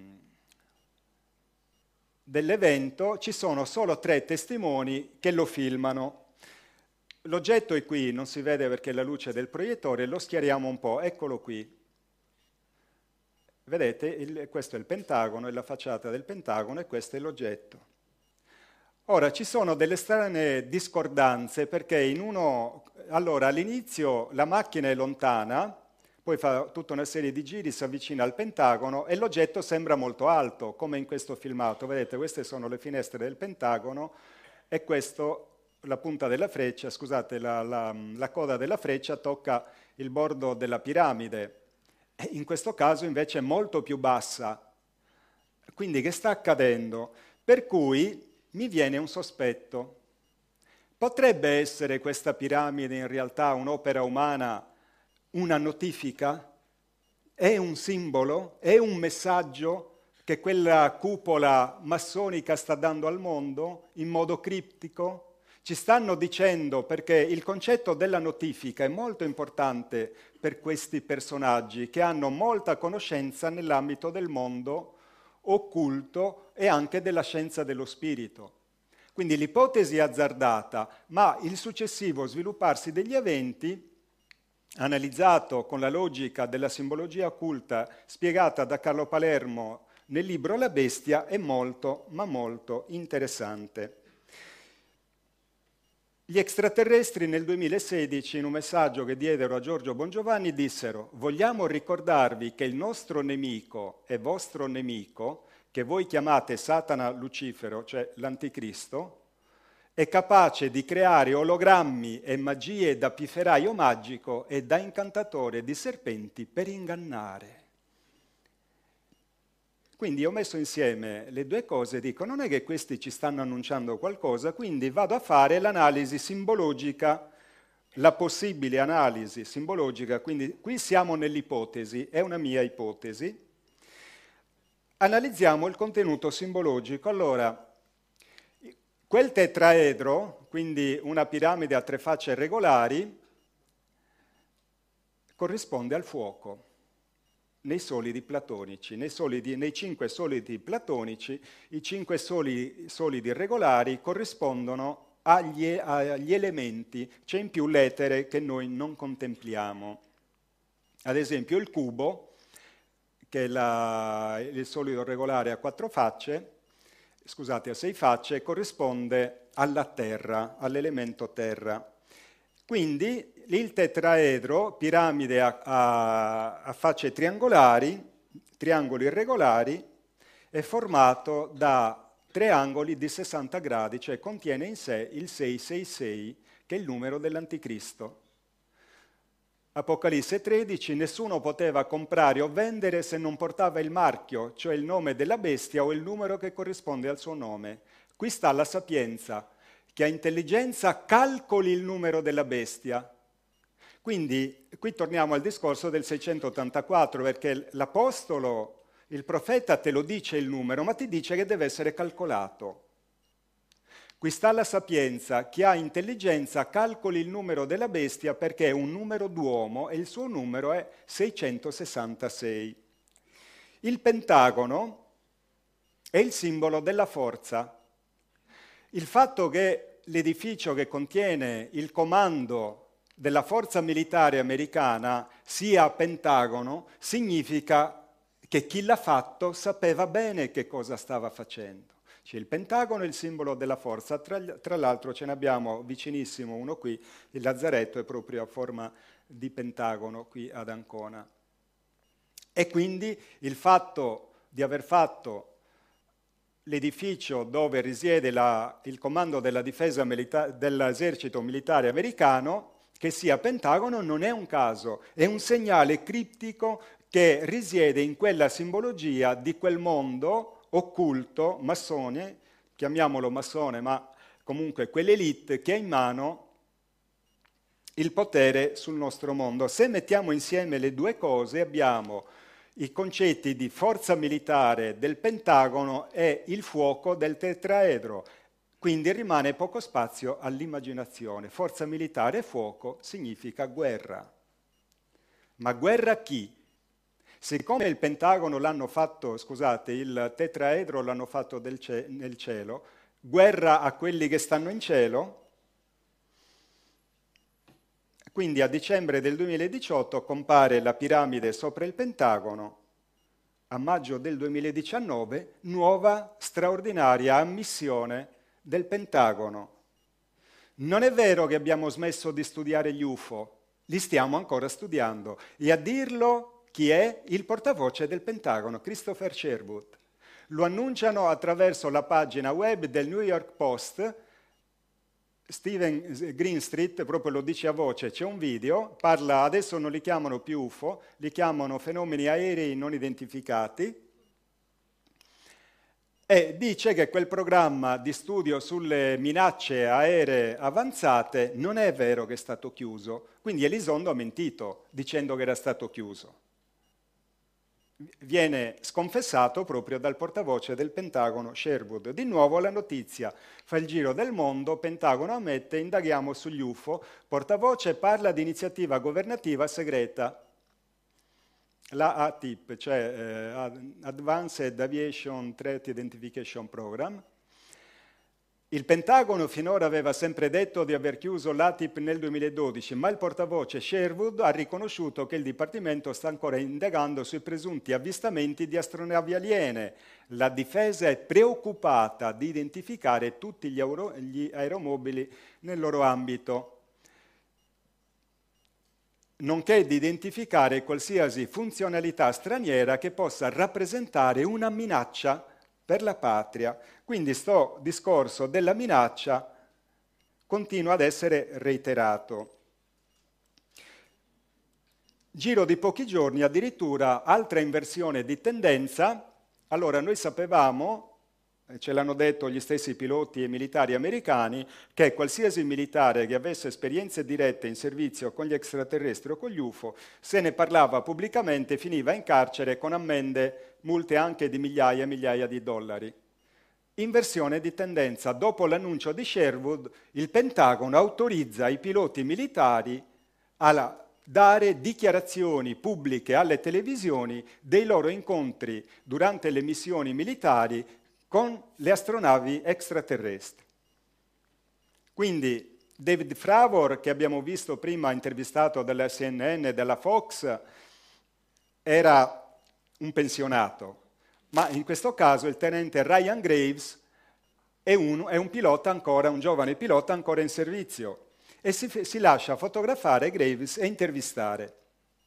dell'evento, ci sono solo tre testimoni che lo filmano. L'oggetto è qui, non si vede perché la luce del proiettore, lo schiariamo un po', eccolo qui. Vedete, il, questo è il Pentagono, è la facciata del Pentagono e questo è l'oggetto. Ora, ci sono delle strane discordanze perché in uno... Allora, all'inizio la macchina è lontana, poi fa tutta una serie di giri, si avvicina al Pentagono e l'oggetto sembra molto alto, come in questo filmato. Vedete, queste sono le finestre del Pentagono e questo, la punta della freccia, scusate, la, la, la coda della freccia tocca il bordo della piramide. In questo caso invece è molto più bassa. Quindi che sta accadendo? Per cui mi viene un sospetto. Potrebbe essere questa piramide in realtà un'opera umana, una notifica? È un simbolo? È un messaggio che quella cupola massonica sta dando al mondo in modo criptico? Ci stanno dicendo, perché il concetto della notifica è molto importante per questi personaggi che hanno molta conoscenza nell'ambito del mondo occulto e anche della scienza dello spirito. Quindi l'ipotesi è azzardata, ma il successivo svilupparsi degli eventi, analizzato con la logica della simbologia occulta spiegata da Carlo Palermo nel libro La Bestia, è molto, ma molto interessante. Gli extraterrestri nel duemilasedici, in un messaggio che diedero a Giorgio Bongiovanni, dissero: vogliamo ricordarvi che il nostro nemico e vostro nemico, che voi chiamate Satana Lucifero, cioè l'Anticristo, è capace di creare ologrammi e magie da pifferaio magico e da incantatore di serpenti per ingannare. Quindi ho messo insieme le due cose e dico, non è che questi ci stanno annunciando qualcosa, quindi vado a fare l'analisi simbologica, la possibile analisi simbologica, quindi qui siamo nell'ipotesi, è una mia ipotesi. Analizziamo il contenuto simbologico. Allora, quel tetraedro, quindi una piramide a tre facce regolari, corrisponde al fuoco. Nei solidi platonici, nei, solidi, nei cinque solidi platonici, i cinque soli, solidi regolari corrispondono agli, agli elementi, c'è in più l'etere che noi non contempliamo. Ad esempio il cubo, che è la, il solido regolare a quattro facce, scusate, a sei facce, corrisponde alla terra, all'elemento terra. Quindi il tetraedro, piramide a, a, a facce triangolari, triangoli irregolari, è formato da tre angoli di sessanta gradi, cioè contiene in sé il sei sei sei, che è il numero dell'Anticristo. Apocalisse tredici, nessuno poteva comprare o vendere se non portava il marchio, cioè il nome della bestia o il numero che corrisponde al suo nome. Qui sta la sapienza, che ha intelligenza calcoli il numero della bestia. Quindi qui torniamo al discorso del seicentottantaquattro, perché l'apostolo, il profeta te lo dice il numero, ma ti dice che deve essere calcolato. Qui sta la sapienza, chi ha intelligenza calcoli il numero della bestia perché è un numero d'uomo e il suo numero è seicentosessantasei. Il Pentagono è il simbolo della forza. Il fatto che l'edificio che contiene il comando della forza militare americana sia Pentagono significa che chi l'ha fatto sapeva bene che cosa stava facendo. Cioè, il Pentagono è il simbolo della forza, tra, tra l'altro ce ne abbiamo vicinissimo uno qui, il lazzaretto è proprio a forma di pentagono qui ad Ancona. E quindi il fatto di aver fatto l'edificio dove risiede la, il comando della difesa milita- dell'esercito militare americano, che sia Pentagono, non è un caso, è un segnale criptico che risiede in quella simbologia di quel mondo occulto, massone, chiamiamolo massone, ma comunque quell'elite che ha in mano il potere sul nostro mondo. Se mettiamo insieme le due cose abbiamo i concetti di forza militare del Pentagono e il fuoco del tetraedro, quindi rimane poco spazio all'immaginazione. Forza militare e fuoco significa guerra. Ma guerra a chi? Siccome il Pentagono l'hanno fatto, scusate, il tetraedro l'hanno fatto del ce- nel cielo, guerra a quelli che stanno in cielo. Quindi a dicembre del duemiladiciotto compare la piramide sopra il Pentagono, a maggio del duemiladiciannove nuova straordinaria ammissione del Pentagono. Non è vero che abbiamo smesso di studiare gli U F O, li stiamo ancora studiando, e a dirlo chi è? Il portavoce del Pentagono, Christopher Sherwood. Lo annunciano attraverso la pagina web del New York Post. Steven Greenstreet proprio lo dice a voce, c'è un video, parla, adesso non li chiamano più U F O, li chiamano fenomeni aerei non identificati, e dice che quel programma di studio sulle minacce aeree avanzate non è vero che è stato chiuso, quindi Elizondo ha mentito dicendo che era stato chiuso. Viene sconfessato proprio dal portavoce del Pentagono, Sherwood. Di nuovo la notizia fa il giro del mondo, Pentagono ammette, indaghiamo sugli U F O, portavoce parla di iniziativa governativa segreta, la A T I P, cioè eh, Advanced Aviation Threat Identification Program. Il Pentagono finora aveva sempre detto di aver chiuso l'A T I P nel duemiladodici, ma il portavoce Sherwood ha riconosciuto che il Dipartimento sta ancora indagando sui presunti avvistamenti di astronavi aliene. La difesa è preoccupata di identificare tutti gli, aero- gli aeromobili nel loro ambito, nonché di identificare qualsiasi funzionalità straniera che possa rappresentare una minaccia per la patria. Quindi sto discorso della minaccia continua ad essere reiterato. Giro di pochi giorni, addirittura altra inversione di tendenza. Allora, noi sapevamo, ce l'hanno detto gli stessi piloti e militari americani, che qualsiasi militare che avesse esperienze dirette in servizio con gli extraterrestri o con gli U F O, se ne parlava pubblicamente, finiva in carcere con ammende, multe anche di migliaia e migliaia di dollari. Inversione di tendenza. Dopo l'annuncio di Sherwood, il Pentagono autorizza i piloti militari a dare dichiarazioni pubbliche alle televisioni dei loro incontri durante le missioni militari con le astronavi extraterrestri. Quindi David Fravor, che abbiamo visto prima intervistato dalla C N N e dalla Fox, era un pensionato, ma in questo caso il tenente Ryan Graves è un, è un pilota ancora, un giovane pilota ancora in servizio, e si, si lascia fotografare Graves e intervistare.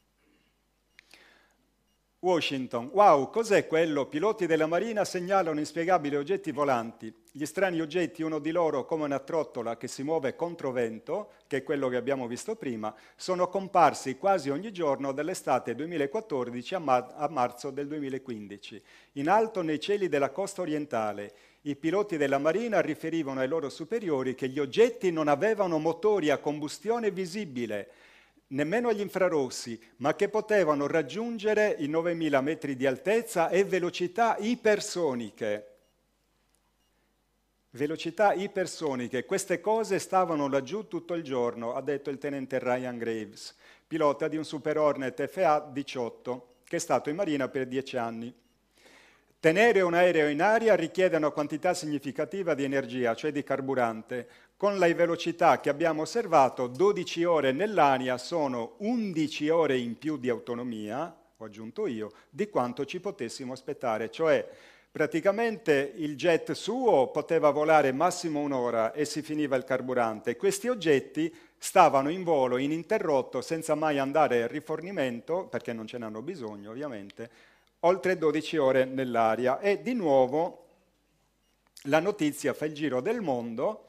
Washington, wow, cos'è quello? Piloti della Marina segnalano inspiegabili oggetti volanti. Gli strani oggetti, uno di loro come una trottola che si muove contro vento, che è quello che abbiamo visto prima, sono comparsi quasi ogni giorno dall'estate duemilaquattordici a, mar- a marzo del duemilaquindici. In alto nei cieli della costa orientale, i piloti della Marina riferivano ai loro superiori che gli oggetti non avevano motori a combustione visibile, nemmeno agli infrarossi, ma che potevano raggiungere i novemila metri di altezza e velocità ipersoniche. Velocità ipersoniche. Queste cose stavano laggiù tutto il giorno, ha detto il tenente Ryan Graves, pilota di un Super Hornet F A diciotto, che è stato in Marina per dieci anni. Tenere un aereo in aria richiede una quantità significativa di energia, cioè di carburante. Con la velocità che abbiamo osservato, dodici ore nell'aria sono undici ore in più di autonomia, ho aggiunto io, di quanto ci potessimo aspettare. Cioè, praticamente il jet suo poteva volare massimo un'ora e si finiva il carburante. Questi oggetti stavano in volo ininterrotto, senza mai andare a rifornimento, perché non ce n'hanno bisogno ovviamente, oltre dodici ore nell'aria. E di nuovo la notizia fa il giro del mondo,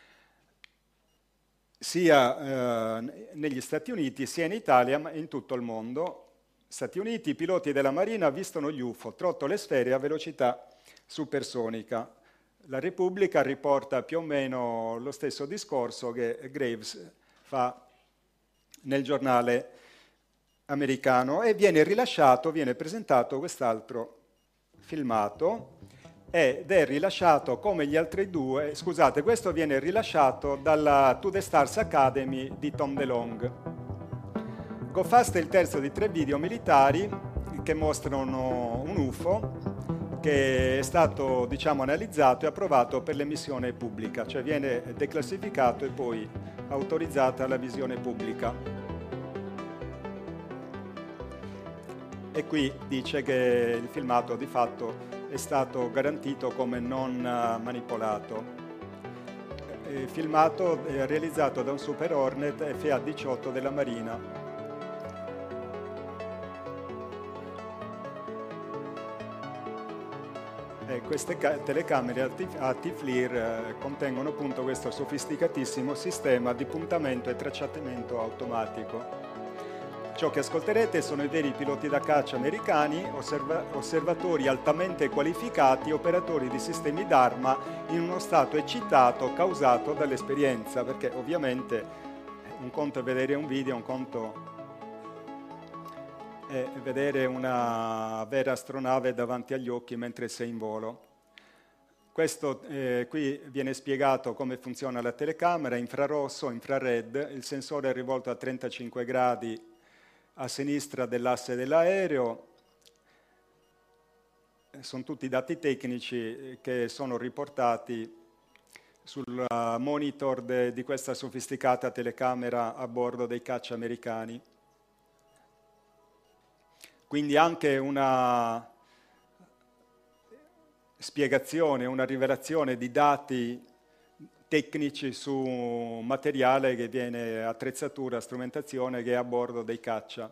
sia eh, negli Stati Uniti sia in Italia, ma in tutto il mondo. Stati Uniti, i piloti della Marina avvistano gli U F O, trottole sfere a velocità supersonica. La Repubblica riporta più o meno lo stesso discorso che Graves fa nel giornale americano, e viene rilasciato, viene presentato quest'altro filmato, ed è rilasciato come gli altri due. Scusate, questo viene rilasciato dalla To The Stars Academy di Tom DeLonge. GoFast è il terzo di tre video militari che mostrano un U F O che è stato, diciamo, analizzato e approvato per l'emissione pubblica, cioè viene declassificato e poi autorizzata la visione pubblica. E qui dice che il filmato di fatto è stato garantito come non manipolato. Il filmato è realizzato da un Super Hornet F A diciotto della Marina. E queste telecamere a T-FLIR eh, contengono appunto questo sofisticatissimo sistema di puntamento e tracciamento automatico. Ciò che ascolterete sono i veri piloti da caccia americani, osserva- osservatori altamente qualificati, operatori di sistemi d'arma in uno stato eccitato causato dall'esperienza, perché ovviamente un conto è vedere un video, un conto è vedere una vera astronave davanti agli occhi mentre sei in volo. Questo eh, qui viene spiegato come funziona la telecamera: infrarosso, infrared, il sensore è rivolto a trentacinque gradi a sinistra dell'asse dell'aereo. Sono tutti dati tecnici che sono riportati sul monitor de, di questa sofisticata telecamera a bordo dei caccia americani. Quindi anche una spiegazione, una rivelazione di dati tecnici su materiale che viene, attrezzatura, strumentazione che è a bordo dei caccia.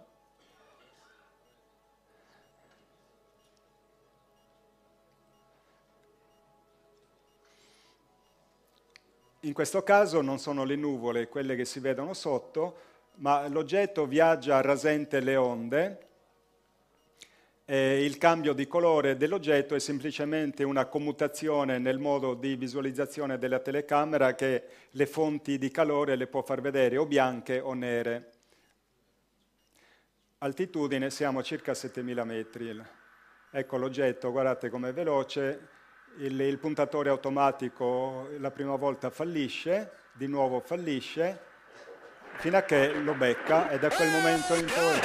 In questo caso non sono le nuvole quelle che si vedono sotto, ma l'oggetto viaggia rasente le onde. E il cambio di colore dell'oggetto è semplicemente una commutazione nel modo di visualizzazione della telecamera, che le fonti di calore le può far vedere o bianche o nere. Altitudine siamo a circa settemila metri. Ecco l'oggetto, guardate com'è veloce. Il, il puntatore automatico la prima volta fallisce, di nuovo fallisce, fino a che lo becca, e da quel momento in poi...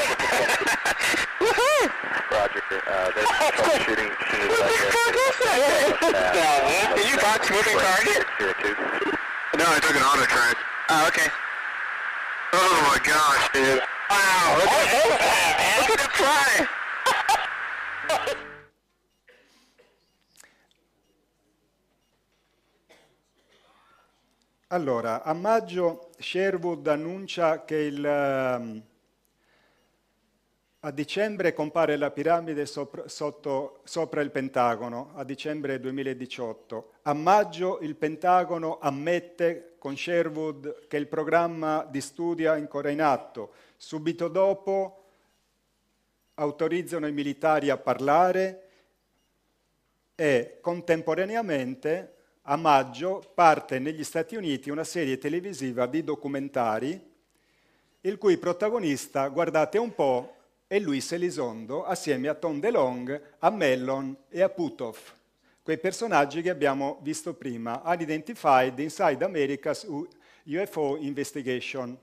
Roger, uh, there's troubleshooting as soon as I get Did you box moving target? No, I took an auto track. Oh, okay. Oh my gosh, dude. Wow, look at, look at it fly! Allora, a maggio Sherwood annuncia che il... Um, A dicembre compare la piramide sopra, sotto, sopra il Pentagono, a dicembre duemiladiciotto. A maggio il Pentagono ammette con Sherwood che il programma di studio è ancora in atto. Subito dopo autorizzano i militari a parlare e contemporaneamente a maggio parte negli Stati Uniti una serie televisiva di documentari il cui protagonista, guardate un po', è Luis Elizondo, assieme a Tom DeLonge, a Mellon e a Puthoff, quei personaggi che abbiamo visto prima, Unidentified Inside America's U F O Investigation.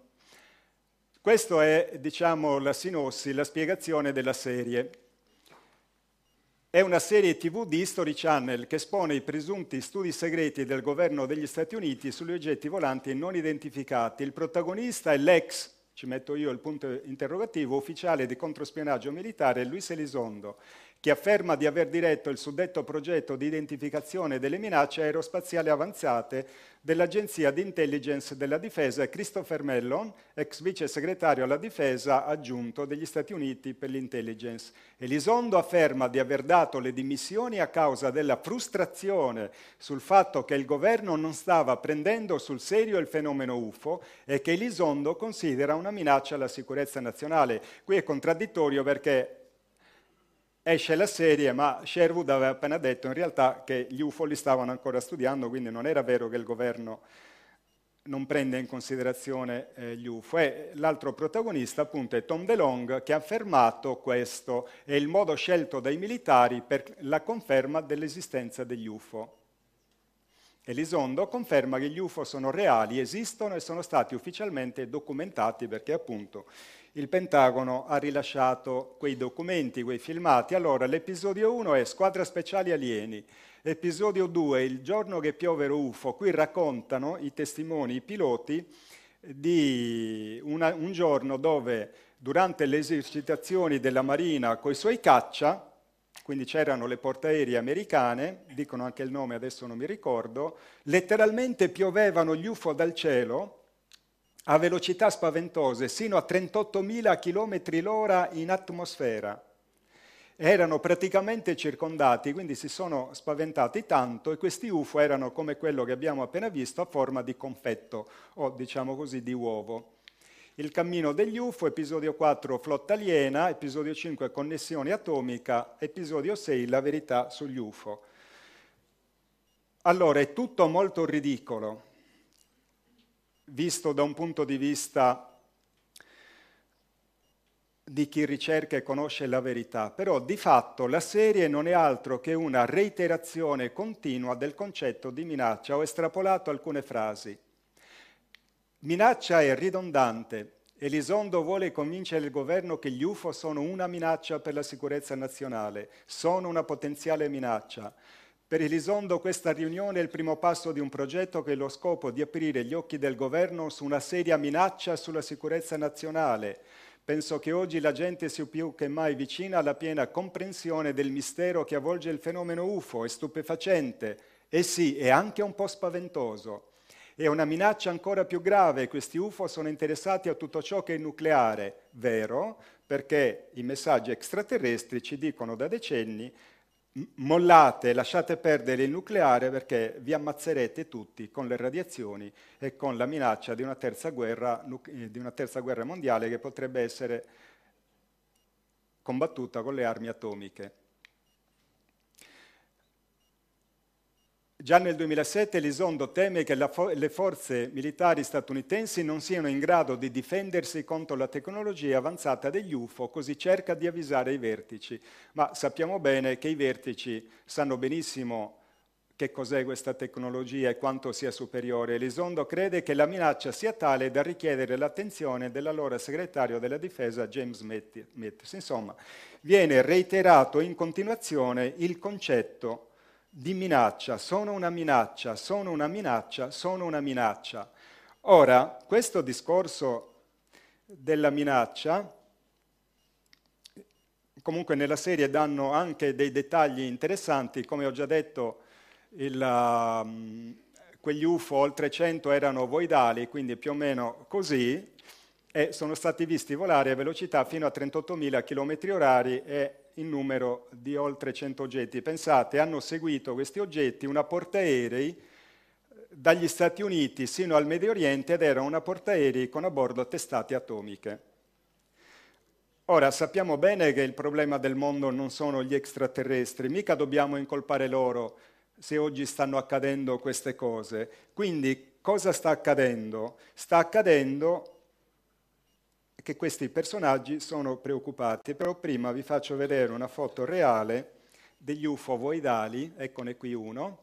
Questa è, diciamo, la sinossi, la spiegazione della serie. È una serie tivù di History Channel che espone i presunti studi segreti del governo degli Stati Uniti sugli oggetti volanti non identificati. Il protagonista è l'ex, ci metto io il punto interrogativo, ufficiale di controspionaggio militare Luis Elizondo, che afferma di aver diretto il suddetto progetto di identificazione delle minacce aerospaziali avanzate dell'Agenzia di Intelligence della Difesa, e Christopher Mellon, ex vice segretario alla Difesa aggiunto degli Stati Uniti per l'Intelligence. Elizondo afferma di aver dato le dimissioni a causa della frustrazione sul fatto che il governo non stava prendendo sul serio il fenomeno U F O e che Elizondo considera una minaccia alla sicurezza nazionale. Qui è contraddittorio perché esce la serie, ma Sherwood aveva appena detto in realtà che gli U F O li stavano ancora studiando, quindi non era vero che il governo non prende in considerazione eh, gli U F O. E l'altro protagonista appunto è Tom DeLonge, che ha affermato questo è il modo scelto dai militari per la conferma dell'esistenza degli U F O. Elizondo conferma che gli U F O sono reali, esistono e sono stati ufficialmente documentati perché appunto il Pentagono ha rilasciato quei documenti, quei filmati. Allora, l'episodio uno è Squadra Speciali Alieni, episodio due Il giorno che piovero U F O. Qui raccontano i testimoni, i piloti, di una, un giorno dove durante le esercitazioni della Marina coi suoi caccia, quindi c'erano le portaerei americane, dicono anche il nome, adesso non mi ricordo, letteralmente piovevano gli U F O dal cielo a velocità spaventose, sino a trentottomila chilometri l'ora in atmosfera. Erano praticamente circondati, quindi si sono spaventati tanto, e questi U F O erano come quello che abbiamo appena visto, a forma di confetto, o diciamo così di uovo. Il cammino degli U F O, episodio quattro Flotta aliena, episodio cinque Connessione atomica, episodio sei La verità sugli U F O. Allora, è tutto molto ridicolo, visto da un punto di vista di chi ricerca e conosce la verità, però di fatto la serie non è altro che una reiterazione continua del concetto di minaccia. Ho estrapolato alcune frasi. Minaccia è ridondante. Elizondo vuole convincere il governo che gli U F O sono una minaccia per la sicurezza nazionale, sono una potenziale minaccia. Per Elizondo questa riunione è il primo passo di un progetto che ha lo scopo di aprire gli occhi del governo su una seria minaccia sulla sicurezza nazionale. Penso che oggi la gente sia più che mai vicina alla piena comprensione del mistero che avvolge il fenomeno U F O. È stupefacente, e sì, è anche un po' spaventoso. È una minaccia ancora più grave. Questi U F O sono interessati a tutto ciò che è nucleare, vero? Perché i messaggi extraterrestri ci dicono da decenni: mollate, lasciate perdere il nucleare perché vi ammazzerete tutti con le radiazioni e con la minaccia di una terza guerra, di una terza guerra mondiale che potrebbe essere combattuta con le armi atomiche. Già nel duemilasette Elizondo teme che fo- le forze militari statunitensi non siano in grado di difendersi contro la tecnologia avanzata degli U F O, così cerca di avvisare i vertici. Ma sappiamo bene che i vertici sanno benissimo che cos'è questa tecnologia e quanto sia superiore. Elizondo crede che la minaccia sia tale da richiedere l'attenzione dell'allora segretario della difesa James Mattis. Insomma, viene reiterato in continuazione il concetto di minaccia, sono una minaccia, sono una minaccia, sono una minaccia. Ora, questo discorso della minaccia, comunque nella serie danno anche dei dettagli interessanti, come ho già detto, il, um, quegli U F O oltre cento erano voidali, quindi più o meno così, e sono stati visti volare a velocità fino a trentottomila chilometri orari e in numero di oltre cento oggetti. Pensate, hanno seguito questi oggetti una portaerei dagli Stati Uniti sino al Medio Oriente ed era una portaerei con a bordo testate atomiche. Ora, sappiamo bene che il problema del mondo non sono gli extraterrestri, mica dobbiamo incolpare loro se oggi stanno accadendo queste cose. Quindi cosa sta accadendo? Sta accadendo che questi personaggi sono preoccupati, però prima vi faccio vedere una foto reale degli U F O voidali, eccone qui uno,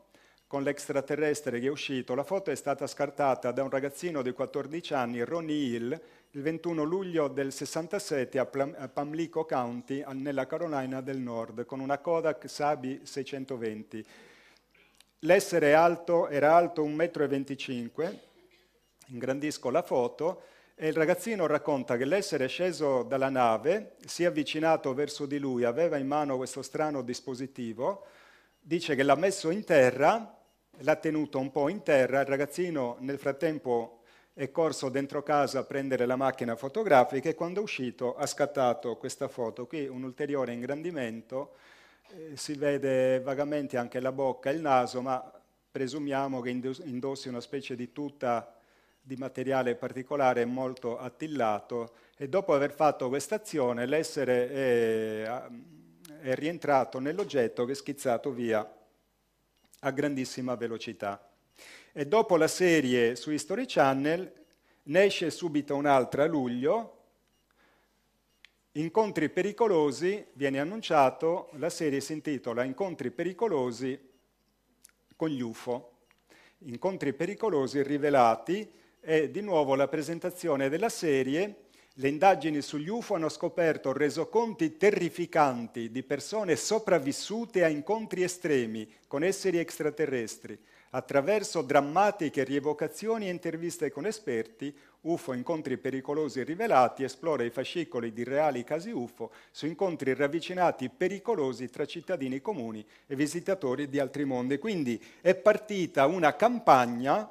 con l'extraterrestre che è uscito. La foto è stata scattata da un ragazzino di quattordici anni, Ronnie Hill, il ventuno luglio del sessantasette a Pamlico County, nella Carolina del Nord, con una Kodak Sabi seicentoventi. L'essere alto era alto un metro e venticinque, ingrandisco la foto, e il ragazzino racconta che l'essere sceso dalla nave, si è avvicinato verso di lui, aveva in mano questo strano dispositivo, dice che l'ha messo in terra, l'ha tenuto un po' in terra, il ragazzino nel frattempo è corso dentro casa a prendere la macchina fotografica e quando è uscito ha scattato questa foto. Qui un ulteriore ingrandimento, eh, si vede vagamente anche la bocca e il naso, ma presumiamo che indossi una specie di tuta di materiale particolare molto attillato, e dopo aver fatto questa azione l'essere è, è rientrato nell'oggetto che è schizzato via a grandissima velocità. E dopo la serie su History Channel ne esce subito un'altra a luglio, Incontri pericolosi, viene annunciato, la serie si intitola Incontri pericolosi con gli U F O, Incontri pericolosi rivelati. E di nuovo la presentazione della serie, le indagini sugli U F O hanno scoperto resoconti terrificanti di persone sopravvissute a incontri estremi con esseri extraterrestri. Attraverso drammatiche rievocazioni e interviste con esperti, U F O Incontri pericolosi rivelati esplora i fascicoli di reali casi U F O su incontri ravvicinati pericolosi tra cittadini comuni e visitatori di altri mondi. Quindi è partita una campagna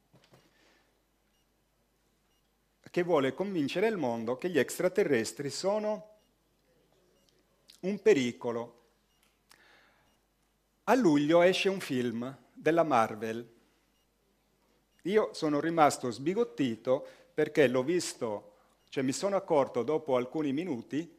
che vuole convincere il mondo che gli extraterrestri sono un pericolo. A luglio esce un film della Marvel. Io sono rimasto sbigottito perché l'ho visto, cioè mi sono accorto dopo alcuni minuti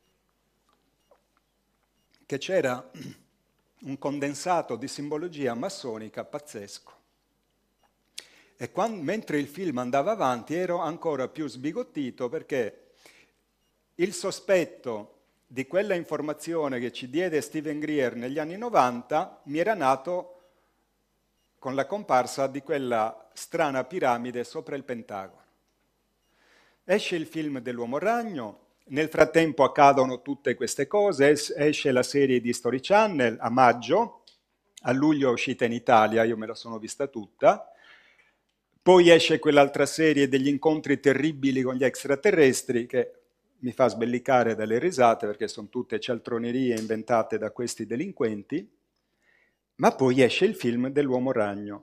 che c'era un condensato di simbologia massonica pazzesco. E quando, mentre il film andava avanti ero ancora più sbigottito perché il sospetto di quella informazione che ci diede Steven Greer negli anni novanta mi era nato con la comparsa di quella strana piramide sopra il Pentagono. Esce il film dell'Uomo Ragno, nel frattempo accadono tutte queste cose, esce la serie di History Channel a maggio, a luglio è uscita in Italia, io me la sono vista tutta. Poi esce quell'altra serie degli incontri terribili con gli extraterrestri che mi fa sbellicare dalle risate perché sono tutte cialtronerie inventate da questi delinquenti, ma poi esce il film dell'Uomo Ragno.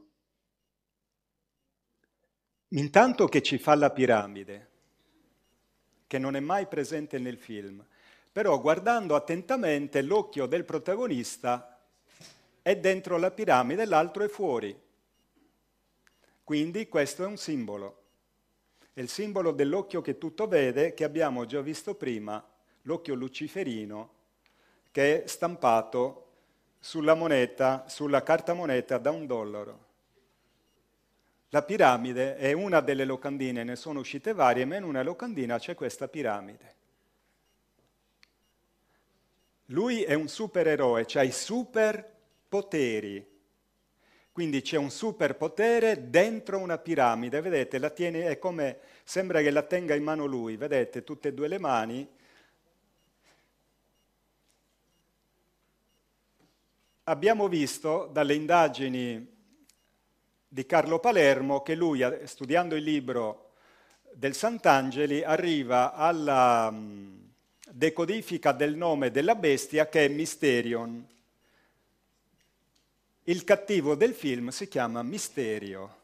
Intanto che ci fa la piramide, che non è mai presente nel film, però guardando attentamente l'occhio del protagonista è dentro la piramide e l'altro è fuori. Quindi questo è un simbolo, è il simbolo dell'occhio che tutto vede, che abbiamo già visto prima, l'occhio luciferino, che è stampato sulla moneta, sulla carta moneta da un dollaro. La piramide è una delle locandine, ne sono uscite varie, ma in una locandina c'è questa piramide. Lui è un supereroe, ha i superpoteri. Quindi c'è un superpotere dentro una piramide, vedete, la tiene, è come, sembra che la tenga in mano lui, vedete, tutte e due le mani. Abbiamo visto dalle indagini di Carlo Palermo che lui, studiando il libro del Sant'Angeli, arriva alla decodifica del nome della bestia che è Mysterion. Il cattivo del film si chiama Mysterio.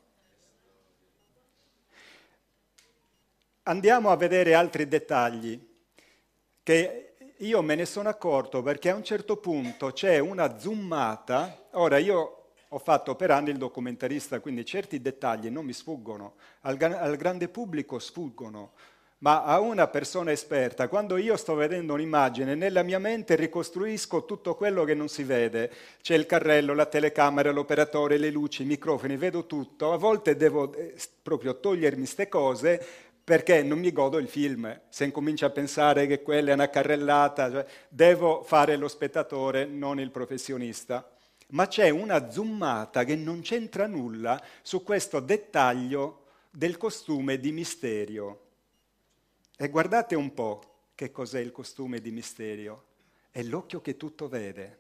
Andiamo a vedere altri dettagli che io me ne sono accorto perché a un certo punto c'è una zoomata. Ora io ho fatto per anni il documentarista, quindi certi dettagli non mi sfuggono, al, al grande pubblico sfuggono, ma a una persona esperta, quando io sto vedendo un'immagine, nella mia mente ricostruisco tutto quello che non si vede. C'è il carrello, la telecamera, l'operatore, le luci, i microfoni, vedo tutto. A volte devo eh, proprio togliermi queste cose perché non mi godo il film. Se incomincio a pensare che quella è una carrellata, cioè, devo fare lo spettatore, non il professionista. ma c'è una zoomata che non c'entra nulla su questo dettaglio del costume di Misterio. E guardate un po' che cos'è il costume di Misterio. È l'occhio che tutto vede.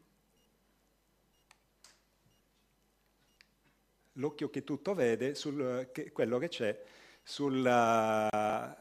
L'occhio che tutto vede, sul, che, quello che c'è sulla,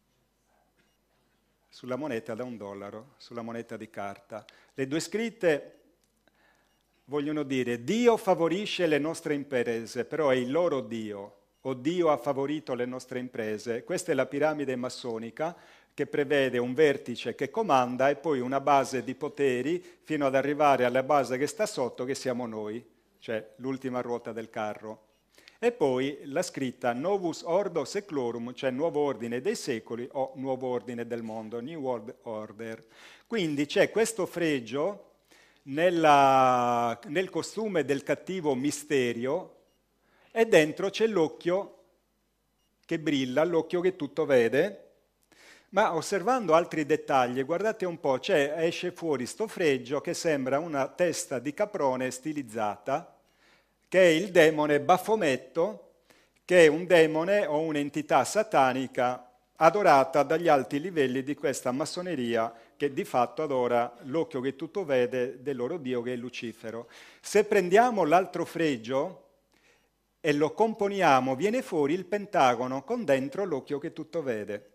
sulla moneta da un dollaro, sulla moneta di carta. Le due scritte vogliono dire: Dio favorisce le nostre imprese, però è il loro Dio, o Dio ha favorito le nostre imprese. Questa è la piramide massonica, che prevede un vertice che comanda e poi una base di poteri fino ad arrivare alla base che sta sotto, che siamo noi, cioè l'ultima ruota del carro. E poi la scritta Novus Ordo Seclorum, cioè nuovo ordine dei secoli o nuovo ordine del mondo, New World Order. Quindi c'è questo fregio nella, nel costume del cattivo Misterio, e dentro c'è l'occhio che brilla, l'occhio che tutto vede. Ma osservando altri dettagli, guardate un po', c'è, esce fuori sto fregio che sembra una testa di caprone stilizzata, che è il demone Baphometto, che è un demone o un'entità satanica adorata dagli alti livelli di questa massoneria, che di fatto adora l'occhio che tutto vede del loro dio, che è Lucifero. Se prendiamo l'altro fregio e lo componiamo, viene fuori il pentagono con dentro l'occhio che tutto vede.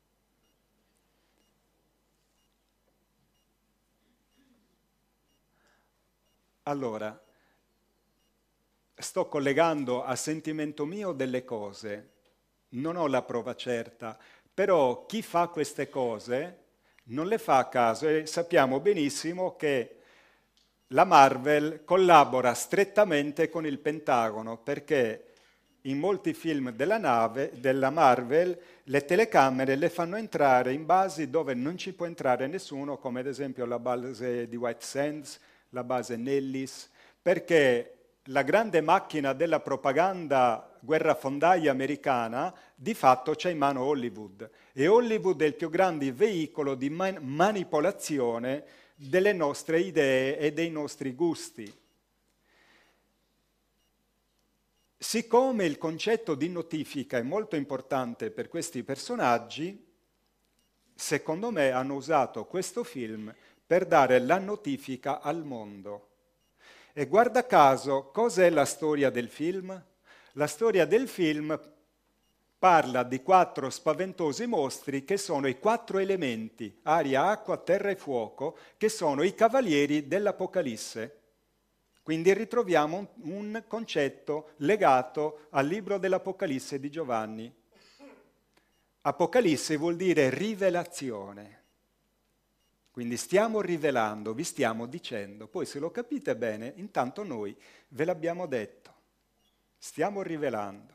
Allora, sto collegando a sentimento mio delle cose, non ho la prova certa, però chi fa queste cose non le fa a caso, e sappiamo benissimo che la Marvel collabora strettamente con il Pentagono, perché in molti film della, nave, della Marvel le telecamere le fanno entrare in basi dove non ci può entrare nessuno, come ad esempio la base di White Sands, la base Nellis, perché la grande macchina della propaganda guerrafondaia americana di fatto c'è in mano Hollywood, e Hollywood è il più grande veicolo di man- manipolazione delle nostre idee e dei nostri gusti. Siccome il concetto di notifica è molto importante per questi personaggi, secondo me hanno usato questo film per dare la notifica al mondo. E guarda caso, cos'è la storia del film? La storia del film parla di quattro spaventosi mostri che sono i quattro elementi, aria, acqua, terra e fuoco, che sono i cavalieri dell'Apocalisse. Quindi ritroviamo un, un concetto legato al libro dell'Apocalisse di Giovanni. Apocalisse vuol dire rivelazione. Quindi stiamo rivelando, vi stiamo dicendo, poi se lo capite bene, intanto noi ve l'abbiamo detto, stiamo rivelando.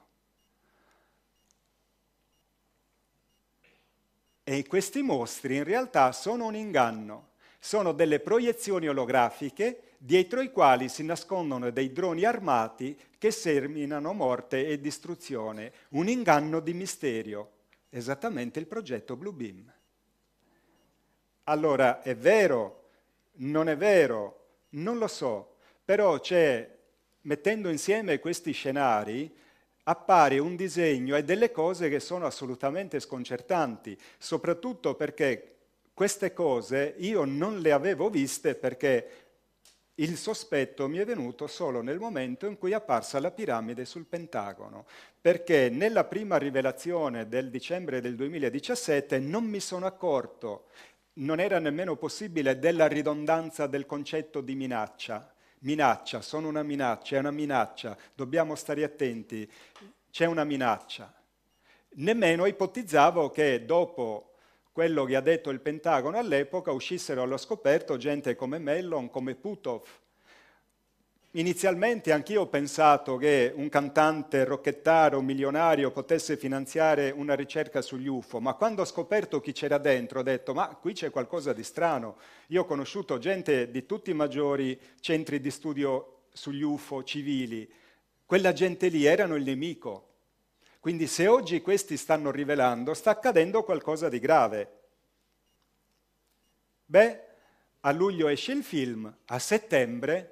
E questi mostri in realtà sono un inganno, sono delle proiezioni olografiche dietro i quali si nascondono dei droni armati che seminano morte e distruzione, un inganno di Misterio, esattamente il progetto Blue Beam. Allora, è vero? Non è vero? Non lo so, però c'è, mettendo insieme questi scenari, appare un disegno e delle cose che sono assolutamente sconcertanti, soprattutto perché queste cose io non le avevo viste, perché il sospetto mi è venuto solo nel momento in cui è apparsa la piramide sul Pentagono, perché nella prima rivelazione del dicembre del duemiladiciassette non mi sono accorto, non era nemmeno possibile, della ridondanza del concetto di minaccia. Minaccia, sono una minaccia, è una minaccia, dobbiamo stare attenti, c'è una minaccia. Nemmeno ipotizzavo che dopo quello che ha detto il Pentagono all'epoca uscissero allo scoperto gente come Mellon, come Puthoff. Inizialmente anch'io ho pensato che un cantante rockettaro milionario potesse finanziare una ricerca sugli U F O, ma quando ho scoperto chi c'era dentro ho detto ma qui c'è qualcosa di strano. Io ho conosciuto gente di tutti i maggiori centri di studio sugli U F O civili, quella gente lì erano il nemico. Quindi se oggi questi stanno rivelando, sta accadendo qualcosa di grave. Beh, a luglio esce il film, a settembre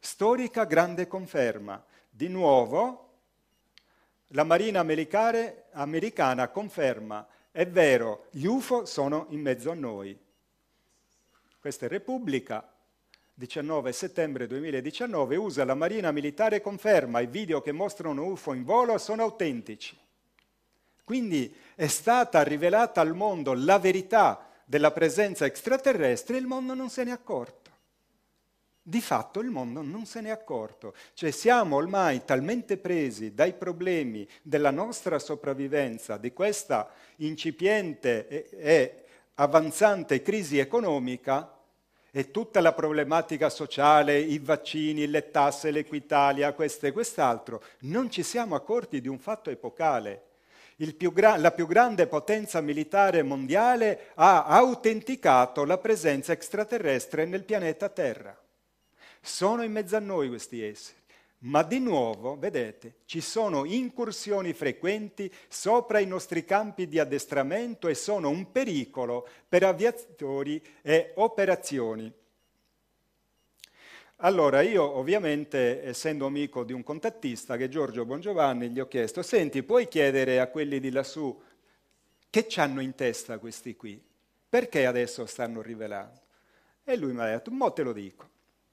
Storica grande conferma. Di nuovo, la Marina americana, americana conferma, è vero, gli U F O sono in mezzo a noi. Questa è Repubblica, diciannove settembre duemiladiciannove, U S A, la Marina militare conferma, i video che mostrano U F O in volo sono autentici. Quindi è stata rivelata al mondo la verità della presenza extraterrestre e il mondo non se ne è accorto. Di fatto il mondo non se ne è accorto. Cioè siamo ormai talmente presi dai problemi della nostra sopravvivenza, di questa incipiente e, e avanzante crisi economica, e tutta la problematica sociale, i vaccini, le tasse, l'Equitalia, questo e quest'altro, non ci siamo accorti di un fatto epocale. Il più gra- la più grande potenza militare mondiale ha autenticato la presenza extraterrestre nel pianeta Terra. Sono in mezzo a noi questi esseri, ma di nuovo, vedete, ci sono incursioni frequenti sopra i nostri campi di addestramento e sono un pericolo per aviatori e operazioni. Allora, io ovviamente, essendo amico di un contattista, che è Giorgio Bongiovanni, gli ho chiesto, senti, puoi chiedere a quelli di lassù che c'hanno in testa questi qui? Perché adesso stanno rivelando? E lui mi ha detto, mo te lo dico.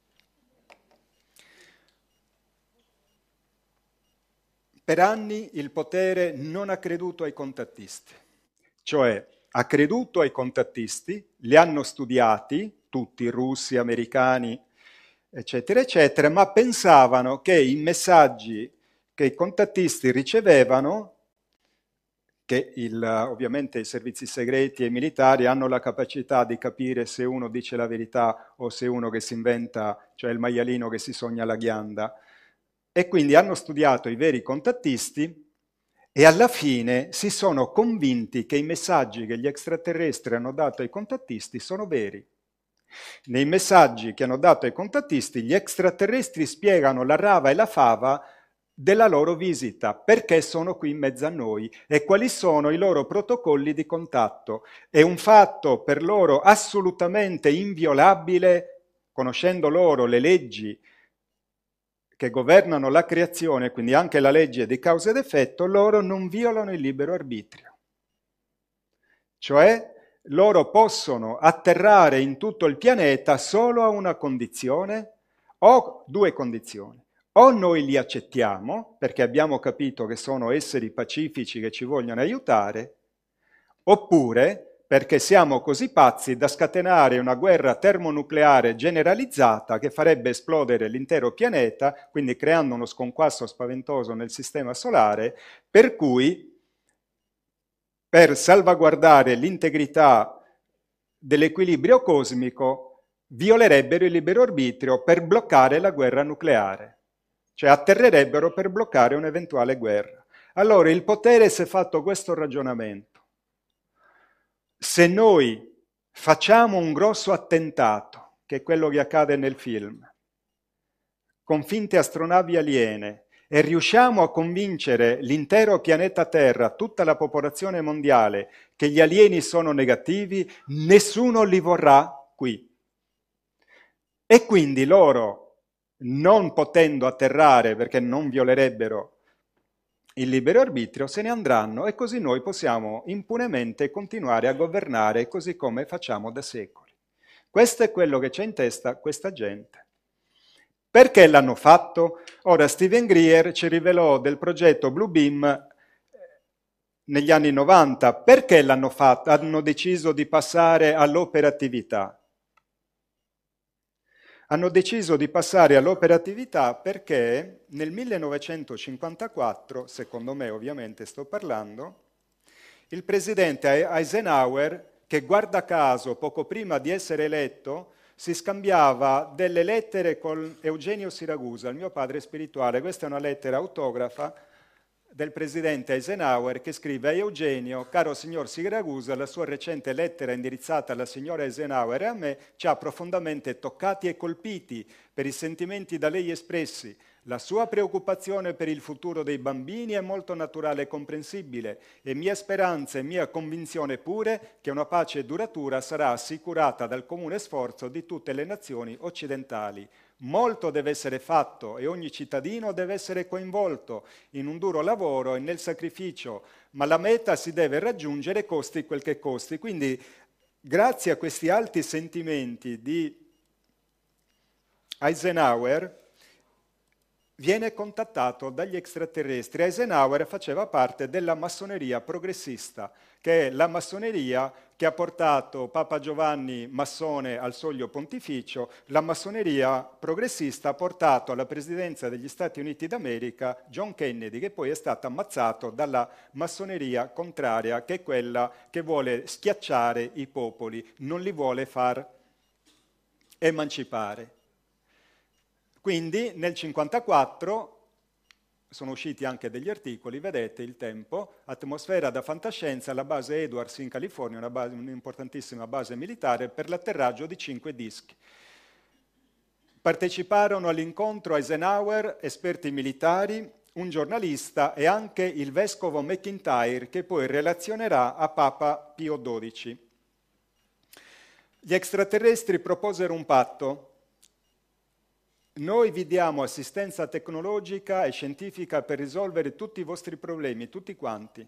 Per anni il potere non ha creduto ai contattisti, cioè ha creduto ai contattisti, li hanno studiati, tutti russi, americani, eccetera, eccetera, ma pensavano che i messaggi che i contattisti ricevevano, che il, ovviamente i servizi segreti e i militari hanno la capacità di capire se uno dice la verità o se uno che si inventa, cioè il maialino che si sogna la ghianda, e quindi hanno studiato i veri contattisti e alla fine si sono convinti che i messaggi che gli extraterrestri hanno dato ai contattisti sono veri. Nei messaggi che hanno dato ai contattisti, gli extraterrestri spiegano la rava e la fava della loro visita, perché sono qui in mezzo a noi e quali sono i loro protocolli di contatto. È un fatto per loro assolutamente inviolabile, conoscendo loro le leggi che governano la creazione, quindi anche la legge di causa ed effetto, loro non violano il libero arbitrio. Cioè, loro possono atterrare in tutto il pianeta solo a una condizione, o due condizioni. O noi li accettiamo, perché abbiamo capito che sono esseri pacifici che ci vogliono aiutare, oppure perché siamo così pazzi da scatenare una guerra termonucleare generalizzata che farebbe esplodere l'intero pianeta, quindi creando uno sconquasso spaventoso nel sistema solare, per cui per salvaguardare l'integrità dell'equilibrio cosmico violerebbero il libero arbitrio per bloccare la guerra nucleare, cioè atterrerebbero per bloccare un'eventuale guerra. Allora il potere si è fatto questo ragionamento. Se noi facciamo un grosso attentato, che è quello che accade nel film, con finte astronavi aliene, e riusciamo a convincere l'intero pianeta Terra, tutta la popolazione mondiale, che gli alieni sono negativi, nessuno li vorrà qui. E quindi loro, non potendo atterrare perché non violerebbero il libero arbitrio, se ne andranno e così noi possiamo impunemente continuare a governare così come facciamo da secoli. Questo è quello che c'è in testa questa gente. Perché l'hanno fatto? Ora Steven Greer ci rivelò del progetto Blue Beam negli anni novanta. Perché l'hanno fatto? Hanno deciso di passare all'operatività. Hanno deciso di passare all'operatività perché nel millenovecentocinquantaquattro, secondo me ovviamente sto parlando, il presidente Eisenhower, che guarda caso poco prima di essere eletto, si scambiava delle lettere con Eugenio Siragusa, il mio padre spirituale. Questa è una lettera autografa del presidente Eisenhower che scrive a Eugenio: caro signor Siragusa, la sua recente lettera indirizzata alla signora Eisenhower e a me ci ha profondamente toccati e colpiti per i sentimenti da lei espressi. La sua preoccupazione per il futuro dei bambini è molto naturale e comprensibile e mia speranza e mia convinzione pure che una pace duratura sarà assicurata dal comune sforzo di tutte le nazioni occidentali. molto deve essere fatto e ogni cittadino deve essere coinvolto in un duro lavoro e nel sacrificio, ma la meta si deve raggiungere costi quel che costi. Quindi grazie a questi alti sentimenti di Eisenhower viene contattato dagli extraterrestri. Eisenhower faceva parte della massoneria progressista, che è la massoneria che ha portato Papa Giovanni massone al soglio pontificio. La massoneria progressista ha portato alla presidenza degli Stati Uniti d'America John Kennedy, che poi è stato ammazzato dalla massoneria contraria, che è quella che vuole schiacciare i popoli, non li vuole far emancipare. Quindi nel cinquantaquattro sono usciti anche degli articoli, vedete il Tempo, atmosfera da fantascienza alla base Edwards in California, una base, un'importantissima base militare per l'atterraggio di cinque dischi. Parteciparono all'incontro Eisenhower, esperti militari, un giornalista e anche il vescovo McIntyre, che poi relazionerà a Papa Pio dodici. Gli extraterrestri proposero un patto. Noi vi diamo assistenza tecnologica e scientifica per risolvere tutti i vostri problemi, tutti quanti.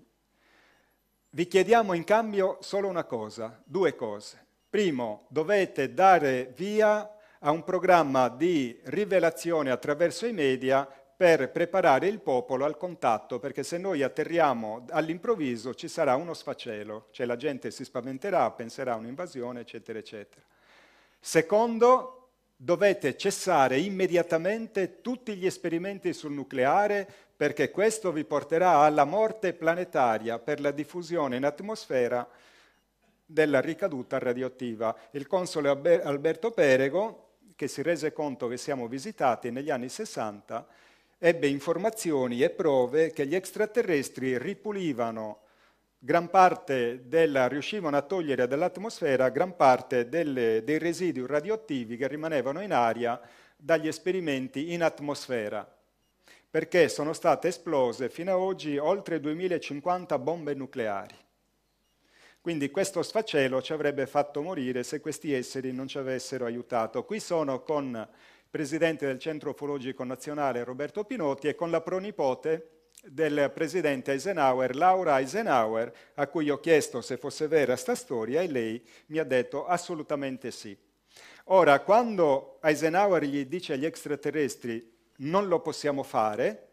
Vi chiediamo in cambio solo una cosa, due cose. Primo, dovete dare via a un programma di rivelazione attraverso i media per preparare il popolo al contatto, perché se noi atterriamo all'improvviso ci sarà uno sfacelo, cioè la gente si spaventerà, penserà a un'invasione, eccetera, eccetera. Secondo, dovete cessare immediatamente tutti gli esperimenti sul nucleare, perché questo vi porterà alla morte planetaria per la diffusione in atmosfera della ricaduta radioattiva. Il console Alberto Perego, che si rese conto che siamo visitati negli anni sessanta, ebbe informazioni e prove che gli extraterrestri ripulivano gran parte della, riuscivano a togliere dall'atmosfera gran parte delle, dei residui radioattivi che rimanevano in aria dagli esperimenti in atmosfera, perché sono state esplose fino ad oggi oltre duemilacinquanta bombe nucleari. Quindi questo sfacelo ci avrebbe fatto morire se questi esseri non ci avessero aiutato. Qui sono con il presidente del Centro Ufologico Nazionale Roberto Pinotti e con la pronipote del presidente Eisenhower, Laura Eisenhower, a cui ho chiesto se fosse vera sta storia e lei mi ha detto assolutamente sì. Ora, quando Eisenhower gli dice agli extraterrestri non lo possiamo fare,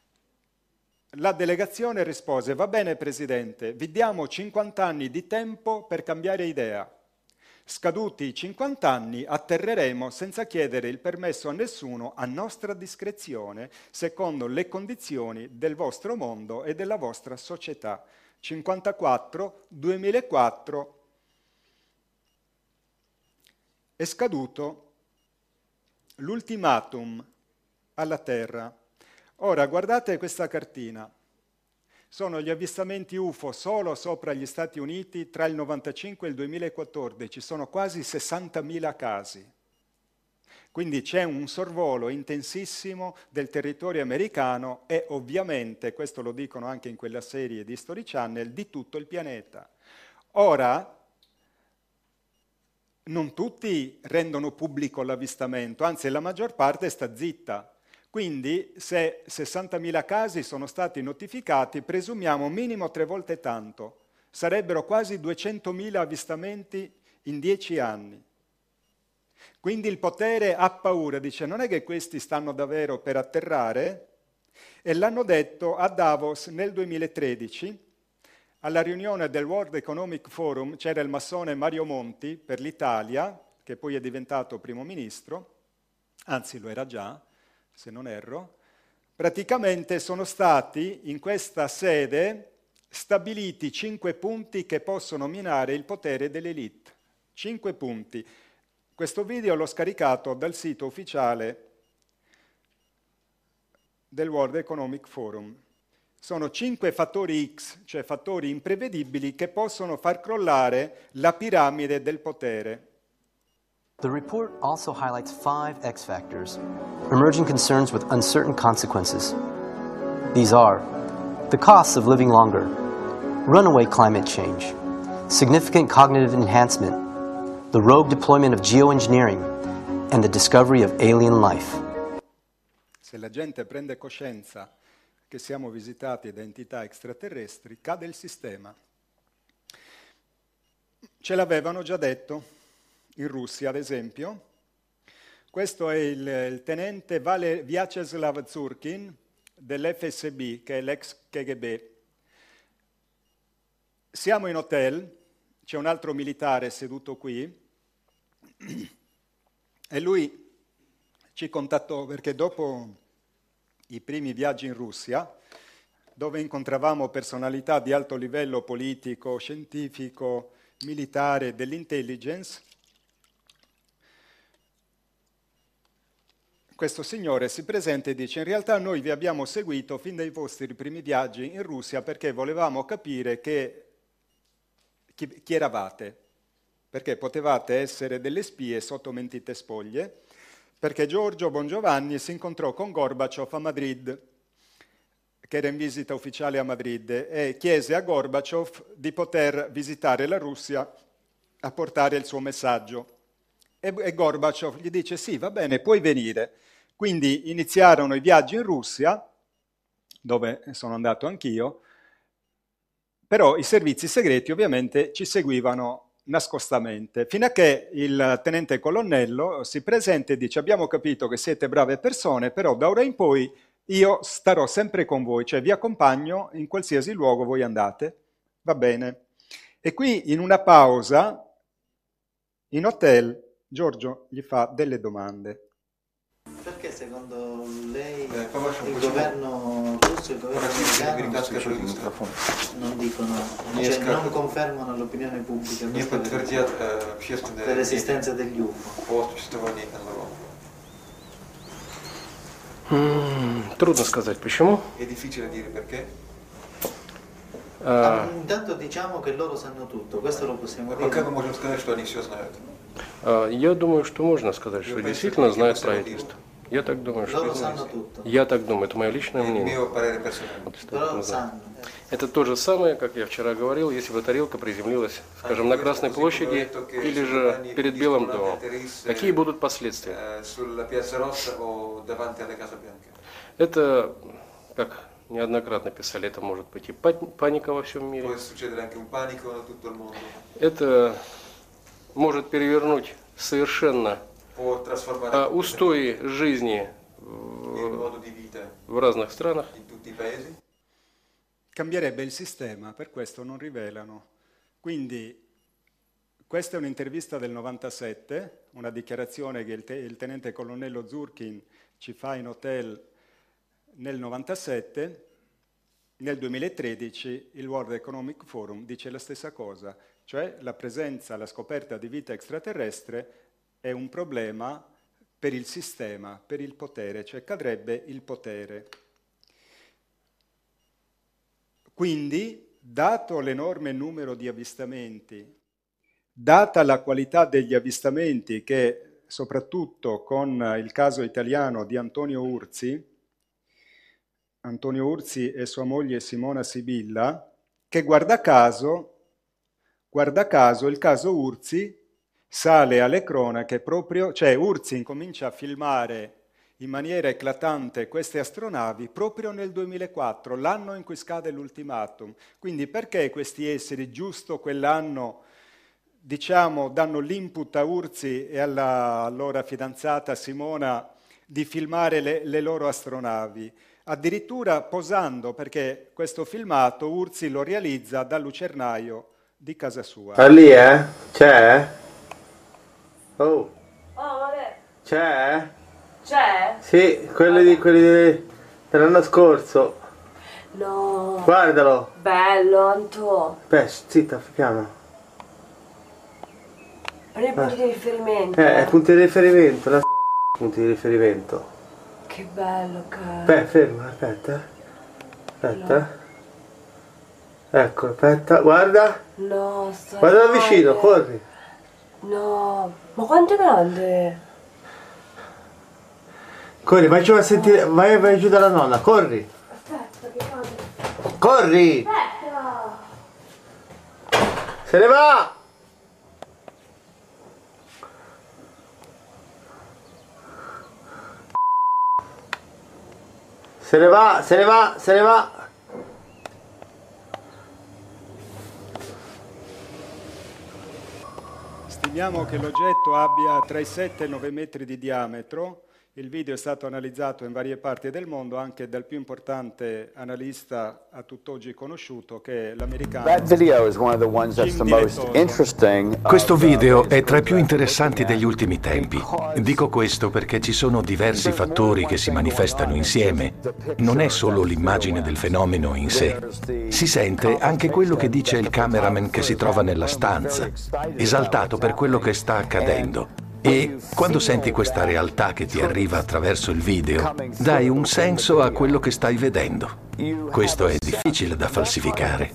la delegazione rispose: va bene presidente, vi diamo cinquanta anni di tempo per cambiare idea. Scaduti i cinquanta anni atterreremo senza chiedere il permesso a nessuno, a nostra discrezione, secondo le condizioni del vostro mondo e della vostra società. cinquantaquattro duemilaquattro è scaduto l'ultimatum alla Terra. Ora guardate questa cartina. Sono gli avvistamenti U F O solo sopra gli Stati Uniti tra il novantacinque e il duemilaquattordici, sono quasi sessantamila casi. Quindi c'è un sorvolo intensissimo del territorio americano e ovviamente, questo lo dicono anche in quella serie di History Channel, di tutto il pianeta. Ora, non tutti rendono pubblico l'avvistamento, anzi la maggior parte sta zitta. Quindi se sessantamila casi sono stati notificati, presumiamo minimo tre volte tanto. Sarebbero quasi duecentomila avvistamenti in dieci anni. Quindi il potere ha paura, dice non è che questi stanno davvero per atterrare? E l'hanno detto a Davos nel duemilatredici, alla riunione del World Economic Forum, c'era il massone Mario Monti per l'Italia, che poi è diventato primo ministro, anzi lo era già, se non erro, praticamente sono stati in questa sede stabiliti cinque punti che possono minare il potere dell'elite. Cinque punti. Questo video l'ho scaricato dal sito ufficiale del World Economic Forum. Sono cinque fattori X, cioè fattori imprevedibili, che possono far crollare la piramide del potere. The report also highlights five X factors, emerging concerns with uncertain consequences. These are the costs of living longer, runaway climate change, significant cognitive enhancement, the rogue deployment of geoengineering, and the discovery of alien life. Se la gente prende coscienza che siamo visitati da entità extraterrestri, cade il sistema. Ce l'avevano già detto in Russia, ad esempio. Questo è il, il tenente Vale, Vyacheslav Zurkin dell'F S B, che è l'ex K G B. Siamo in hotel, c'è un altro militare seduto qui, e lui ci contattò perché dopo i primi viaggi in Russia, dove incontravamo personalità di alto livello politico, scientifico, militare, dell'intelligence, questo signore si presenta e dice: in realtà noi vi abbiamo seguito fin dai vostri primi viaggi in Russia perché volevamo capire che, chi, chi eravate, perché potevate essere delle spie sotto mentite spoglie, perché Giorgio Bongiovanni si incontrò con Gorbaciov a Madrid, che era in visita ufficiale a Madrid, e chiese a Gorbaciov di poter visitare la Russia a portare il suo messaggio. E, e Gorbaciov gli dice: sì, va bene, puoi venire. Quindi iniziarono i viaggi in Russia, dove sono andato anch'io, però i servizi segreti ovviamente ci seguivano nascostamente, fino a che il tenente colonnello si presenta e dice: abbiamo capito che siete brave persone, però da ora in poi io starò sempre con voi, cioè vi accompagno in qualsiasi luogo voi andate, va bene. E qui in una pausa, in hotel, Giorgio gli fa delle domande. Perché secondo lei eh, il governo russo e il governo americano non dicono, cioè non confermano all'opinione pubblica dell'esistenza degli U F O? Mm, трудно сказать почему. È difficile dire perché. А, Intanto diciamo che loro sanno tutto, questo lo possiamo dire. Как мы можем сказать, что они все знают? А, Я думаю, что можно сказать, что действительно знает правительство. Я так думаю, что... Я так думаю, это мое личное мнение. Это то же самое, как я вчера говорил, если бы тарелка приземлилась, скажем, на Красной площади или же перед Белым домом. Какие будут последствия? Это, как неоднократно писали, это может быть и паника во всем мире. Это может перевернуть совершенно устои жизни в, в разных странах. Cambierebbe il sistema, per questo non rivelano. Quindi questa è un'intervista del novantasette, una dichiarazione che il, te- il tenente colonnello Zurkin ci fa in hotel nel novantasette. Nel duemilatredici il World Economic Forum dice la stessa cosa, cioè la presenza, la scoperta di vita extraterrestre è un problema per il sistema, per il potere, cioè cadrebbe il potere. Quindi, dato l'enorme numero di avvistamenti, data la qualità degli avvistamenti che, soprattutto con il caso italiano di Antonio Urzi, Antonio Urzi e sua moglie Simona Sibilla, che guarda caso, guarda caso il caso Urzi sale alle cronache proprio, cioè Urzi incomincia a filmare in maniera eclatante queste astronavi proprio nel duemilaquattro, l'anno in cui scade l'ultimatum. Quindi perché questi esseri giusto quell'anno, diciamo, danno l'input a Urzi e alla allora fidanzata Simona di filmare le, le loro astronavi? Addirittura posando, perché questo filmato Urzi lo realizza dal lucernaio di casa sua. Ah, lì, eh? C'è? Oh. Oh, vabbè. C'è? C'è? Sì, quelli, di, quelli di, dell'anno scorso. No. Guardalo. Bello, Anto. Beh, zitta, piano. Prendi i punti di riferimento. Eh, punti di riferimento, la punti di riferimento. Che bello, caro. Beh, ferma, aspetta. Aspetta. Ecco, aspetta, guarda. No, stai. Guarda da vicino, corri. No, ma quanto è grande? Corri, vai giù a sentire, vai, vai giù dalla nonna, corri. Aspetta, che cosa? Corri! Aspetta! Se ne va! Se ne va, se ne va, se ne va. Stimiamo che l'oggetto abbia tra i sette e i nove metri di diametro. Il video è stato analizzato in varie parti del mondo anche dal più importante analista a tutt'oggi conosciuto, che è l'americano Jim Dilettoso. Questo video è tra i più interessanti degli ultimi tempi. Dico questo perché ci sono diversi fattori che si manifestano insieme. Non è solo l'immagine del fenomeno in sé. Si sente anche quello che dice il cameraman che si trova nella stanza, esaltato per quello che sta accadendo. E quando senti questa realtà che ti arriva attraverso il video, dai un senso a quello che stai vedendo. Questo è difficile da falsificare.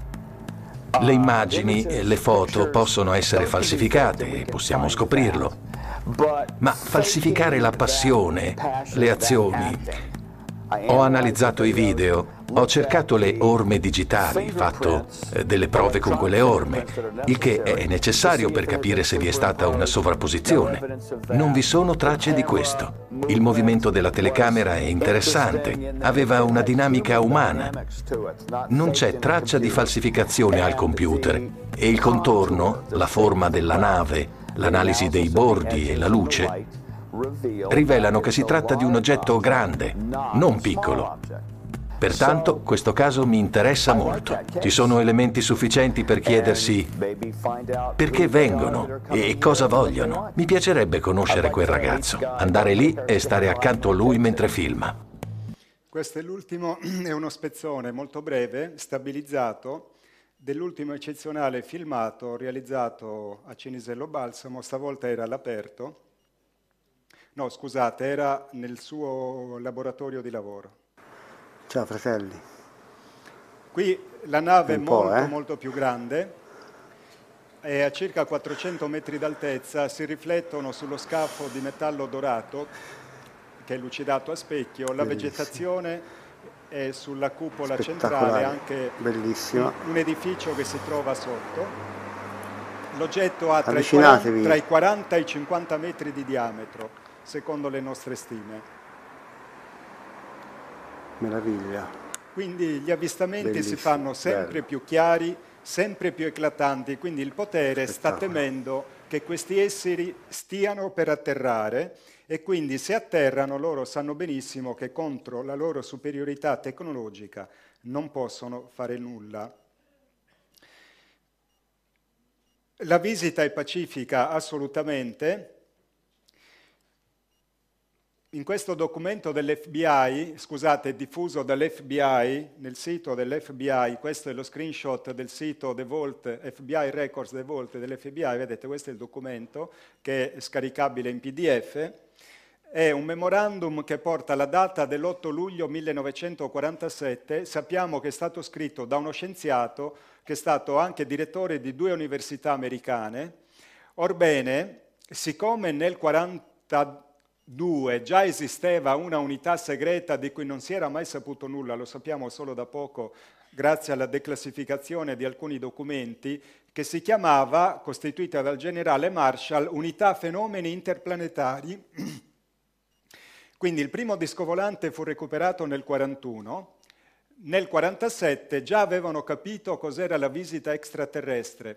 Le immagini e le foto possono essere falsificate, possiamo scoprirlo. Ma falsificare la passione, le azioni... Ho analizzato i video, ho cercato le orme digitali, fatto eh, delle prove con quelle orme, il che è necessario per capire se vi è stata una sovrapposizione. Non vi sono tracce di questo. Il movimento della telecamera è interessante, aveva una dinamica umana. Non c'è traccia di falsificazione al computer e il contorno, la forma della nave, l'analisi dei bordi e la luce rivelano che si tratta di un oggetto grande, non piccolo. Pertanto, questo caso mi interessa molto. Ci sono elementi sufficienti per chiedersi perché vengono e cosa vogliono. Mi piacerebbe conoscere quel ragazzo, andare lì e stare accanto a lui mentre filma. Questo è l'ultimo, è uno spezzone molto breve, stabilizzato, dell'ultimo eccezionale filmato realizzato a Cinisello Balsamo, stavolta era all'aperto. No, scusate, era nel suo laboratorio di lavoro. Ciao fratelli. Qui la nave è molto, eh? molto più grande, è a circa quattrocento metri d'altezza, si riflettono sullo scafo di metallo dorato, che è lucidato a specchio, la Bellissimo. Vegetazione è sulla cupola centrale, anche Bellissimo. un edificio che si trova sotto. L'oggetto ha tra i, quaranta, tra i quaranta e i cinquanta metri di diametro, secondo le nostre stime. Meraviglia. Quindi gli avvistamenti Bellissimo, si fanno sempre bello. più chiari, sempre più eclatanti, quindi il potere sta temendo che questi esseri stiano per atterrare e quindi se atterrano loro sanno benissimo che contro la loro superiorità tecnologica non possono fare nulla. La visita è pacifica assolutamente. In questo documento dell'F B I, scusate, diffuso dall'F B I, nel sito dell'F B I, questo è lo screenshot del sito The Vault, F B I Records The Vault dell'F B I, vedete questo è il documento che è scaricabile in P D F, è un memorandum che porta la data dell'otto luglio millenovecentoquarantasette, sappiamo che è stato scritto da uno scienziato che è stato anche direttore di due università americane. Orbene, siccome nel quarantadue già esisteva una unità segreta di cui non si era mai saputo nulla, lo sappiamo solo da poco grazie alla declassificazione di alcuni documenti, che si chiamava, costituita dal generale Marshall, Unità Fenomeni Interplanetari. Quindi il primo disco volante fu recuperato nel quarantuno, nel quarantasette già avevano capito cos'era la visita extraterrestre.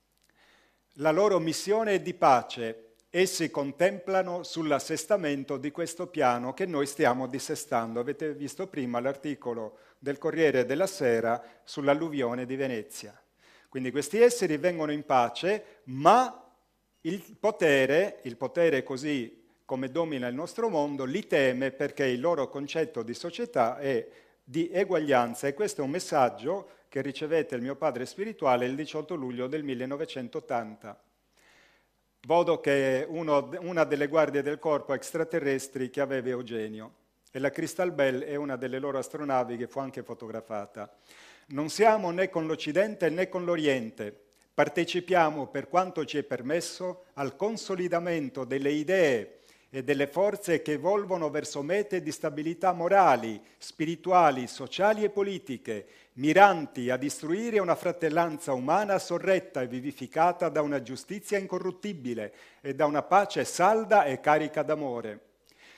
La loro missione è di pace. Essi contemplano sull'assestamento di questo piano che noi stiamo dissestando. Avete visto prima l'articolo del Corriere della Sera sull'alluvione di Venezia. Quindi questi esseri vengono in pace, ma il potere, il potere così come domina il nostro mondo, li teme perché il loro concetto di società è di eguaglianza. E questo è un messaggio che ricevette il mio padre spirituale il diciotto luglio del millenovecentottanta. Vodo che è uno, una delle guardie del corpo extraterrestri che aveva Eugenio, e la Crystal Bell è una delle loro astronavi che fu anche fotografata. Non siamo né con l'Occidente né con l'Oriente, partecipiamo per quanto ci è permesso al consolidamento delle idee e delle forze che evolvono verso mete di stabilità morali, spirituali, sociali e politiche, miranti a istruire una fratellanza umana sorretta e vivificata da una giustizia incorruttibile e da una pace salda e carica d'amore.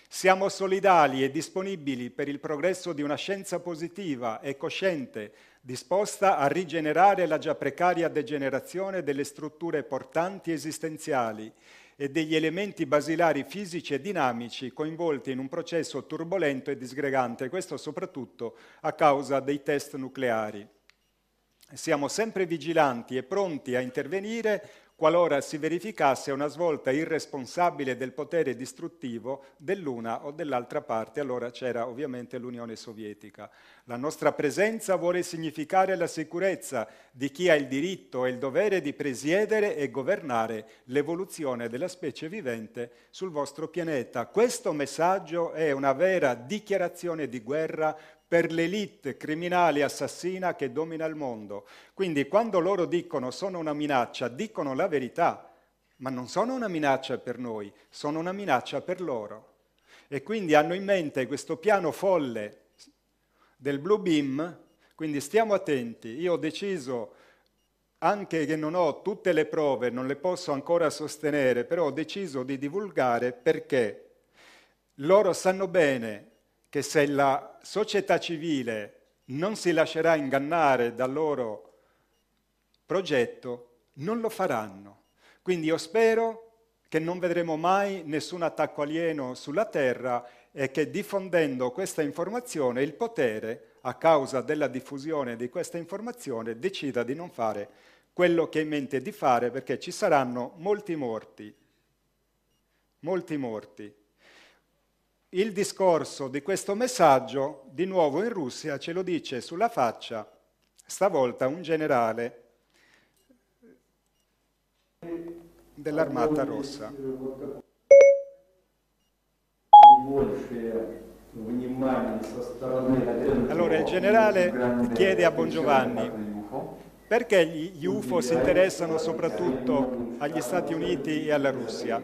Siamo solidali e disponibili per il progresso di una scienza positiva e cosciente, disposta a rigenerare la già precaria degenerazione delle strutture portanti esistenziali e degli elementi basilari fisici e dinamici coinvolti in un processo turbolento e disgregante, questo soprattutto a causa dei test nucleari. Siamo sempre vigilanti e pronti a intervenire qualora si verificasse una svolta irresponsabile del potere distruttivo dell'una o dell'altra parte. Allora c'era ovviamente l'Unione Sovietica. La nostra presenza vuole significare la sicurezza di chi ha il diritto e il dovere di presiedere e governare l'evoluzione della specie vivente sul vostro pianeta. Questo messaggio è una vera dichiarazione di guerra per l'elite criminale e assassina che domina il mondo. Quindi quando loro dicono sono una minaccia, dicono la verità, ma non sono una minaccia per noi, sono una minaccia per loro. E quindi hanno in mente questo piano folle del Blue Beam, quindi stiamo attenti. Io ho deciso, anche che non ho tutte le prove, non le posso ancora sostenere, però ho deciso di divulgare perché loro sanno bene che se la società civile non si lascerà ingannare dal loro progetto, non lo faranno. Quindi io spero che non vedremo mai nessun attacco alieno sulla Terra e che diffondendo questa informazione il potere, a causa della diffusione di questa informazione, decida di non fare quello che ha in mente di fare, perché ci saranno molti morti. Molti morti. Il discorso di questo messaggio, di nuovo in Russia, ce lo dice sulla faccia, stavolta un generale dell'Armata Rossa. Allora il generale chiede a Bongiovanni perché gli U F O si interessano soprattutto agli Stati Uniti e alla Russia.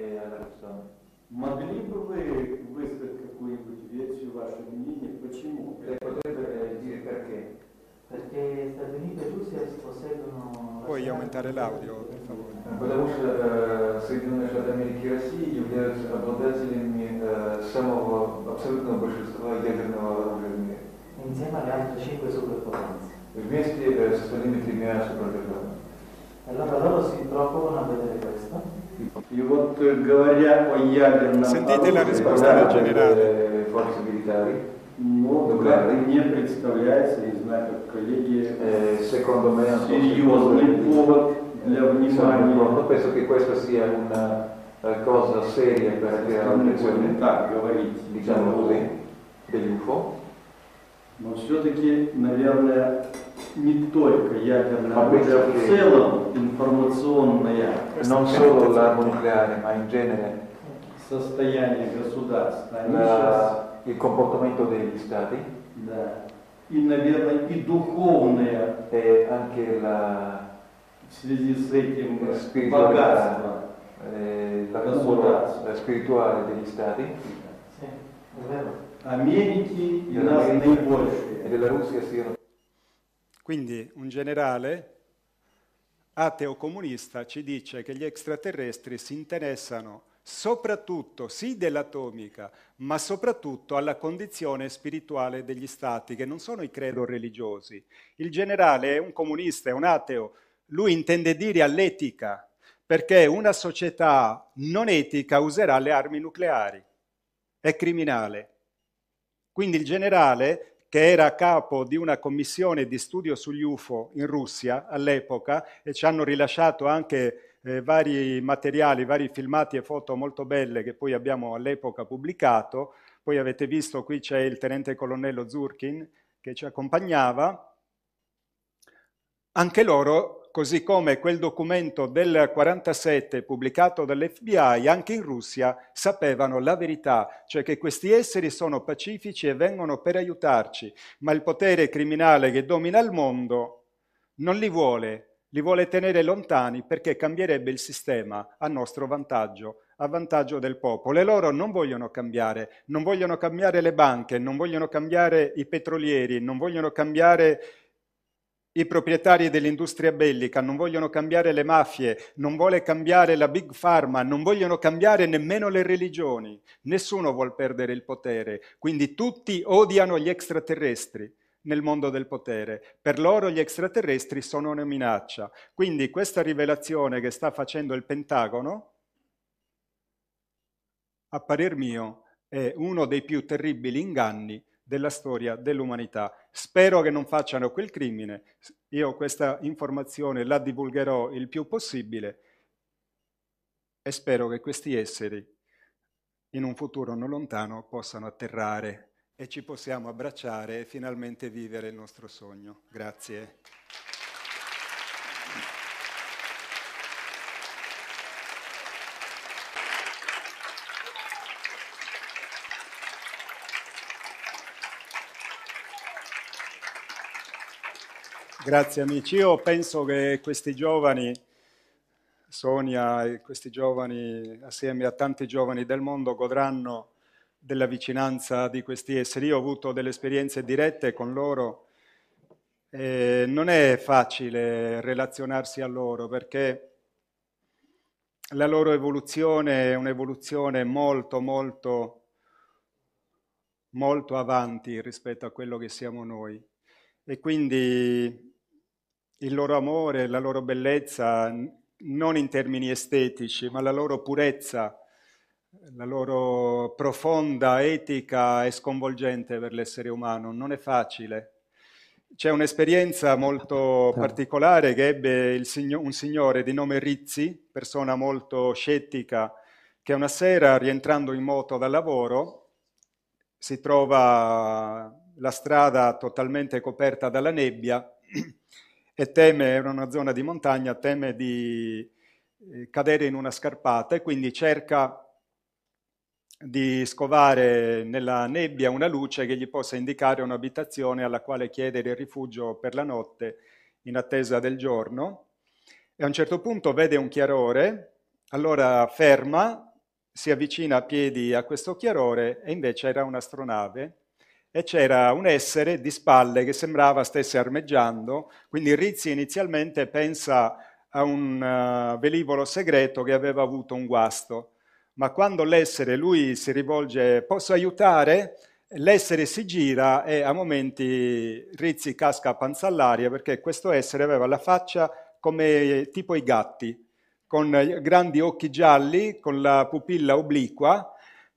Могли бы вы высказать какую-нибудь версию, ваше мнение, почему? Potrebbe dire perché? Perché Stati Uniti e Russia posseggono... Puoi aumentare l'audio, per favore? Потому что Соединенные Штаты Америки и Россия являются обладателями самого абсолютного большинства ядерного оружия в мире. Insieme alle altre cinque superpotenze. Вместе с остальными тремя супердержавами. Allora loro si preoccupano a vedere questo. И вот говоря о ядерном Sentite la risposta del generale. Forze militari. Ну, мне представляется, не знаю, как коллеги, secondo me серьезный повод для внимания. Penso che questa sia una cosa seria per attirare l'attenzione, diciamo così, degli U F O. Но все-таки, наверное, не только ядерное оружие, а в целом информационное. Non solo l'arma nucleare, ma in genere состояние государств. La, il comportamento degli stati. Да. И, наверное, и духовное. E anche la в связи с этим богатство. La spirituale degli stati. Sì, è vero. Americi i нас наибольшие. E della Russia siano. Quindi un generale ateo comunista ci dice che gli extraterrestri si interessano soprattutto, sì, dell'atomica, ma soprattutto alla condizione spirituale degli stati, che non sono i credo religiosi. Il generale è un comunista, è un ateo, lui intende dire all'etica, perché una società non etica userà le armi nucleari, è criminale. Quindi il generale, che era a capo di una commissione di studio sugli U F O in Russia all'epoca, e ci hanno rilasciato anche eh, vari materiali, vari filmati e foto molto belle che poi abbiamo all'epoca pubblicato. Poi avete visto, qui c'è il tenente colonnello Zurkin che ci accompagnava. Anche loro, così come quel documento del quarantasette pubblicato dall'F B I, anche in Russia sapevano la verità, cioè che questi esseri sono pacifici e vengono per aiutarci, ma il potere criminale che domina il mondo non li vuole, li vuole tenere lontani perché cambierebbe il sistema a nostro vantaggio, a vantaggio del popolo. E loro non vogliono cambiare, non vogliono cambiare le banche, non vogliono cambiare i petrolieri, non vogliono cambiare i proprietari dell'industria bellica, non vogliono cambiare le mafie, non vuole cambiare la Big Pharma, non vogliono cambiare nemmeno le religioni. Nessuno vuol perdere il potere, quindi tutti odiano gli extraterrestri nel mondo del potere. Per loro gli extraterrestri sono una minaccia. Quindi questa rivelazione che sta facendo il Pentagono, a parer mio, è uno dei più terribili inganni della storia dell'umanità. Spero che non facciano quel crimine. Io questa informazione la divulgherò il più possibile e spero che questi esseri in un futuro non lontano possano atterrare e ci possiamo abbracciare e finalmente vivere il nostro sogno. Grazie. Grazie amici, io penso che questi giovani, Sonia e questi giovani assieme a tanti giovani del mondo godranno della vicinanza di questi esseri. Io ho avuto delle esperienze dirette con loro e non è facile relazionarsi a loro perché la loro evoluzione è un'evoluzione molto molto molto avanti rispetto a quello che siamo noi e quindi il loro amore, la loro bellezza, non in termini estetici, ma la loro purezza, la loro profonda etica è sconvolgente per l'essere umano, non è facile. C'è un'esperienza molto particolare che ebbe il signo- un signore di nome Rizzi, persona molto scettica, che una sera, rientrando in moto dal lavoro, si trova la strada totalmente coperta dalla nebbia e teme, era una zona di montagna, teme di eh, cadere in una scarpata e quindi cerca di scovare nella nebbia una luce che gli possa indicare un'abitazione alla quale chiedere rifugio per la notte in attesa del giorno. E a un certo punto vede un chiarore, allora ferma, si avvicina a piedi a questo chiarore e invece era un'astronave. E c'era un essere di spalle che sembrava stesse armeggiando, quindi Rizzi inizialmente pensa a un uh, velivolo segreto che aveva avuto un guasto, ma quando l'essere, lui si rivolge, posso aiutare? L'essere si gira e a momenti Rizzi casca a panza all'aria perché questo essere aveva la faccia come tipo i gatti, con grandi occhi gialli, con la pupilla obliqua.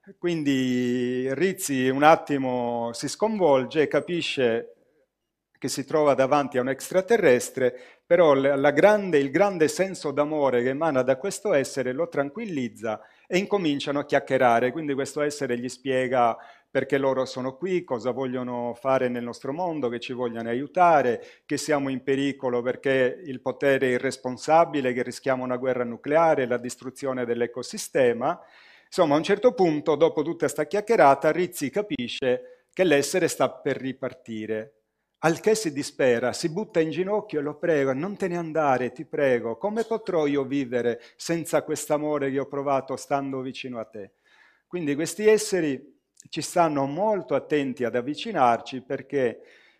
Quindi Rizzi un attimo si sconvolge e capisce che si trova davanti a un extraterrestre, però la grande, il grande senso d'amore che emana da questo essere lo tranquillizza e incominciano a chiacchierare. Quindi questo essere gli spiega perché loro sono qui, cosa vogliono fare nel nostro mondo, che ci vogliono aiutare, che siamo in pericolo perché il potere è irresponsabile, che rischiamo una guerra nucleare, la distruzione dell'ecosistema. Insomma, a un certo punto, dopo tutta questa chiacchierata, Rizzi capisce che l'essere sta per ripartire. Al che si dispera, si butta in ginocchio e lo prega, non te ne andare, ti prego, come potrò io vivere senza quest'amore che ho provato stando vicino a te? Quindi questi esseri ci stanno molto attenti ad avvicinarci perché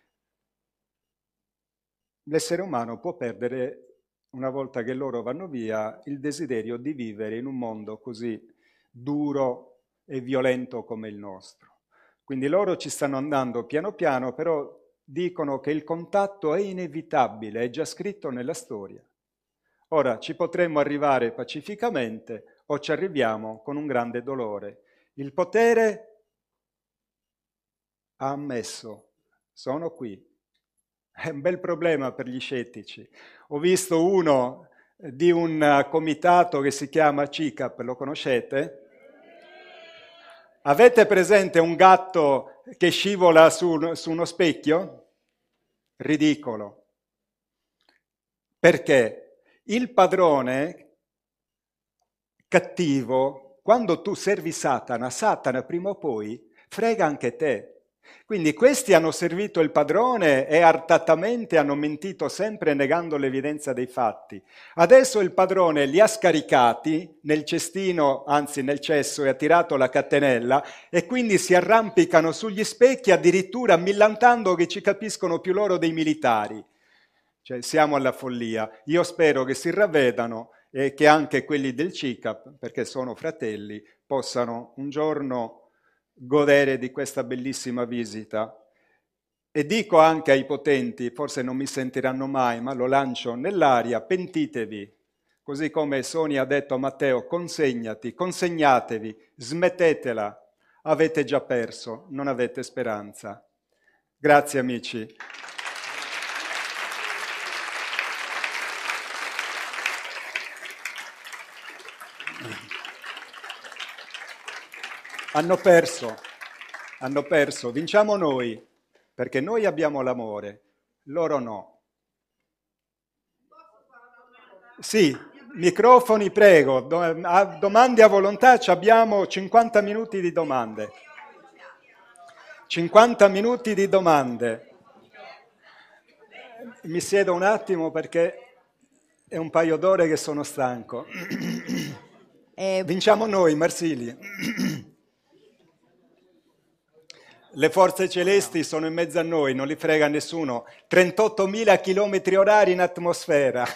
l'essere umano può perdere, una volta che loro vanno via, il desiderio di vivere in un mondo così duro e violento come il nostro. Quindi loro ci stanno andando piano piano, però dicono che il contatto è inevitabile, è già scritto nella storia. Ora ci potremmo arrivare pacificamente o ci arriviamo con un grande dolore. Il potere ha ammesso, sono qui. È un bel problema per gli scettici. Ho visto uno di un comitato che si chiama C I C A P, lo conoscete? Avete presente un gatto che scivola su, su uno specchio? Ridicolo. Perché il padrone cattivo, quando tu servi Satana, Satana prima o poi frega anche te. Quindi questi hanno servito il padrone e artatamente hanno mentito sempre negando l'evidenza dei fatti. Adesso il padrone li ha scaricati nel cestino, anzi nel cesso, e ha tirato la catenella e quindi si arrampicano sugli specchi addirittura millantando che ci capiscono più loro dei militari. Cioè, siamo alla follia. Io spero che si ravvedano e che anche quelli del C I C A P, perché sono fratelli, possano un giorno godere di questa bellissima visita. E dico anche ai potenti, forse non mi sentiranno mai, ma lo lancio nell'aria, pentitevi. Così come Sonia ha detto a Matteo, consegnati, consegnatevi, smettetela, avete già perso, non avete speranza. Grazie amici. Hanno perso, hanno perso, vinciamo noi. Perché noi abbiamo l'amore, loro no. Sì, microfoni prego, domande a volontà, abbiamo cinquanta minuti di domande. cinquanta minuti di domande. Mi siedo un attimo perché è un paio d'ore che sono stanco. Eh... Vinciamo noi, Marsili. Le forze celesti sono in mezzo a noi, non li frega nessuno. trentottomila chilometri orari in atmosfera.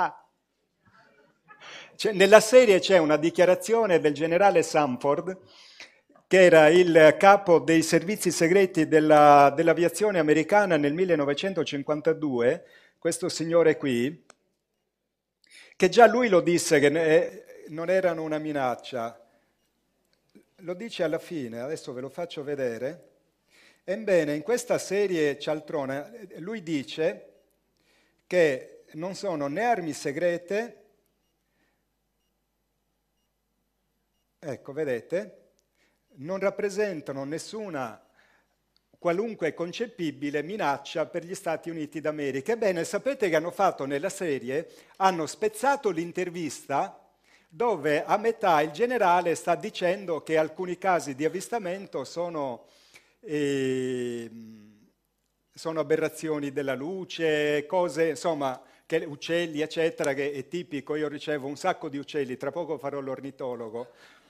Cioè, nella serie c'è una dichiarazione del generale Sanford, che era il capo dei servizi segreti della, dell'aviazione americana nel millenovecentocinquantadue, questo signore qui, che già lui lo disse che ne, non erano una minaccia. Lo dice alla fine, adesso ve lo faccio vedere. Ebbene, in questa serie cialtrona lui dice che non sono né armi segrete, ecco, vedete, non rappresentano nessuna qualunque concepibile minaccia per gli Stati Uniti d'America. Ebbene, sapete che hanno fatto nella serie? Hanno spezzato l'intervista dove a metà il generale sta dicendo che alcuni casi di avvistamento sono... E sono aberrazioni della luce, cose, insomma, che, uccelli, eccetera, che è tipico. Io ricevo un sacco di uccelli, tra poco farò l'ornitologo.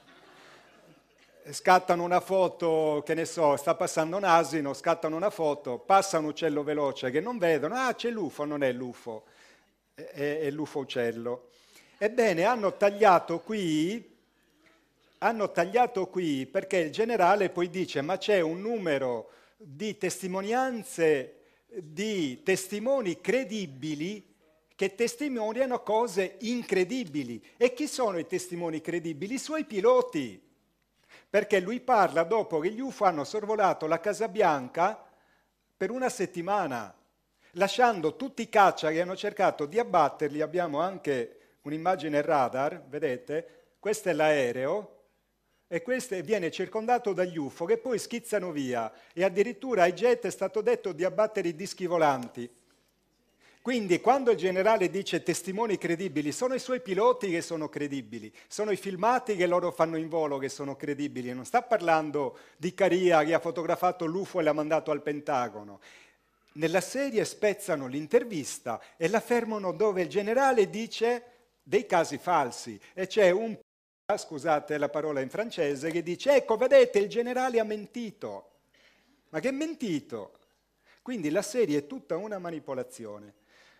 Scattano una foto, che ne so, sta passando un asino, scattano una foto, passa un uccello veloce che non vedono, ah, c'è l'U F O, non è l'U F O, è, è l'U F O uccello. Ebbene, hanno tagliato qui... Hanno tagliato qui perché il generale poi dice ma c'è un numero di testimonianze, di testimoni credibili che testimoniano cose incredibili. E chi sono i testimoni credibili? I suoi piloti. Perché lui parla dopo che gli U F O hanno sorvolato la Casa Bianca per una settimana, lasciando tutti i caccia che hanno cercato di abbatterli. Abbiamo anche un'immagine radar, vedete? Questo è l'aereo. E questo viene circondato dagli U F O che poi schizzano via e addirittura ai jet è stato detto di abbattere i dischi volanti. Quindi quando il generale dice testimoni credibili, sono i suoi piloti che sono credibili, sono i filmati che loro fanno in volo che sono credibili, non sta parlando di Caria che ha fotografato l'U F O e l'ha mandato al Pentagono. Nella serie spezzano l'intervista e la fermano dove il generale dice dei casi falsi e c'è un scusate la parola in francese, che dice ecco vedete il generale ha mentito. Ma che mentito? Quindi la serie è tutta una manipolazione.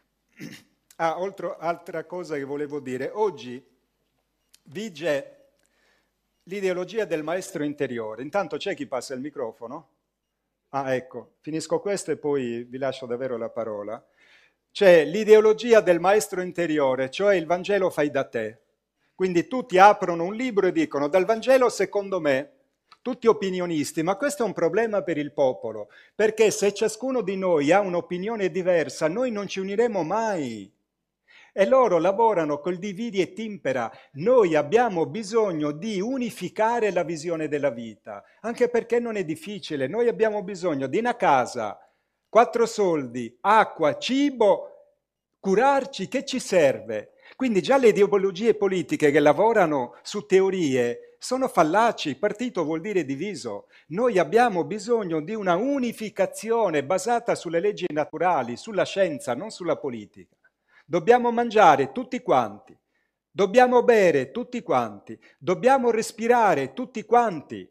Ah, oltre, altra cosa che volevo dire, oggi vige l'ideologia del maestro interiore. Intanto c'è chi passa il microfono? Ah ecco, finisco questo e poi vi lascio davvero la parola. C'è l'ideologia del maestro interiore, cioè il Vangelo fai da te. Quindi tutti aprono un libro e dicono dal Vangelo secondo me, tutti opinionisti, ma questo è un problema per il popolo, perché se ciascuno di noi ha un'opinione diversa, noi non ci uniremo mai. E loro lavorano col dividi e timpera. Noi abbiamo bisogno di unificare la visione della vita, anche perché non è difficile. Noi abbiamo bisogno di una casa, quattro soldi, acqua, cibo, curarci, che ci serve? Quindi già le ideologie politiche che lavorano su teorie sono fallaci, partito vuol dire diviso. Noi abbiamo bisogno di una unificazione basata sulle leggi naturali, sulla scienza, non sulla politica. Dobbiamo mangiare tutti quanti, dobbiamo bere tutti quanti, dobbiamo respirare tutti quanti.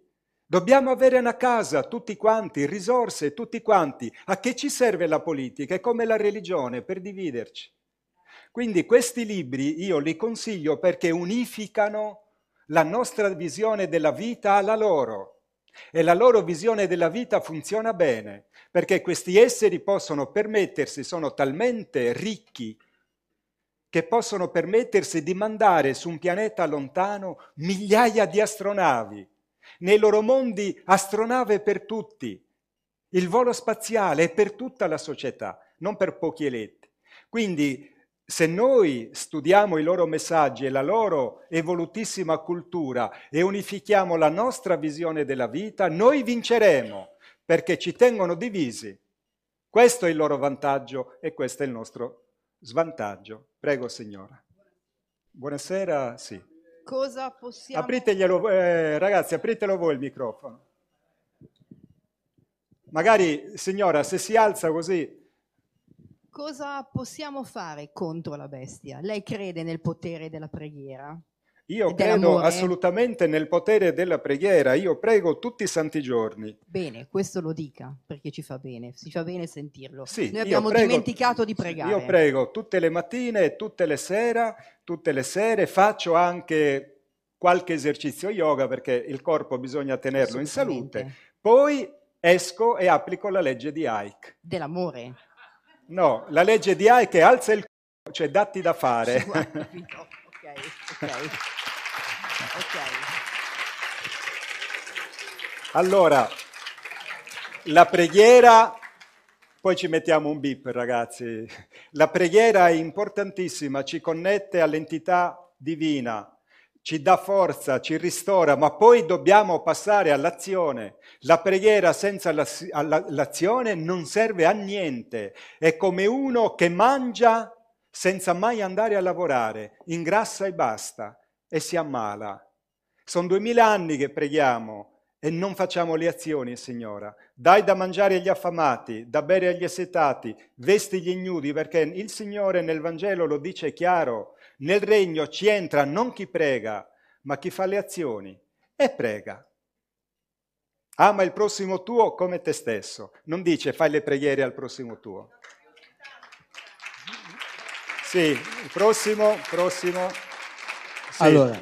Dobbiamo avere una casa, tutti quanti, risorse, tutti quanti. A che ci serve la politica? È come la religione, per dividerci. Quindi questi libri io li consiglio perché unificano la nostra visione della vita alla loro. E la loro visione della vita funziona bene, perché questi esseri possono permettersi, sono talmente ricchi, che possono permettersi di mandare su un pianeta lontano migliaia di astronavi. Nei loro mondi astronave per tutti. Il volo spaziale è per tutta la società, non per pochi eletti. Quindi se noi studiamo i loro messaggi e la loro evolutissima cultura e unifichiamo la nostra visione della vita, noi vinceremo, perché ci tengono divisi. Questo è il loro vantaggio e questo è il nostro svantaggio. Prego, signora. Buonasera, sì. Cosa possiamo... Apriteglielo, eh, ragazzi, apritelo voi il microfono. Magari, signora, se si alza così... Cosa possiamo fare contro la bestia? Lei crede nel potere della preghiera? Io credo assolutamente nel potere della preghiera. Io prego tutti i santi giorni. Bene, questo lo dica, perché ci fa bene. Ci fa bene sentirlo. Sì, Noi abbiamo prego, dimenticato di pregare. Io prego tutte le mattine e tutte le sere, tutte le sere. Faccio anche qualche esercizio yoga, perché il corpo bisogna tenerlo in salute. Poi esco e applico la legge di Ike. Dell'amore? No, la legge di Ike è alza il c***o, cioè datti da fare. Ok, ok, ok. Allora, la preghiera, poi ci mettiamo un bip, ragazzi. La preghiera è importantissima, ci connette all'entità divina, ci dà forza, ci ristora, ma poi dobbiamo passare all'azione. La preghiera senza l'azione non serve a niente. È come uno che mangia senza mai andare a lavorare, ingrassa e basta, e si ammala. Sono duemila anni che preghiamo e non facciamo le azioni, Signora. Dai da mangiare agli affamati, da bere agli assetati, vesti gli ignudi, perché il Signore nel Vangelo lo dice chiaro, nel regno ci entra non chi prega, ma chi fa le azioni e prega. Ama il prossimo tuo come te stesso. Non dice fai le preghiere al prossimo tuo. Sì, il prossimo, prossimo. Sì. Allora,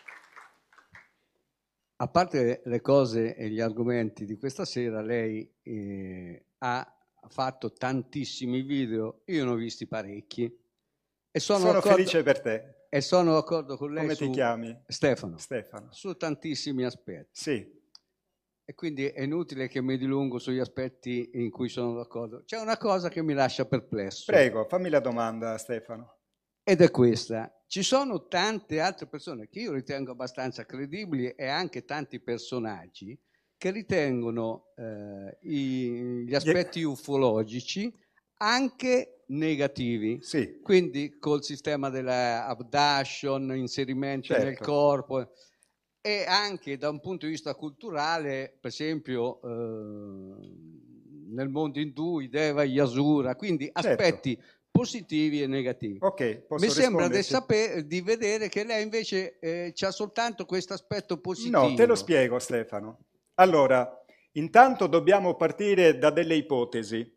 a parte le cose e gli argomenti di questa sera, lei eh, ha fatto tantissimi video, io ne ho visti parecchi. E sono sono felice per te. E sono d'accordo con lei. Come su ti chiami? Stefano. Stefano. Su tantissimi aspetti. Sì. E quindi è inutile che mi dilungo sugli aspetti in cui sono d'accordo. C'è una cosa che mi lascia perplesso. Prego, fammi la domanda, Stefano. Ed è questa. Ci sono tante altre persone che io ritengo abbastanza credibili e anche tanti personaggi che ritengono eh, i, gli aspetti ufologici anche negativi. Sì. Quindi col sistema della abduction, inserimento certo. nel corpo, e anche da un punto di vista culturale, per esempio eh, nel mondo indù, i Deva, gli Asura, quindi aspetti certo. positivi e negativi. Okay, posso mi sembra di, risponderci? sapere, di vedere che lei invece eh, c'ha soltanto questo aspetto positivo. No, te lo spiego, Stefano. Allora, intanto dobbiamo partire da delle ipotesi.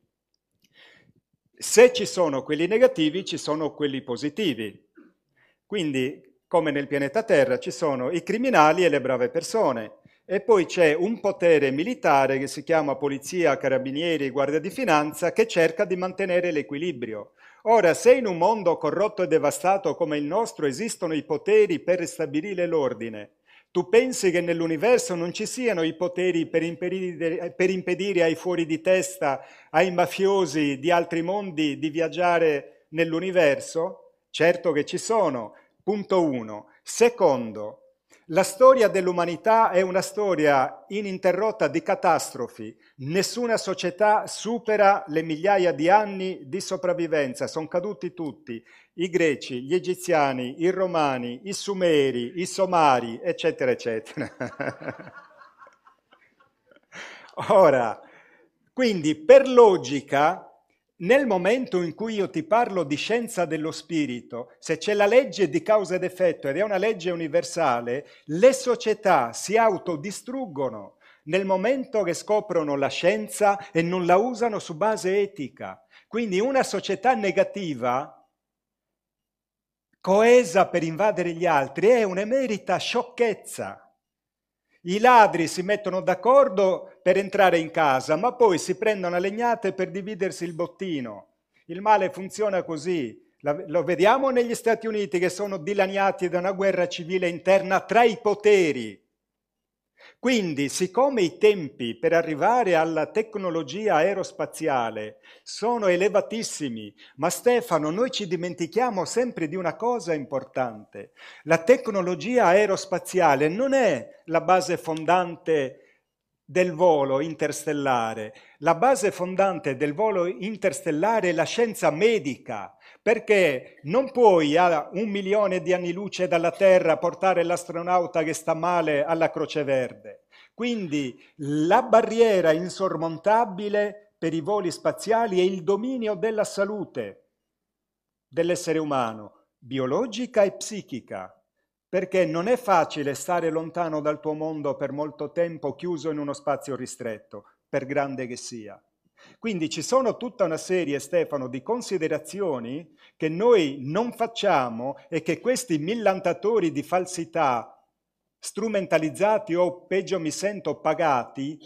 Se ci sono quelli negativi, ci sono quelli positivi. Quindi, come nel pianeta Terra, ci sono i criminali e le brave persone. E poi c'è un potere militare che si chiama Polizia, Carabinieri, Guardia di Finanza, che cerca di mantenere l'equilibrio. Ora, se in un mondo corrotto e devastato come il nostro esistono i poteri per ristabilire l'ordine, tu pensi che nell'universo non ci siano i poteri per impedire, per impedire ai fuori di testa, ai mafiosi di altri mondi di viaggiare nell'universo? Certo che ci sono. Punto uno. Secondo, la storia dell'umanità è una storia ininterrotta di catastrofi. Nessuna società supera le migliaia di anni di sopravvivenza. Sono caduti tutti. I greci, gli egiziani, i romani, i sumeri, i somari, eccetera, eccetera. Ora, quindi per logica, nel momento in cui io ti parlo di scienza dello spirito, se c'è la legge di causa ed effetto ed è una legge universale, le società si autodistruggono. nel momento che scoprono la scienza e non la usano su base etica. Quindi una società negativa, coesa per invadere gli altri, è un'emerita sciocchezza. I ladri si mettono d'accordo per entrare in casa, ma poi si prendono a legnate per dividersi il bottino. Il male funziona così. Lo vediamo negli Stati Uniti, che sono dilaniati da una guerra civile interna tra i poteri. Quindi, siccome i tempi per arrivare alla tecnologia aerospaziale sono elevatissimi, ma Stefano, noi ci dimentichiamo sempre di una cosa importante. La tecnologia aerospaziale non è la base fondante del volo interstellare. La base fondante del volo interstellare è la scienza medica, perché non puoi a un milione di anni luce dalla Terra portare l'astronauta che sta male alla Croce Verde. Quindi la barriera insormontabile per i voli spaziali è il dominio della salute dell'essere umano, biologica e psichica, perché non è facile stare lontano dal tuo mondo per molto tempo, chiuso in uno spazio ristretto, per grande che sia. Quindi ci sono tutta una serie, Stefano, di considerazioni che noi non facciamo e che questi millantatori di falsità, strumentalizzati o peggio mi sento pagati,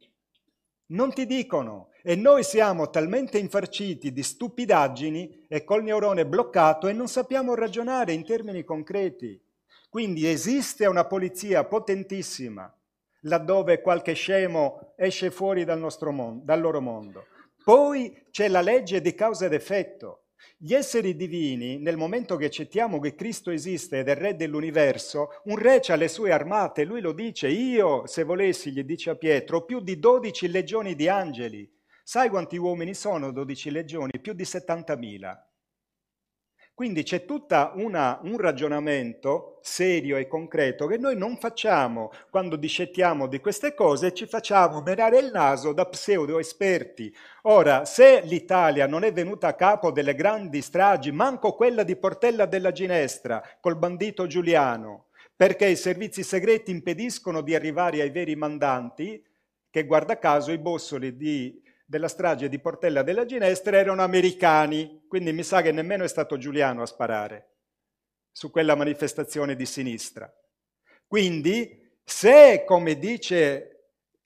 non ti dicono. E noi siamo talmente infarciti di stupidaggini e col neurone bloccato e non sappiamo ragionare in termini concreti. Quindi esiste una polizia potentissima laddove qualche scemo esce fuori dal, nostro mondo, dal loro mondo. Poi c'è la legge di causa ed effetto. Gli esseri divini, nel momento che accettiamo che Cristo esiste ed è Re dell'universo, un re ha le sue armate, lui lo dice, io, se volessi, gli dice a Pietro, ho più di dodici legioni di angeli. Sai quanti uomini sono dodici legioni? Più di settantamila. Quindi c'è tutto un ragionamento serio e concreto che noi non facciamo quando discettiamo di queste cose e ci facciamo menare il naso da pseudo-esperti. Ora, se l'Italia non è venuta a capo delle grandi stragi, manco quella di Portella della Ginestra, col bandito Giuliano, perché i servizi segreti impediscono di arrivare ai veri mandanti, che guarda caso i bossoli di... della strage di Portella della Ginestra erano americani, quindi mi sa che nemmeno è stato Giuliano a sparare su quella manifestazione di sinistra. Quindi, se, come dice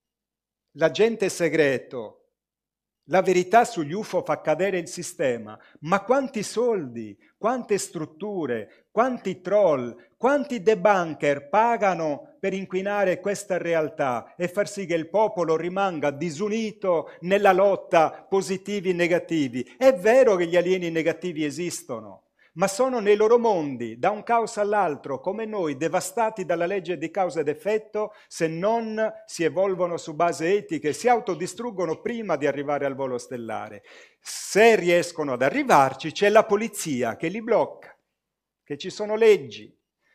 l'agente segreto, la verità sugli U F O fa cadere il sistema, ma quanti soldi, quante strutture, quanti troll, quanti debunker pagano per inquinare questa realtà e far sì che il popolo rimanga disunito nella lotta positivi e negativi? È vero che gli alieni negativi esistono, ma sono nei loro mondi, da un caos all'altro, come noi, devastati dalla legge di causa ed effetto, se non si evolvono su base etiche, si autodistruggono prima di arrivare al volo stellare. Se riescono ad arrivarci, c'è la polizia che li blocca, che ci sono leggi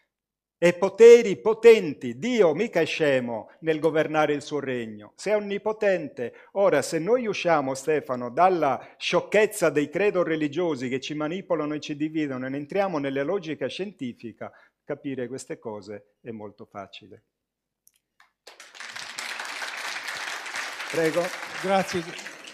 e poteri potenti. Dio mica è scemo nel governare il suo regno, se è onnipotente. Ora, se noi usciamo, Stefano, dalla sciocchezza dei credo religiosi che ci manipolano e ci dividono e ne entriamo nella logica scientifica, capire queste cose è molto facile. Prego. Grazie.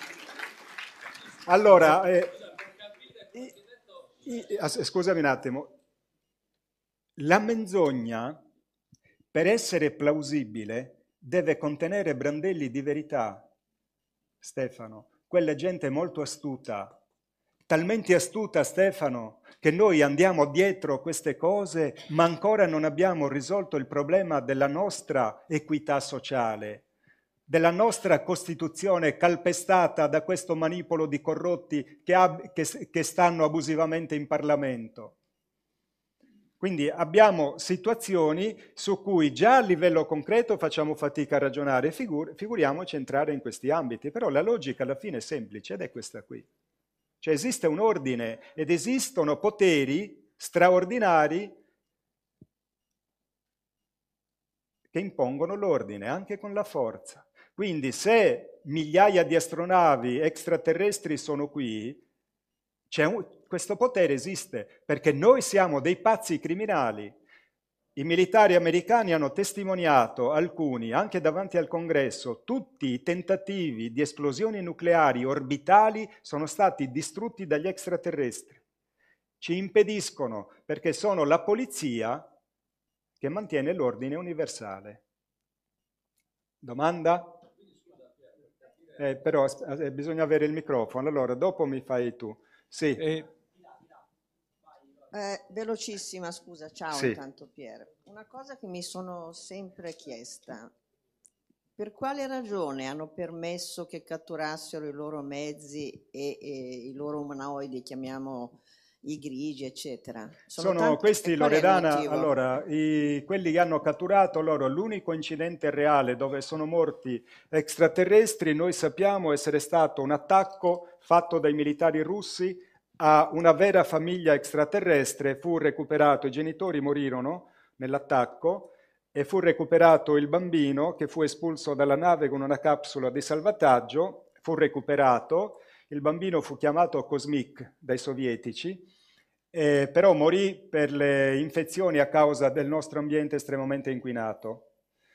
Allora, eh, i, i, scusami un attimo. La menzogna, per essere plausibile, deve contenere brandelli di verità, Stefano. Quella gente molto astuta, talmente astuta, Stefano, che noi andiamo dietro queste cose, ma ancora non abbiamo risolto il problema della nostra equità sociale, della nostra Costituzione calpestata da questo manipolo di corrotti che, ab- che, che stanno abusivamente in Parlamento. Quindi abbiamo situazioni su cui già a livello concreto facciamo fatica a ragionare, figur- figuriamoci entrare in questi ambiti, però la logica alla fine è semplice ed è questa qui. Cioè esiste un ordine ed esistono poteri straordinari che impongono l'ordine, anche con la forza. Quindi se migliaia di astronavi extraterrestri sono qui, c'è un, questo potere esiste, perché noi siamo dei pazzi criminali. i militari americani hanno testimoniato, alcuni, anche davanti al Congresso, tutti i tentativi di esplosioni nucleari orbitali sono stati distrutti dagli extraterrestri. Ci impediscono perché sono la polizia che mantiene l'ordine universale. Domanda? Eh, però eh, bisogna avere il microfono, allora dopo mi fai tu. Sì. Eh, eh, velocissima, scusa, ciao sì. Intanto Pier. Una cosa che mi sono sempre chiesta, per quale ragione hanno permesso che catturassero i loro mezzi e, e i loro umanoidi, chiamiamo i grigi, eccetera? Sono, sono tanti, questi, Loredana, allora, i, quelli che hanno catturato loro, l'unico incidente reale dove sono morti extraterrestri, noi sappiamo essere stato un attacco fatto dai militari russi a una vera famiglia extraterrestre, fu recuperato, i genitori morirono nell'attacco e fu recuperato il bambino che fu espulso dalla nave con una capsula di salvataggio, fu recuperato, il bambino fu chiamato Cosmic dai sovietici, eh, però morì per le infezioni a causa del nostro ambiente estremamente inquinato.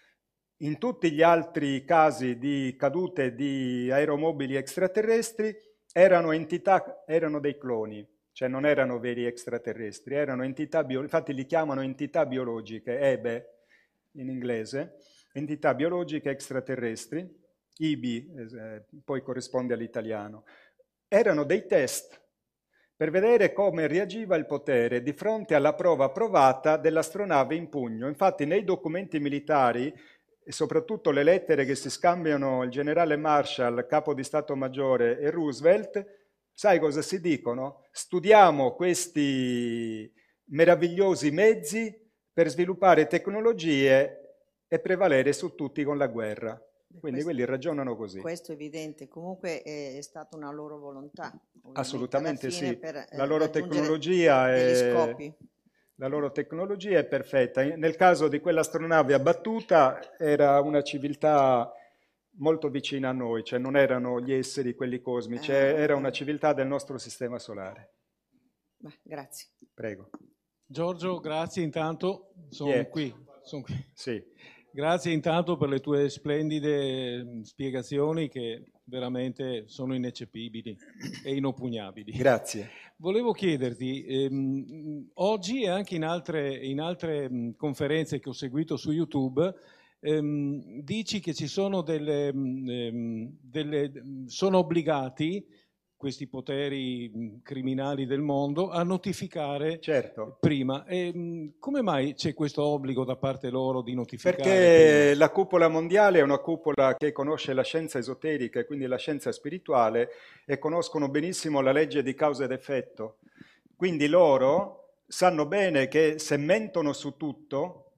In tutti gli altri casi di cadute di aeromobili extraterrestri erano entità, erano dei cloni, cioè non erano veri extraterrestri, erano entità biologiche, infatti li chiamano entità biologiche, E B E in inglese, entità biologiche extraterrestri, I B I, eh, poi corrisponde all'italiano. Erano dei test per vedere come reagiva il potere di fronte alla prova provata dell'astronave in pugno. Infatti nei documenti militari, e soprattutto le lettere che si scambiano il generale Marshall, capo di Stato Maggiore, e Roosevelt, sai cosa si dicono? Studiamo questi meravigliosi mezzi per sviluppare tecnologie e prevalere su tutti con la guerra. Quindi questo, quelli ragionano così. Questo è evidente, comunque è, è stata una loro volontà. Assolutamente sì, per, la loro eh, tecnologia è... scopi. La loro tecnologia è perfetta. Nel caso di quell'astronave abbattuta era una civiltà molto vicina a noi, cioè non erano gli esseri quelli cosmici, eh, era una civiltà del nostro sistema solare. Beh, grazie. Prego. Giorgio, grazie intanto, sono yeah. qui. Sono qui. Sì. Grazie intanto per le tue splendide spiegazioni che veramente sono ineccepibili e inoppugnabili. Grazie. Volevo chiederti, ehm, oggi e anche in altre, in altre mh, conferenze che ho seguito su YouTube, ehm, dici che ci sono delle, mh, delle, sono obbligati questi poteri mh, criminali del mondo a notificare certo. prima. E, mh, come mai c'è questo obbligo da parte loro di notificare? Perché prima? La cupola mondiale è una cupola che conosce la scienza esoterica e quindi la scienza spirituale e conoscono benissimo la legge di causa ed effetto. Quindi loro sanno bene che se mentono su tutto,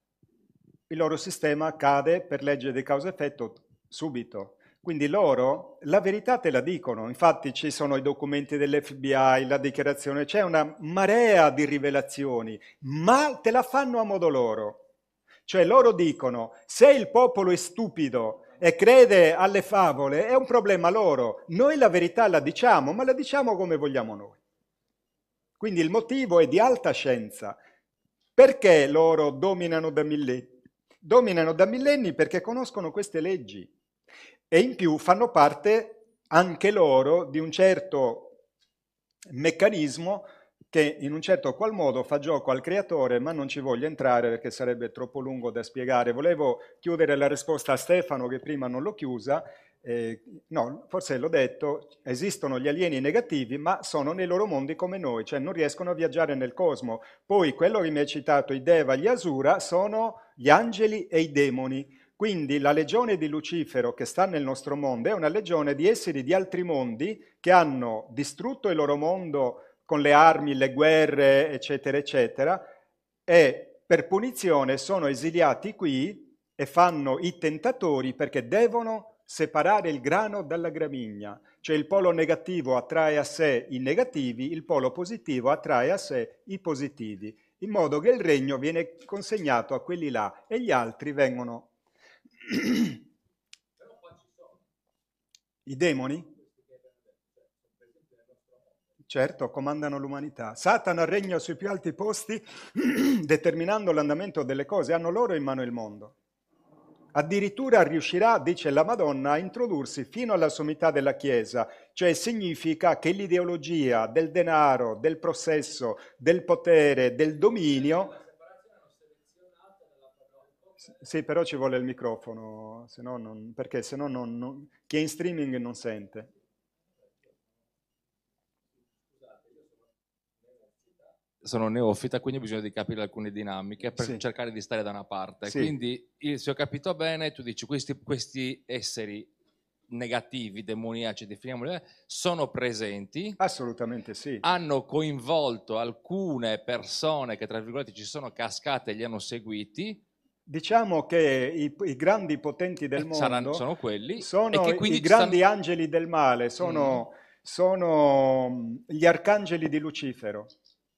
il loro sistema cade per legge di causa ed effetto subito. Quindi loro la verità te la dicono, infatti ci sono i documenti dell'F B I, la dichiarazione, c'è una marea di rivelazioni, ma te la fanno a modo loro. Cioè loro dicono, se il popolo è stupido e crede alle favole, è un problema loro. Noi la verità la diciamo, ma la diciamo come vogliamo noi. Quindi il motivo è di alta scienza. Perché loro dominano da millenni? Dominano da millenni perché conoscono queste leggi. E in più fanno parte anche loro di un certo meccanismo che in un certo qual modo fa gioco al creatore, ma non ci voglio entrare perché sarebbe troppo lungo da spiegare. Volevo chiudere la risposta a Stefano che prima non l'ho chiusa. Eh, no, forse l'ho detto, esistono gli alieni negativi, ma sono nei loro mondi come noi, cioè non riescono a viaggiare nel cosmo. Poi quello che mi hai citato, i Deva, gli Asura, sono gli angeli e i demoni. Quindi la legione di Lucifero che sta nel nostro mondo è una legione di esseri di altri mondi che hanno distrutto il loro mondo con le armi, le guerre, eccetera, eccetera, e per punizione sono esiliati qui e fanno i tentatori perché devono separare il grano dalla gramigna. Cioè il polo negativo attrae a sé i negativi, il polo positivo attrae a sé i positivi, in modo che il regno viene consegnato a quelli là e gli altri vengono... I demoni? Certo, comandano l'umanità. Satana regna sui più alti posti, determinando l'andamento delle cose. Hanno loro in mano il mondo. Addirittura riuscirà, dice la Madonna, a introdursi fino alla sommità della Chiesa, cioè significa che l'ideologia del denaro, del possesso, del potere, del dominio... Sì, però ci vuole il microfono, se no non, perché se no non, non, chi è in streaming non sente. Sono neofita, quindi ho bisogno di capire alcune dinamiche per Sì. cercare di stare da una parte. Sì. Quindi, io, se ho capito bene, tu dici questi, questi esseri negativi, demoniaci, definiamoli, sono presenti. Assolutamente sì. Hanno coinvolto alcune persone che, tra virgolette, ci sono cascate e li hanno seguiti. Diciamo che i, i grandi potenti del Eh, mondo saranno- sono quelli, sono e che i quindi ci grandi stanno- angeli del male, sono, sono mm, gli arcangeli di Lucifero.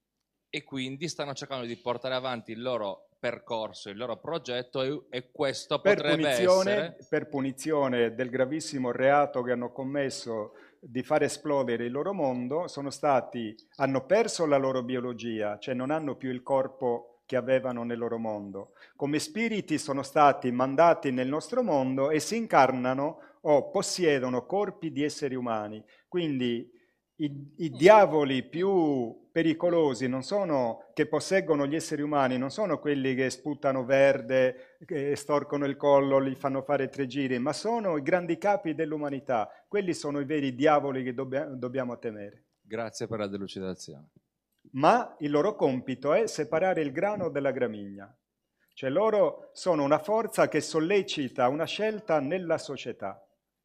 E quindi stanno cercando di portare avanti il loro percorso, il loro progetto, e, e questo Per potrebbe punizione, essere... per punizione del gravissimo reato che hanno commesso di far esplodere il loro mondo, sono stati, hanno perso la loro biologia, cioè non hanno più il corpo che avevano nel loro mondo. Come spiriti sono stati mandati nel nostro mondo e si incarnano o possiedono corpi di esseri umani. Quindi i, i diavoli più pericolosi non sono, che posseggono gli esseri umani, non sono quelli che sputano verde, che storcono il collo, li fanno fare tre giri, ma sono i grandi capi dell'umanità. Quelli sono i veri diavoli che dobbia, dobbiamo temere. Grazie per la delucidazione. Ma il loro compito è separare il grano dalla gramigna. Cioè loro sono una forza che sollecita una scelta nella società.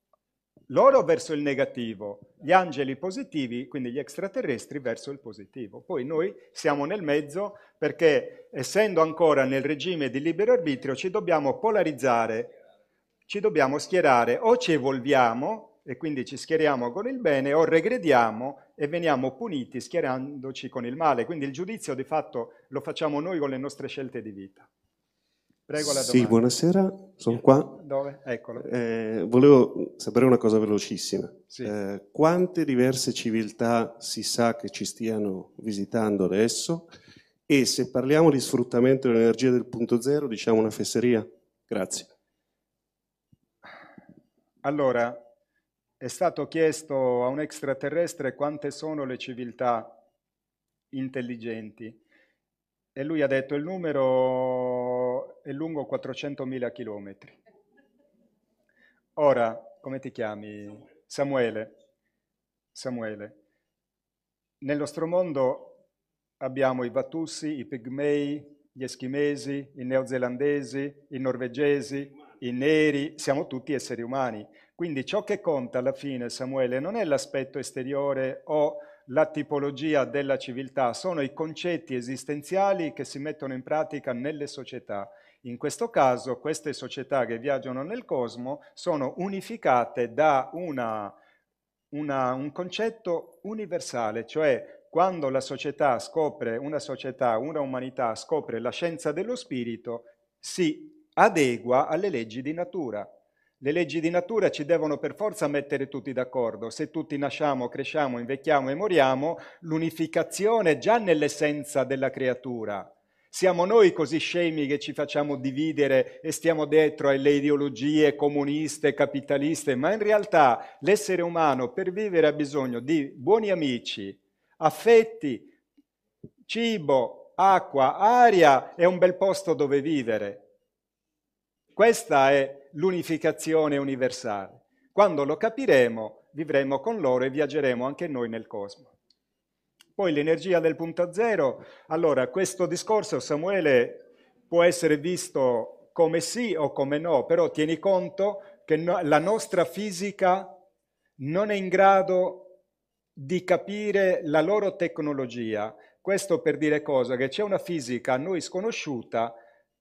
Loro verso il negativo, gli angeli positivi, quindi gli extraterrestri, verso il positivo. Poi noi siamo nel mezzo perché, essendo ancora nel regime di libero arbitrio, ci dobbiamo polarizzare, ci dobbiamo schierare, o ci evolviamo e quindi ci schieriamo con il bene, o regrediamo e veniamo puniti schierandoci con il male. Quindi il giudizio di fatto lo facciamo noi con le nostre scelte di vita. Prego la domanda. Sì, buonasera, sono qua. Dove? Eccolo. Eh, volevo sapere una cosa velocissima. Sì. Eh, quante diverse civiltà si sa che ci stiano visitando adesso? E se parliamo di sfruttamento dell'energia del punto zero, diciamo una fesseria? Grazie. Allora, è stato chiesto a un extraterrestre quante sono le civiltà intelligenti e lui ha detto il numero è lungo quattrocentomila chilometri. Ora, come ti chiami? Samuele. Samuele. Nel nostro mondo abbiamo i Vatussi, i Pigmei, gli Eschimesi, i neozelandesi, i norvegesi, i neri, siamo tutti esseri umani. Quindi ciò che conta alla fine, Samuele, non è l'aspetto esteriore o la tipologia della civiltà, sono i concetti esistenziali che si mettono in pratica nelle società. In questo caso, queste società che viaggiano nel cosmo sono unificate da una, una, un concetto universale, cioè quando la società scopre, una società, una umanità scopre la scienza dello spirito, si adegua alle leggi di natura. Le leggi di natura ci devono per forza mettere tutti d'accordo. Se tutti nasciamo, cresciamo, invecchiamo e moriamo, l'unificazione è già nell'essenza della creatura. Siamo noi così scemi che ci facciamo dividere e stiamo dietro alle ideologie comuniste, capitaliste, ma in realtà l'essere umano per vivere ha bisogno di buoni amici, affetti, cibo, acqua, aria e un bel posto dove vivere. Questa è l'unificazione universale. Quando lo capiremo, vivremo con loro e viaggeremo anche noi nel cosmo. Poi l'energia del punto zero. Allora, questo discorso, Samuele, può essere visto come sì o come no, però tieni conto che no, la nostra fisica non è in grado di capire la loro tecnologia. Questo per dire cosa? Che c'è una fisica a noi sconosciuta,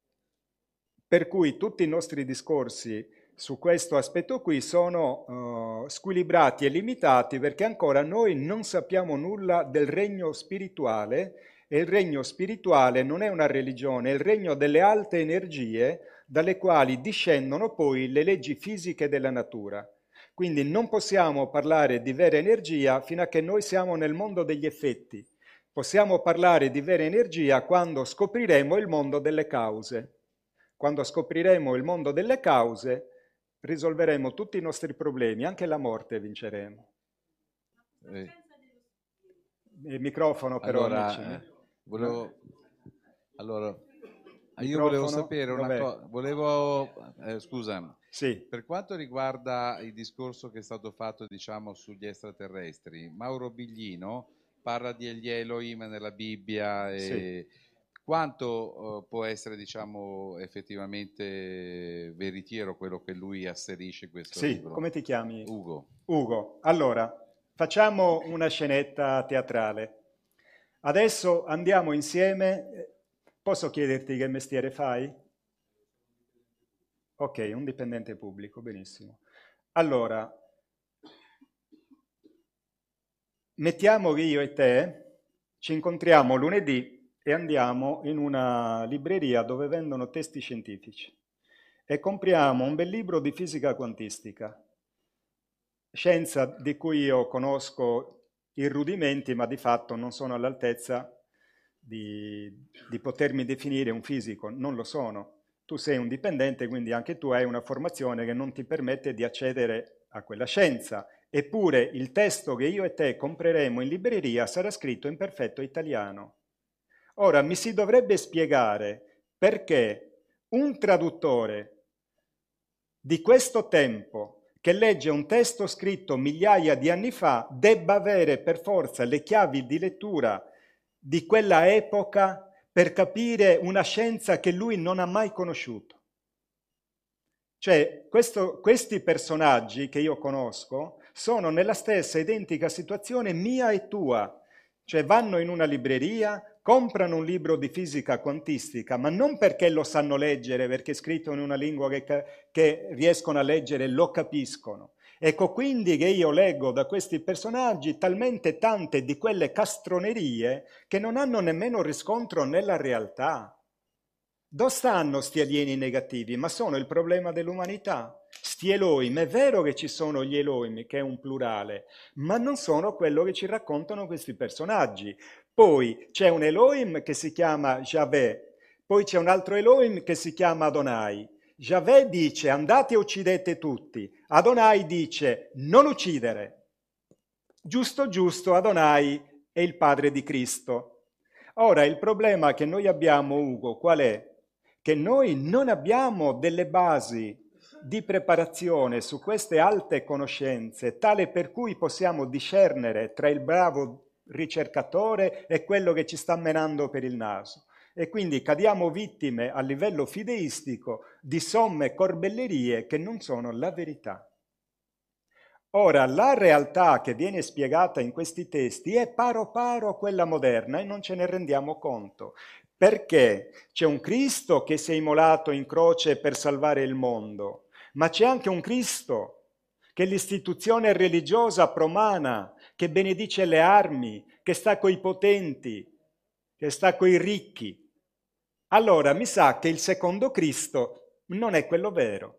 per cui tutti i nostri discorsi su questo aspetto qui sono uh, squilibrati e limitati perché ancora noi non sappiamo nulla del regno spirituale e il regno spirituale non è una religione, è il regno delle alte energie dalle quali discendono poi le leggi fisiche della natura. Quindi non possiamo parlare di vera energia fino a che noi siamo nel mondo degli effetti. Possiamo parlare di vera energia quando scopriremo il mondo delle cause. Quando scopriremo il mondo delle cause, risolveremo tutti i nostri problemi, anche la morte vinceremo. Eh. Il microfono però, allora, amici. eh, volevo, allora, io Microfono, volevo sapere una dov'è? cosa, volevo, eh, scusa, sì. Per quanto riguarda il discorso che è stato fatto, diciamo, sugli extraterrestri, Mauro Biglino parla degli Elohim nella Bibbia e Sì. quanto uh, può essere, diciamo, effettivamente veritiero quello che lui asserisce in questo Sì, libro? come ti chiami? Ugo. Ugo. Allora, facciamo una scenetta teatrale. Adesso andiamo insieme. Posso chiederti che mestiere fai? Ok, un dipendente pubblico, benissimo. Allora, mettiamo che io e te ci incontriamo lunedì e andiamo in una libreria dove vendono testi scientifici e compriamo un bel libro di fisica quantistica, scienza di cui io conosco i rudimenti, ma di fatto non sono all'altezza di, di potermi definire un fisico, non lo sono. Tu sei un dipendente, quindi anche tu hai una formazione che non ti permette di accedere a quella scienza. Eppure il testo che io e te compreremo in libreria sarà scritto in perfetto italiano. Ora mi si dovrebbe spiegare perché un traduttore di questo tempo che legge un testo scritto migliaia di anni fa debba avere per forza le chiavi di lettura di quella epoca per capire una scienza che lui non ha mai conosciuto. Cioè, questo, questi personaggi che io conosco sono nella stessa identica situazione mia e tua. Cioè, vanno in una libreria, comprano un libro di fisica quantistica, ma non perché lo sanno leggere, perché è scritto in una lingua che, che riescono a leggere e lo capiscono. Ecco quindi che io leggo da questi personaggi talmente tante di quelle castronerie che non hanno nemmeno riscontro nella realtà. Dove stanno sti alieni negativi? Ma sono il problema dell'umanità. Sti Elohim, è vero che ci sono gli Elohim, che è un plurale, ma non sono quello che ci raccontano questi personaggi. Poi c'è un Elohim che si chiama Yahweh, poi c'è un altro Elohim che si chiama Adonai. Yahweh dice andate e uccidete tutti, Adonai dice non uccidere. Giusto giusto, Adonai è il padre di Cristo. Ora il problema che noi abbiamo, Ugo, qual è? Che noi non abbiamo delle basi di preparazione su queste alte conoscenze, tale per cui possiamo discernere tra il bravo ricercatore e quello che ci sta menando per il naso. E quindi cadiamo vittime a livello fideistico di somme corbellerie che non sono la verità. Ora, la realtà che viene spiegata in questi testi è paro paro a quella moderna e non ce ne rendiamo conto. Perché c'è un Cristo che si è immolato in croce per salvare il mondo, ma c'è anche un Cristo che è l'istituzione religiosa promana, che benedice le armi, che sta coi potenti, che sta coi ricchi. Allora mi sa che il secondo Cristo non è quello vero.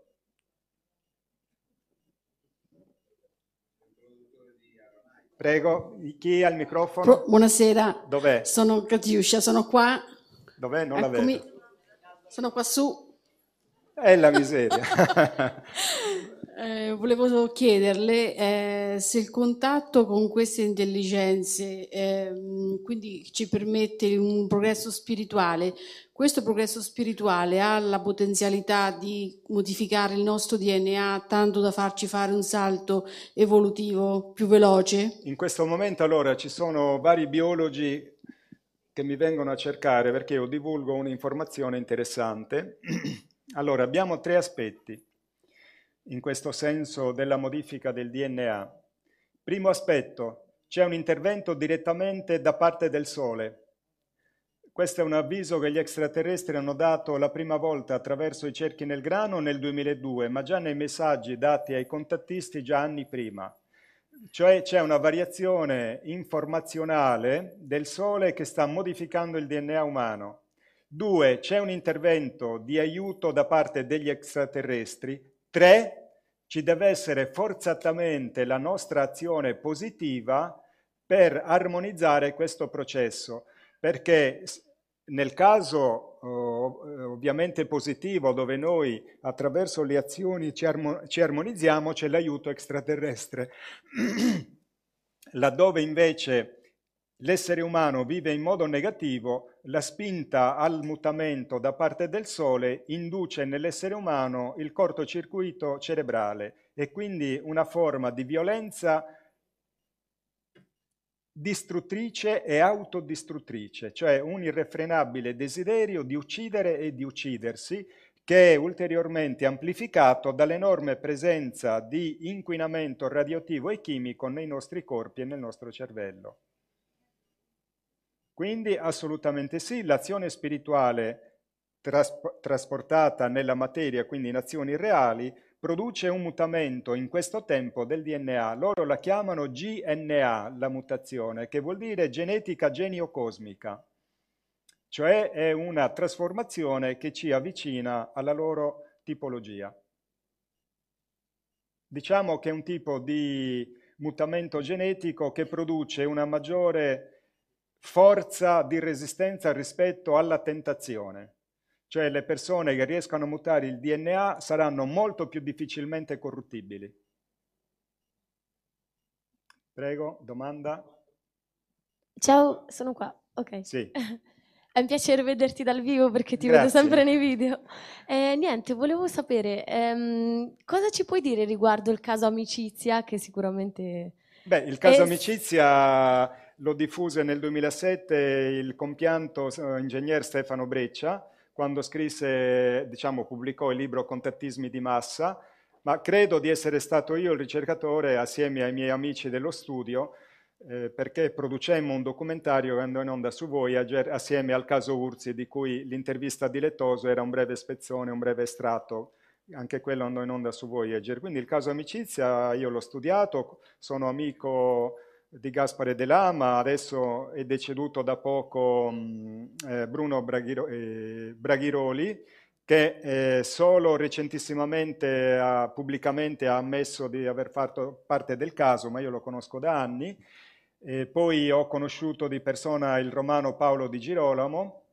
Prego, chi ha il microfono? Pro, buonasera. Dov'è? Sono Katiuscia, sono qua. Dov'è? Non Eccomi. la vedo. Sono qua su. È la miseria. eh, volevo chiederle eh, se il contatto con queste intelligenze eh, quindi ci permette un progresso spirituale. Questo progresso spirituale ha la potenzialità di modificare il nostro D N A tanto da farci fare un salto evolutivo più veloce? In questo momento allora ci sono vari biologi che mi vengono a cercare perché io divulgo un'informazione interessante. Allora, abbiamo tre aspetti in questo senso della modifica del D N A. Primo aspetto, c'è un intervento direttamente da parte del Sole. Questo è un avviso che gli extraterrestri hanno dato la prima volta attraverso i cerchi nel grano nel duemiladue, ma già nei messaggi dati ai contattisti già anni prima. Cioè c'è una variazione informazionale del Sole che sta modificando il D N A umano. Due, c'è un intervento di aiuto da parte degli extraterrestri. Tre, Ci deve essere forzatamente la nostra azione positiva per armonizzare questo processo, perché nel caso oh, ovviamente positivo, dove noi attraverso le azioni ci, armo- ci armonizziamo, c'è l'aiuto extraterrestre. Laddove invece l'essere umano vive in modo negativo, la spinta al mutamento da parte del Sole induce nell'essere umano il cortocircuito cerebrale e quindi una forma di violenza distruttrice e autodistruttrice, cioè un irrefrenabile desiderio di uccidere e di uccidersi, che è ulteriormente amplificato dall'enorme presenza di inquinamento radioattivo e chimico nei nostri corpi e nel nostro cervello. Quindi assolutamente sì, l'azione spirituale trasp- trasportata nella materia, quindi in azioni reali, produce un mutamento in questo tempo del D N A. Loro la chiamano G N A, la mutazione, che vuol dire genetica geniocosmica, cioè è una trasformazione che ci avvicina alla loro tipologia. Diciamo che è un tipo di mutamento genetico che produce una maggiore forza di resistenza rispetto alla tentazione. Cioè le persone che riescano a mutare il D N A saranno molto più difficilmente corruttibili. Prego, domanda? Ciao, sono qua. Ok. Sì. È un piacere vederti dal vivo perché ti Grazie. vedo sempre nei video. Eh, niente, volevo sapere ehm, cosa ci puoi dire riguardo il caso Amicizia, che sicuramente... Beh, il caso è... Amicizia lo diffuse nel duemilasette il compianto ingegner Stefano Breccia, quando scrisse, diciamo, pubblicò il libro Contattismi di massa, ma credo di essere stato io il ricercatore assieme ai miei amici dello studio, eh, perché producemmo un documentario che andò in onda su Voyager assieme al caso Urzi, di cui l'intervista di Lettoso era un breve spezzone, un breve estratto, anche quello andò in onda su Voyager. Quindi il caso Amicizia io l'ho studiato, sono amico di Gaspare De Lama, adesso è deceduto da poco mh, eh, Bruno Braghiro, eh, Braghiroli, che eh, solo recentissimamente ha, pubblicamente ha ammesso di aver fatto parte del caso, ma io lo conosco da anni. E poi ho conosciuto di persona il romano Paolo Di Girolamo,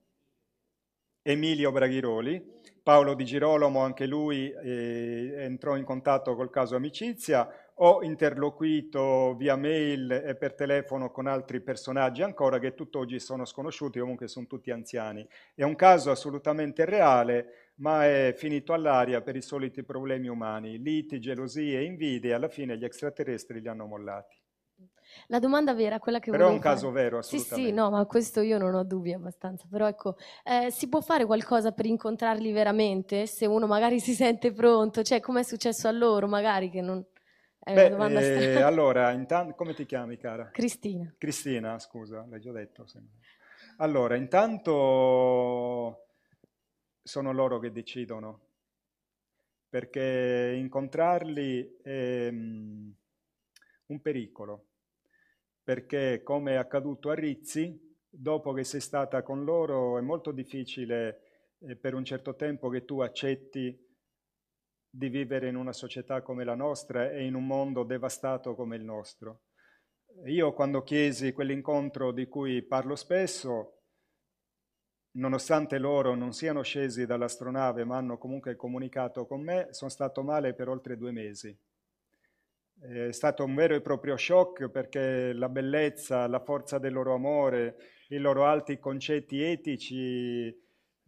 Emilio Braghiroli. Paolo Di Girolamo, anche lui eh, entrò in contatto col caso Amicizia. Ho interloquito via mail e per telefono con altri personaggi ancora che tutt'oggi sono sconosciuti, comunque sono tutti anziani. È un caso assolutamente reale, ma è finito all'aria per i soliti problemi umani, liti, gelosie, invidie, alla fine gli extraterrestri li hanno mollati. La domanda vera, quella che però volevo è un caso fare. vero, assolutamente. Sì, sì, no, ma questo io non ho dubbi abbastanza, però ecco, eh, si può fare qualcosa per incontrarli veramente? Se uno magari si sente pronto, cioè come è successo a loro, magari che non... È una Beh, domanda eh, strana. allora, intanto, come ti chiami, cara? Cristina. Cristina, scusa, l'hai già detto. Sì. Allora, intanto sono loro che decidono, perché incontrarli è um, un pericolo, perché come è accaduto a Rizzi, dopo che sei stata con loro è molto difficile eh, per un certo tempo che tu accetti di vivere in una società come la nostra e in un mondo devastato come il nostro. Io quando chiesi quell'incontro di cui parlo spesso, nonostante loro non siano scesi dall'astronave ma hanno comunque comunicato con me, sono stato male per oltre due mesi. È stato un vero e proprio shock perché la bellezza, la forza del loro amore, i loro alti concetti etici,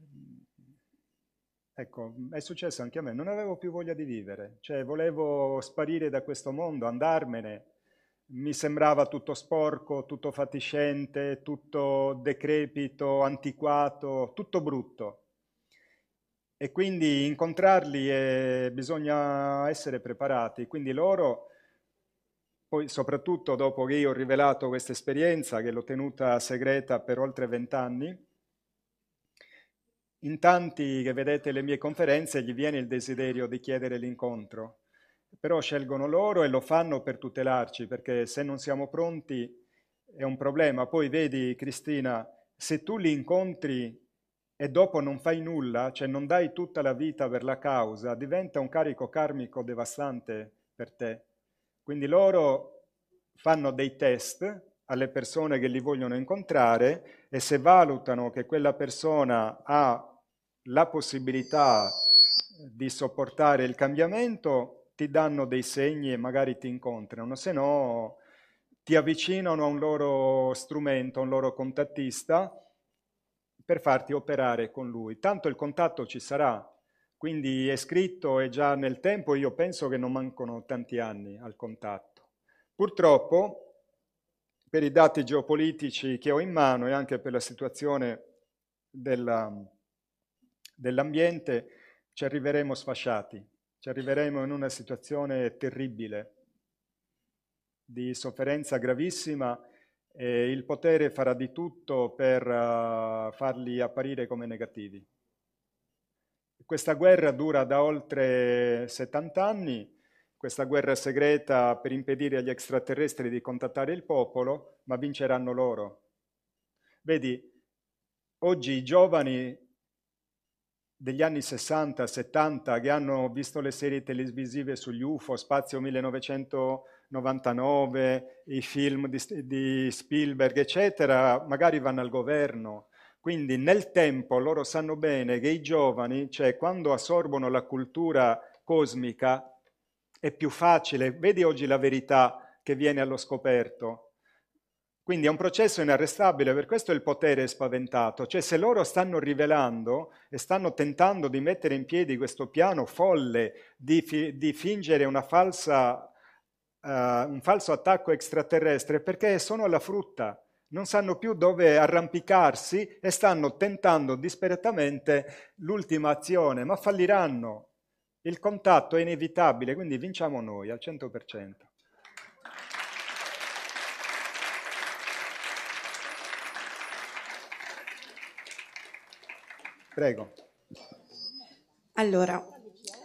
ecco, è successo anche a me, non avevo più voglia di vivere, cioè volevo sparire da questo mondo, andarmene, mi sembrava tutto sporco, tutto fatiscente, tutto decrepito, antiquato, tutto brutto. E quindi incontrarli eh, bisogna essere preparati, quindi loro, poi soprattutto dopo che io ho rivelato questa esperienza, che l'ho tenuta segreta per oltre vent'anni, in tanti che vedete le mie conferenze gli viene il desiderio di chiedere l'incontro, però scelgono loro e lo fanno per tutelarci, perché se non siamo pronti è un problema. Poi vedi, Cristina, se tu li incontri e dopo non fai nulla, cioè non dai tutta la vita per la causa, diventa un carico karmico devastante per te. Quindi loro fanno dei test alle persone che li vogliono incontrare e se valutano che quella persona ha la possibilità di sopportare il cambiamento, ti danno dei segni e magari ti incontrano, se no ti avvicinano a un loro strumento, a un loro contattista per farti operare con lui. Tanto il contatto ci sarà, quindi è scritto e già nel tempo, io penso che non mancano tanti anni al contatto. Purtroppo, per i dati geopolitici che ho in mano e anche per la situazione della, dell'ambiente, ci arriveremo sfasciati, ci arriveremo in una situazione terribile, di sofferenza gravissima, e il potere farà di tutto per uh, farli apparire come negativi. Questa guerra dura da oltre settanta anni, questa guerra segreta per impedire agli extraterrestri di contattare il popolo, ma vinceranno loro. Vedi, oggi i giovani degli anni sessanta settanta che hanno visto le serie televisive sugli U F O, Spazio millenovecentonovantanove, i film di, di Spielberg, eccetera, magari vanno al governo. Quindi nel tempo loro sanno bene che i giovani, cioè quando assorbono la cultura cosmica, è più facile. Vedi oggi la verità che viene allo scoperto. Quindi è un processo inarrestabile, per questo il potere è spaventato. Cioè se loro stanno rivelando e stanno tentando di mettere in piedi questo piano folle di, fi- di fingere una falsa, uh, un falso attacco extraterrestre, perché sono alla frutta, non sanno più dove arrampicarsi e stanno tentando disperatamente l'ultima azione, ma falliranno. Il contatto è inevitabile, quindi vinciamo noi al cento per cento. Prego. Allora,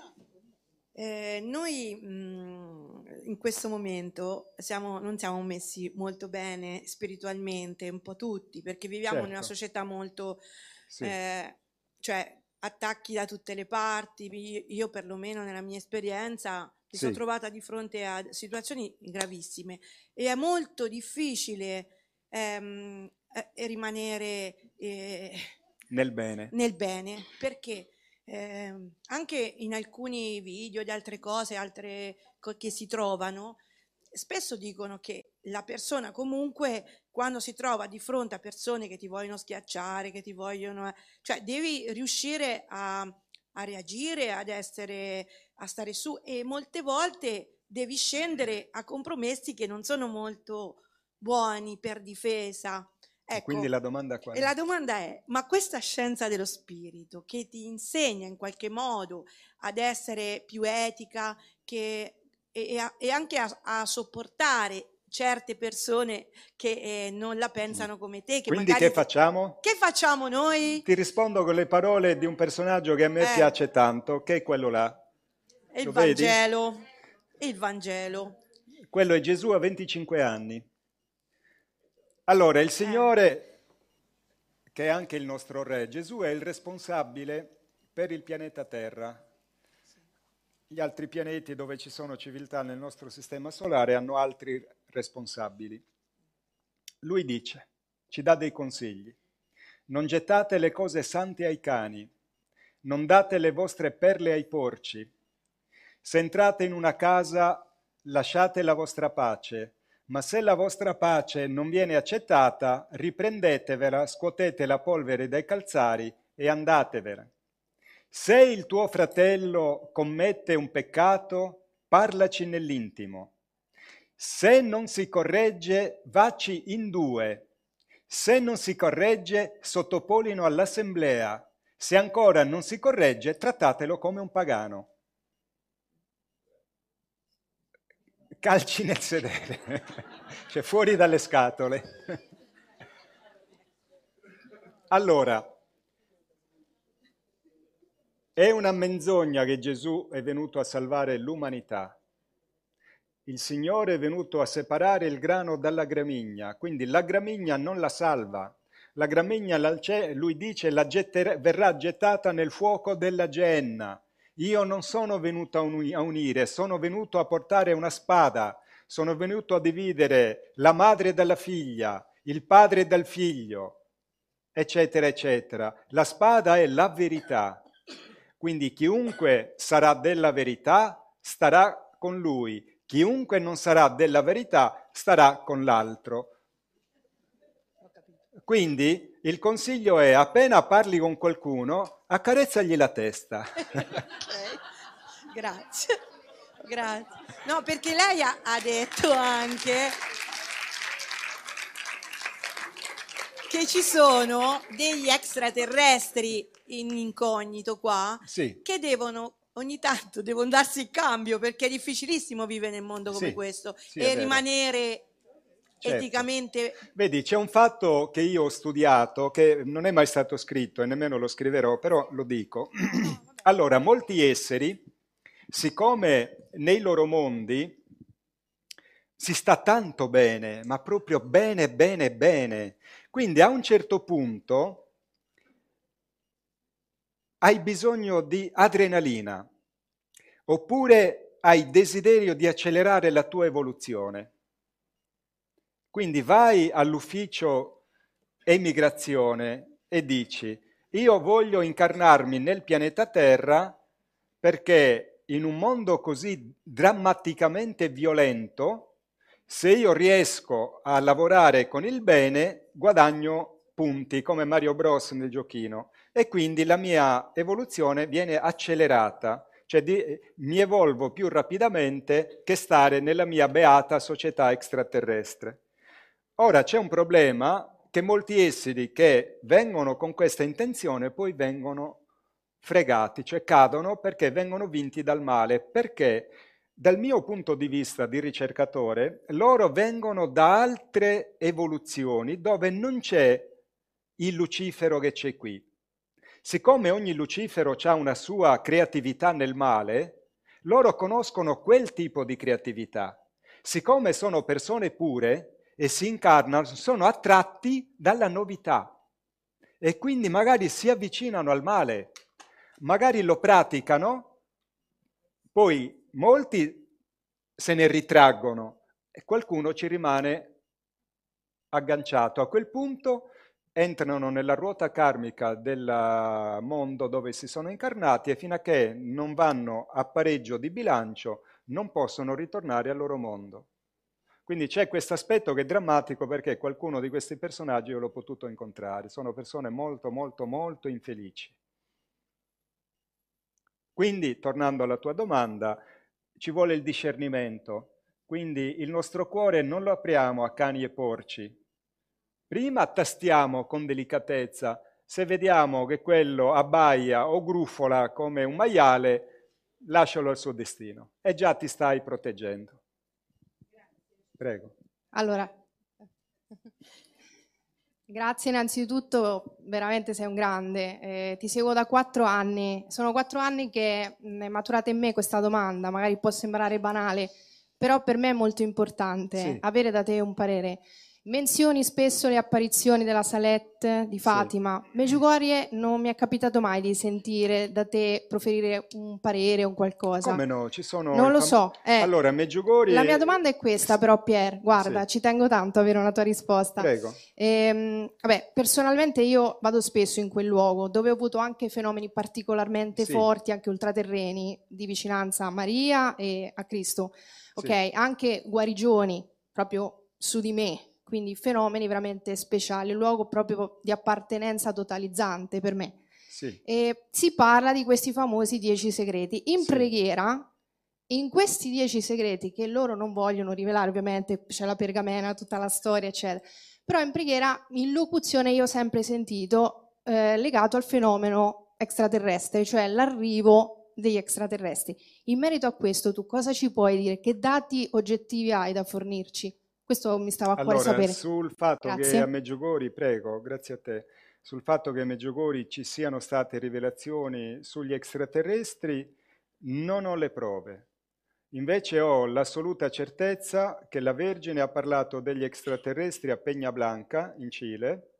eh, noi mh, in questo momento siamo, non siamo messi molto bene spiritualmente, un po' tutti, perché viviamo Certo. in una società molto, Sì. eh, cioè attacchi da tutte le parti. Io, io perlomeno nella mia esperienza mi Sì. sono trovata di fronte a situazioni gravissime e è molto difficile ehm, eh, rimanere eh, Nel bene. nel bene, perché eh, anche in alcuni video di altre cose, altre co- che si trovano, spesso dicono che la persona comunque quando si trova di fronte a persone che ti vogliono schiacciare, che ti vogliono, cioè devi riuscire a, a reagire, ad essere, a stare su, e molte volte devi scendere a compromessi che non sono molto buoni per difesa. Ecco, Quindi la domanda qual è? e la domanda è, ma questa scienza dello spirito che ti insegna in qualche modo ad essere più etica che, e, e, a, e anche a, a sopportare certe persone che eh, non la pensano come te, che Quindi magari che facciamo? Che facciamo noi? Ti rispondo con le parole di un personaggio che a me Eh. piace tanto, che è quello là. È il Lo vedi? Vangelo, il Vangelo. Quello è Gesù a venticinque anni. Allora, il Signore, che è anche il nostro Re, Gesù è il responsabile per il pianeta Terra. Gli altri pianeti dove ci sono civiltà nel nostro sistema solare hanno altri responsabili. Lui dice, ci dà dei consigli. Non gettate le cose sante ai cani, non date le vostre perle ai porci. Se entrate in una casa, lasciate la vostra pace. Ma se la vostra pace non viene accettata, riprendetevela, scuotete la polvere dai calzari e andatevene. Se il tuo fratello commette un peccato, parlaci nell'intimo. Se non si corregge, vacci in due. Se non si corregge, sottoponilo all'assemblea. Se ancora non si corregge, trattatelo come un pagano. Calci nel sedere, cioè fuori dalle scatole. Allora, è una menzogna che Gesù è venuto a salvare l'umanità. Il Signore è venuto a separare il grano dalla gramigna, quindi la gramigna non la salva. la gramigna, lui dice, la gettere, verrà gettata nel fuoco della Geenna. Io non sono venuto a unire, sono venuto a portare una spada, sono venuto a dividere la madre dalla figlia, il padre dal figlio, eccetera, eccetera. La spada è la verità. Quindi chiunque sarà della verità starà con lui, chiunque non sarà della verità starà con l'altro. Quindi il consiglio è, appena parli con qualcuno, accarezzagli la testa. Okay. Grazie, grazie. No, perché lei ha, ha detto anche che ci sono degli extraterrestri in incognito qua, sì, che devono ogni tanto devono darsi il cambio, perché è difficilissimo vivere nel mondo come sì, questo sì, e rimanere certo. eticamente. Vedi, c'è un fatto che io ho studiato che non è mai stato scritto e nemmeno lo scriverò, però lo dico. Allora, molti esseri, siccome nei loro mondi si sta tanto bene, ma proprio bene, bene, bene, quindi a un certo punto hai bisogno di adrenalina, oppure hai desiderio di accelerare la tua evoluzione. Quindi vai all'ufficio emigrazione e dici, io voglio incarnarmi nel pianeta Terra perché in un mondo così drammaticamente violento, se io riesco a lavorare con il bene, guadagno punti, come Mario Bros nel giochino, e quindi la mia evoluzione viene accelerata, cioè di, mi evolvo più rapidamente che stare nella mia beata società extraterrestre. Ora c'è un problema, che molti esseri che vengono con questa intenzione poi vengono fregati, cioè cadono perché vengono vinti dal male, perché dal mio punto di vista di ricercatore, loro vengono da altre evoluzioni dove non c'è il Lucifero che c'è qui. Siccome ogni Lucifero ha una sua creatività nel male, loro conoscono quel tipo di creatività. Siccome sono persone pure e si incarnano, sono attratti dalla novità e quindi magari si avvicinano al male, magari lo praticano, poi molti se ne ritraggono e qualcuno ci rimane agganciato. A quel punto entrano nella ruota karmica del mondo dove si sono incarnati e fino a che non vanno a pareggio di bilancio non possono ritornare al loro mondo. Quindi c'è questo aspetto che è drammatico perché qualcuno di questi personaggi io l'ho potuto incontrare, sono persone molto molto molto infelici. Quindi, tornando alla tua domanda, ci vuole il discernimento, quindi il nostro cuore non lo apriamo a cani e porci. Prima tastiamo con delicatezza, se vediamo che quello abbaia o grufola come un maiale, lascialo al suo destino e già ti stai proteggendo. Prego. Allora, grazie innanzitutto, veramente sei un grande, eh, ti seguo da quattro anni, sono quattro anni che mh, è maturata in me questa domanda, magari può sembrare banale, però per me è molto importante Sì. avere da te un parere. Menzioni spesso le apparizioni della Salette, di Fatima. Sì. Medjugorje non mi è capitato mai di sentire da te proferire un parere o qualcosa. Come no? Ci sono non lo fam- so. Eh, allora, Medjugorje... La mia domanda è questa, però, Pier. Guarda, Sì. ci tengo tanto a avere una tua risposta. Prego. Ehm, vabbè, personalmente io vado spesso in quel luogo dove ho avuto anche fenomeni particolarmente Sì. forti, anche ultraterreni, di vicinanza a Maria e a Cristo. Ok, Sì. anche guarigioni proprio su di me. Quindi fenomeni veramente speciali, un luogo proprio di appartenenza totalizzante per me. Sì. E si parla di questi famosi dieci segreti. In Sì. preghiera, in questi dieci segreti, che loro non vogliono rivelare, ovviamente c'è la pergamena, tutta la storia, eccetera, però in preghiera, in locuzione io ho sempre sentito eh, legato al fenomeno extraterrestre, cioè l'arrivo degli extraterrestri. In merito a questo, tu cosa ci puoi dire? Che dati oggettivi hai da fornirci? Questo mi stava a cuore Allora, sapere. sul fatto Grazie. che a Medjugorje, prego, grazie a te, sul fatto che a Medjugorje ci siano state rivelazioni sugli extraterrestri, non ho le prove. Invece ho l'assoluta certezza che la Vergine ha parlato degli extraterrestri a Peña Blanca, in Cile,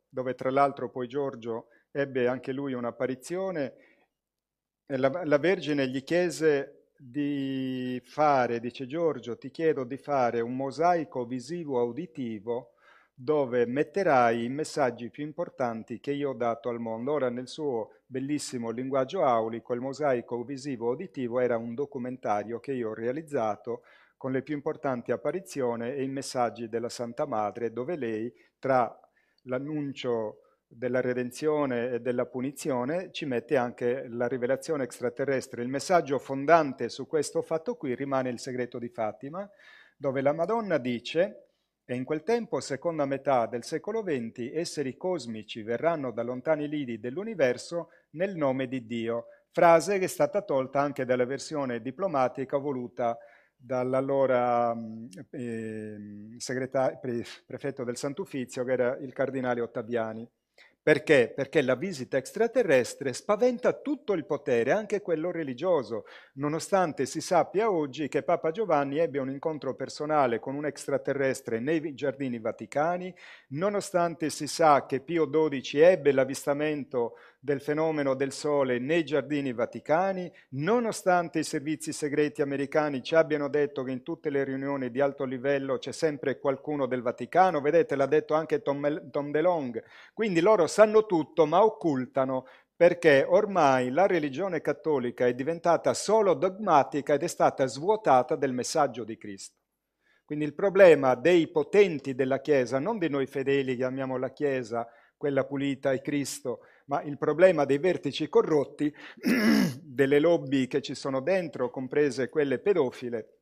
dove tra l'altro poi Giorgio ebbe anche lui un'apparizione, e la, la Vergine gli chiese di fare, dice Giorgio, ti chiedo di fare un mosaico visivo auditivo dove metterai i messaggi più importanti che io ho dato al mondo. Ora, nel suo bellissimo linguaggio aulico, il mosaico visivo auditivo era un documentario che io ho realizzato con le più importanti apparizioni e i messaggi della Santa Madre, dove lei, tra l'annuncio della redenzione e della punizione, ci mette anche la rivelazione extraterrestre. Il messaggio fondante su questo fatto qui rimane il segreto di Fatima, dove la Madonna dice: e in quel tempo, seconda metà del secolo venti, esseri cosmici verranno da lontani lidi dell'universo nel nome di Dio. Frase che è stata tolta anche dalla versione diplomatica voluta dall'allora eh, segretario, pre, prefetto del Sant'Uffizio, che era il cardinale Ottaviani. Perché? Perché la visita extraterrestre spaventa tutto il potere, anche quello religioso, nonostante si sappia oggi che Papa Giovanni ebbe un incontro personale con un extraterrestre nei Giardini Vaticani, nonostante si sa che Pio dodici ebbe l'avvistamento del fenomeno del Sole nei Giardini Vaticani, nonostante i servizi segreti americani ci abbiano detto che in tutte le riunioni di alto livello c'è sempre qualcuno del Vaticano, vedete, l'ha detto anche Tom, Tom DeLonge, quindi loro sanno tutto ma occultano, perché ormai la religione cattolica è diventata solo dogmatica ed è stata svuotata del messaggio di Cristo. Quindi il problema dei potenti della Chiesa, non di noi fedeli che amiamo la Chiesa, quella pulita e Cristo, ma il problema dei vertici corrotti, delle lobby che ci sono dentro, comprese quelle pedofile,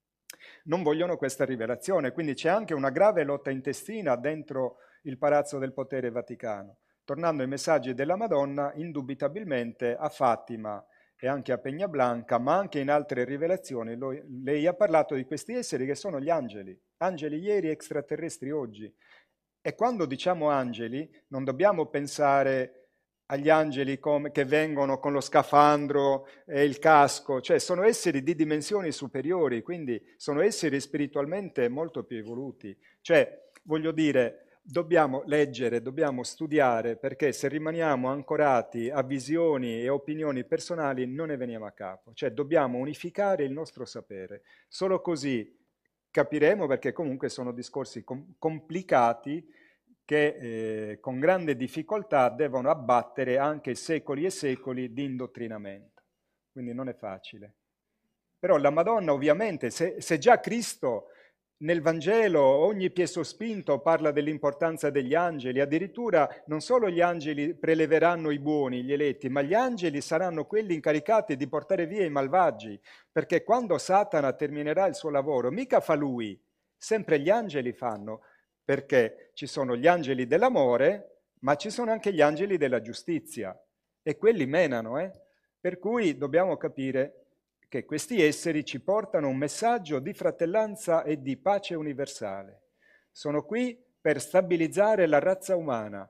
non vogliono questa rivelazione. Quindi c'è anche una grave lotta intestina dentro il palazzo del potere vaticano. Tornando ai messaggi della Madonna, indubitabilmente a Fatima e anche a Peñablanca, ma anche in altre rivelazioni, lei ha parlato di questi esseri che sono gli angeli, angeli ieri, extraterrestri oggi. E quando diciamo angeli non dobbiamo pensare agli angeli come, che vengono con lo scafandro e il casco, cioè sono esseri di dimensioni superiori, quindi sono esseri spiritualmente molto più evoluti. Cioè, voglio dire, dobbiamo leggere, dobbiamo studiare, perché se rimaniamo ancorati a visioni e opinioni personali non ne veniamo a capo. Cioè, dobbiamo unificare il nostro sapere. Solo così capiremo, perché comunque sono discorsi com- complicati che eh, con grande difficoltà devono abbattere anche secoli e secoli di indottrinamento. Quindi non è facile. Però la Madonna ovviamente, se, se già Cristo nel Vangelo ogni piezo spinto parla dell'importanza degli angeli, addirittura non solo gli angeli preleveranno i buoni, gli eletti, ma gli angeli saranno quelli incaricati di portare via i malvagi, perché quando Satana terminerà il suo lavoro, mica fa lui, sempre gli angeli fanno, perché ci sono gli angeli dell'amore, ma ci sono anche gli angeli della giustizia, e quelli menano, eh? Per cui dobbiamo capire che questi esseri ci portano un messaggio di fratellanza e di pace universale. Sono qui per stabilizzare la razza umana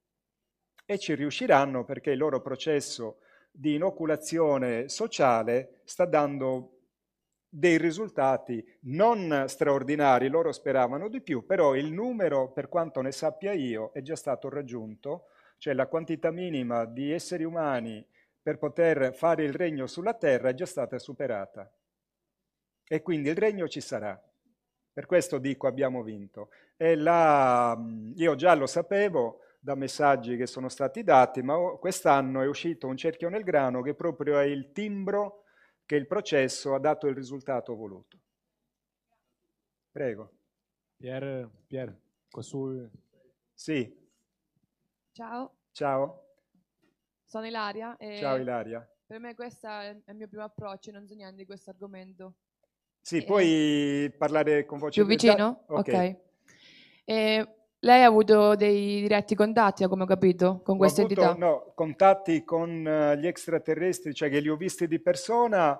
e ci riusciranno, perché il loro processo di inoculazione sociale sta dando dei risultati non straordinari, loro speravano di più, però il numero, per quanto ne sappia io, è già stato raggiunto, cioè la quantità minima di esseri umani per poter fare il regno sulla terra è già stata superata. E quindi il regno ci sarà. Per questo dico abbiamo vinto. E la, io già lo sapevo da messaggi che sono stati dati, ma quest'anno è uscito un cerchio nel grano che proprio è il timbro che il processo ha dato il risultato voluto. Prego. Pier, Pier, qua sul... Sì. Ciao. Ciao. Sono Ilaria. E Ciao Ilaria. Per me questo è il mio primo approccio, non so niente di questo argomento. Sì, e... puoi parlare con voce più vicino? Ok. okay. E lei ha avuto dei diretti contatti, come ho capito, con questa entità? No, contatti con gli extraterrestri, cioè che li ho visti di persona.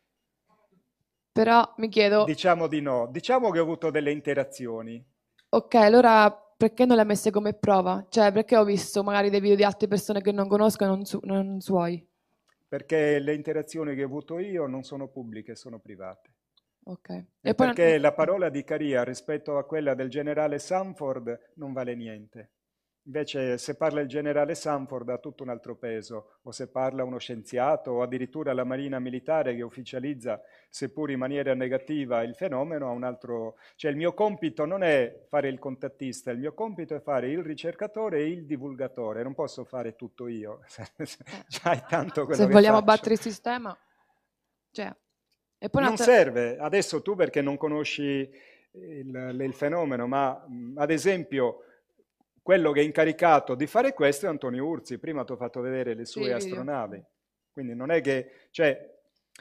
Però mi chiedo... Diciamo di no. Diciamo che ho avuto delle interazioni. Ok, allora perché non le ha messe come prova? Cioè, perché ho visto magari dei video di altre persone che non conosco e non, su, non suoi? Perché le interazioni che ho avuto io non sono pubbliche, sono private. Ok. E, e perché poi... la parola di Caria rispetto a quella del generale Sanford non vale niente. Invece se parla il generale Sanford ha tutto un altro peso, o se parla uno scienziato, o addirittura la Marina Militare che ufficializza, seppur in maniera negativa, il fenomeno, ha un altro... Cioè il mio compito non è fare il contattista, il mio compito è fare il ricercatore e il divulgatore, non posso fare tutto io. Già è tanto quello Se che vogliamo faccio. battere il sistema, cioè... E poi Non un'altra- serve, adesso tu perché non conosci il, il fenomeno, ma mh, ad esempio... Quello che è incaricato di fare questo è Antonio Urzi, prima ti ho fatto vedere le sue Sì, astronavi, quindi non è che, cioè,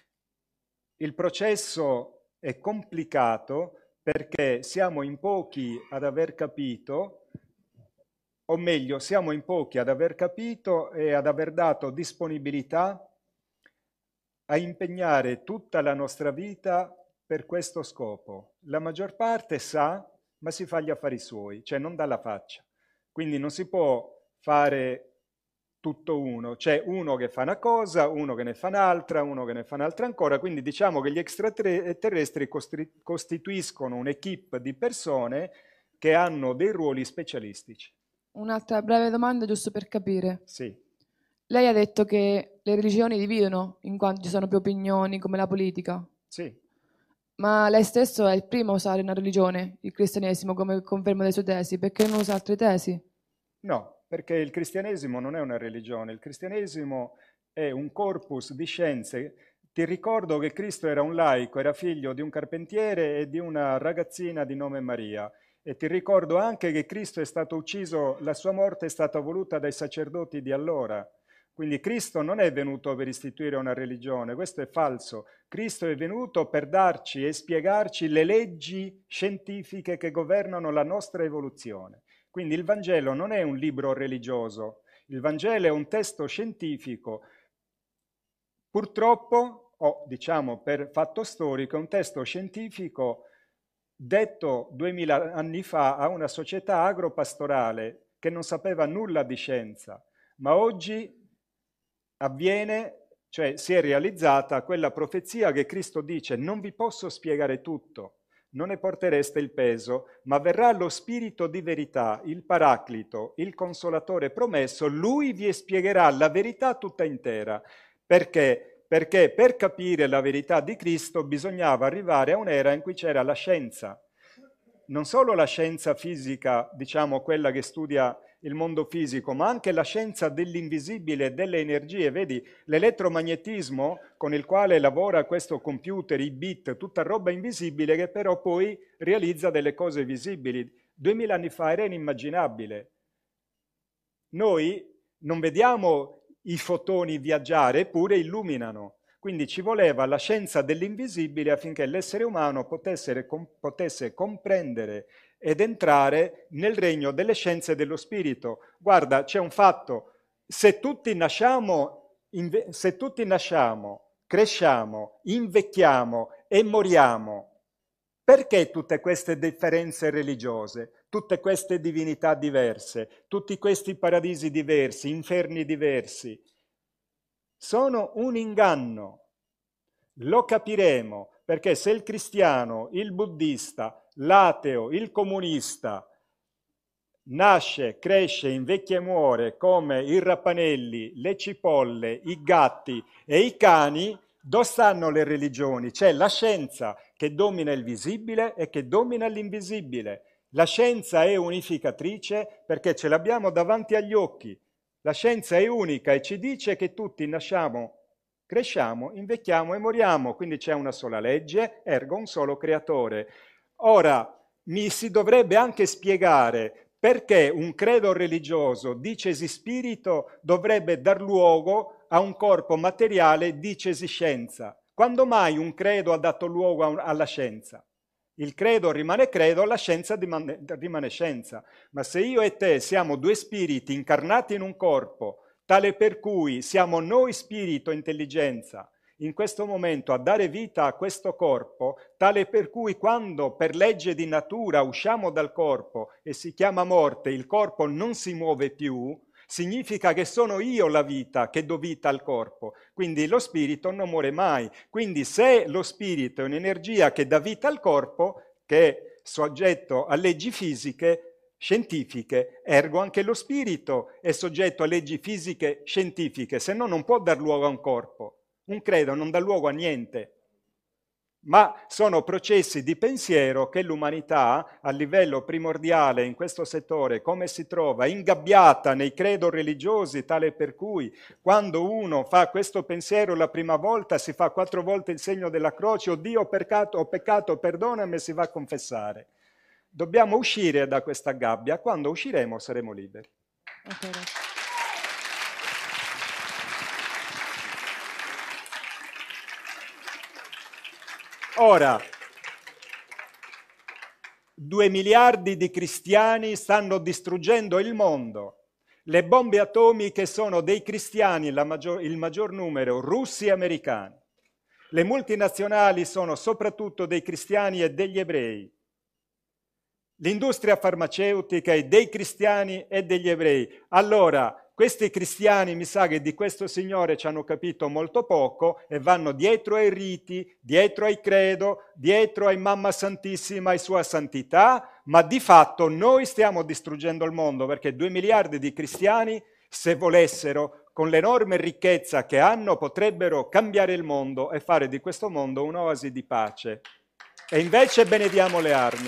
il processo è complicato perché siamo in pochi ad aver capito, o meglio, siamo in pochi ad aver capito e ad aver dato disponibilità a impegnare tutta la nostra vita per questo scopo. La maggior parte sa, ma si fa gli affari suoi, cioè non dà la faccia. Quindi non si può fare tutto uno, c'è uno che fa una cosa, uno che ne fa un'altra, uno che ne fa un'altra ancora, quindi diciamo che gli extraterrestri costri- costituiscono un'equipe di persone che hanno dei ruoli specialistici. Un'altra breve domanda giusto per capire. Sì. Lei ha detto che le religioni dividono in quanto ci sono più opinioni come la politica. Sì. Ma lei stesso è il primo a usare una religione, il cristianesimo, come conferma le sue tesi. Perché non usa altre tesi? No, perché il cristianesimo non è una religione, il cristianesimo è un corpus di scienze. Ti ricordo che Cristo era un laico, era figlio di un carpentiere e di una ragazzina di nome Maria. E ti ricordo anche che Cristo è stato ucciso, la sua morte è stata voluta dai sacerdoti di allora. Quindi Cristo non è venuto per istituire una religione, questo è falso. Cristo è venuto per darci e spiegarci le leggi scientifiche che governano la nostra evoluzione. Quindi il Vangelo non è un libro religioso, il Vangelo è un testo scientifico. Purtroppo, o diciamo per fatto storico, è un testo scientifico detto duemila anni fa a una società agropastorale che non sapeva nulla di scienza, ma oggi avviene, cioè si è realizzata quella profezia che Cristo dice: non vi posso spiegare tutto, non ne portereste il peso, ma verrà lo Spirito di verità, il Paraclito, il Consolatore promesso, lui vi spiegherà la verità tutta intera. Perché? Perché per capire la verità di Cristo bisognava arrivare a un'era in cui c'era la scienza. Non solo la scienza fisica, diciamo quella che studia il mondo fisico, ma anche la scienza dell'invisibile e delle energie. Vedi, l'elettromagnetismo con il quale lavora questo computer, i bit, tutta roba invisibile che però poi realizza delle cose visibili. Duemila anni fa era inimmaginabile. Noi non vediamo i fotoni viaggiare, eppure illuminano. Quindi ci voleva la scienza dell'invisibile affinché l'essere umano potesse, com- potesse comprendere ed entrare nel regno delle scienze dello spirito. Guarda, c'è un fatto: se tutti nasciamo, inve- se tutti nasciamo, cresciamo, invecchiamo e moriamo, perché tutte queste differenze religiose, tutte queste divinità diverse, tutti questi paradisi diversi, inferni diversi? Sono un inganno. Lo capiremo perché se il cristiano, il buddista, l'ateo, il comunista nasce, cresce, invecchia e muore come i rapanelli, le cipolle, i gatti e i cani, dove stanno le religioni? C'è la scienza che domina il visibile e che domina l'invisibile. La scienza è unificatrice perché ce l'abbiamo davanti agli occhi. La scienza è unica e ci dice che tutti nasciamo, cresciamo, invecchiamo e moriamo, quindi c'è una sola legge, ergo un solo creatore. Ora, mi si dovrebbe anche spiegare perché un credo religioso, dicesi spirito, dovrebbe dar luogo a un corpo materiale, dicesi scienza. Quando mai un credo ha dato luogo a un, alla scienza? Il credo rimane credo, la scienza rimane, rimane scienza. Ma se io e te siamo due spiriti incarnati in un corpo, tale per cui siamo noi spirito e intelligenza, in questo momento a dare vita a questo corpo, tale per cui quando per legge di natura usciamo dal corpo e si chiama morte, il corpo non si muove più, significa che sono io la vita che do vita al corpo, quindi lo spirito non muore mai. Quindi se lo spirito è un'energia che dà vita al corpo, che è soggetto a leggi fisiche, scientifiche, ergo anche lo spirito è soggetto a leggi fisiche scientifiche, se no non può dar luogo a un corpo. Un credo non dà luogo a niente, ma sono processi di pensiero che l'umanità a livello primordiale in questo settore, come si trova, ingabbiata nei credo religiosi, tale per cui quando uno fa questo pensiero la prima volta si fa quattro volte il segno della croce, oh Dio, ho peccato, ho peccato, perdonami, e si va a confessare. Dobbiamo uscire da questa gabbia, quando usciremo saremo liberi. Okay. Ora, due miliardi di cristiani stanno distruggendo il mondo. Le bombe atomiche sono dei cristiani, la maggior, il maggior numero, russi e americani. Le multinazionali sono soprattutto dei cristiani e degli ebrei. L'industria farmaceutica è dei cristiani e degli ebrei. Allora, questi cristiani, mi sa che di questo Signore ci hanno capito molto poco e vanno dietro ai riti, dietro ai credo, dietro ai Mamma Santissima e Sua Santità, ma di fatto noi stiamo distruggendo il mondo, perché due miliardi di cristiani, se volessero, con l'enorme ricchezza che hanno, potrebbero cambiare il mondo e fare di questo mondo un'oasi di pace. E invece benediamo le armi.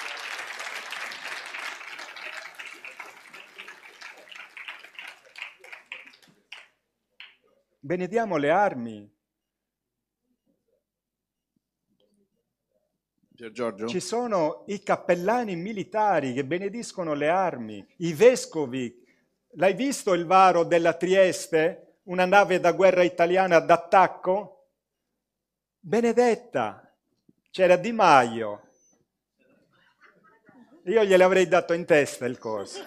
Benediamo le armi. Pier Giorgio? Ci sono i cappellani militari che benediscono le armi, i vescovi. L'hai visto il varo della Trieste? Una nave da guerra italiana d'attacco? Benedetta. C'era Di Maio. Io gliele avrei dato in testa il coso.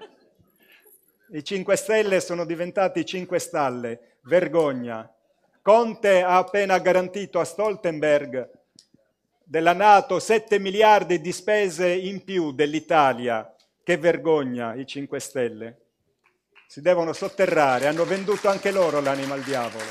I cinque Stelle sono diventati cinque Stalle. Vergogna. Conte ha appena garantito a Stoltenberg della NATO sette miliardi di spese in più dell'Italia. Che vergogna, i cinque Stelle. Si devono sotterrare, hanno venduto anche loro l'anima al diavolo.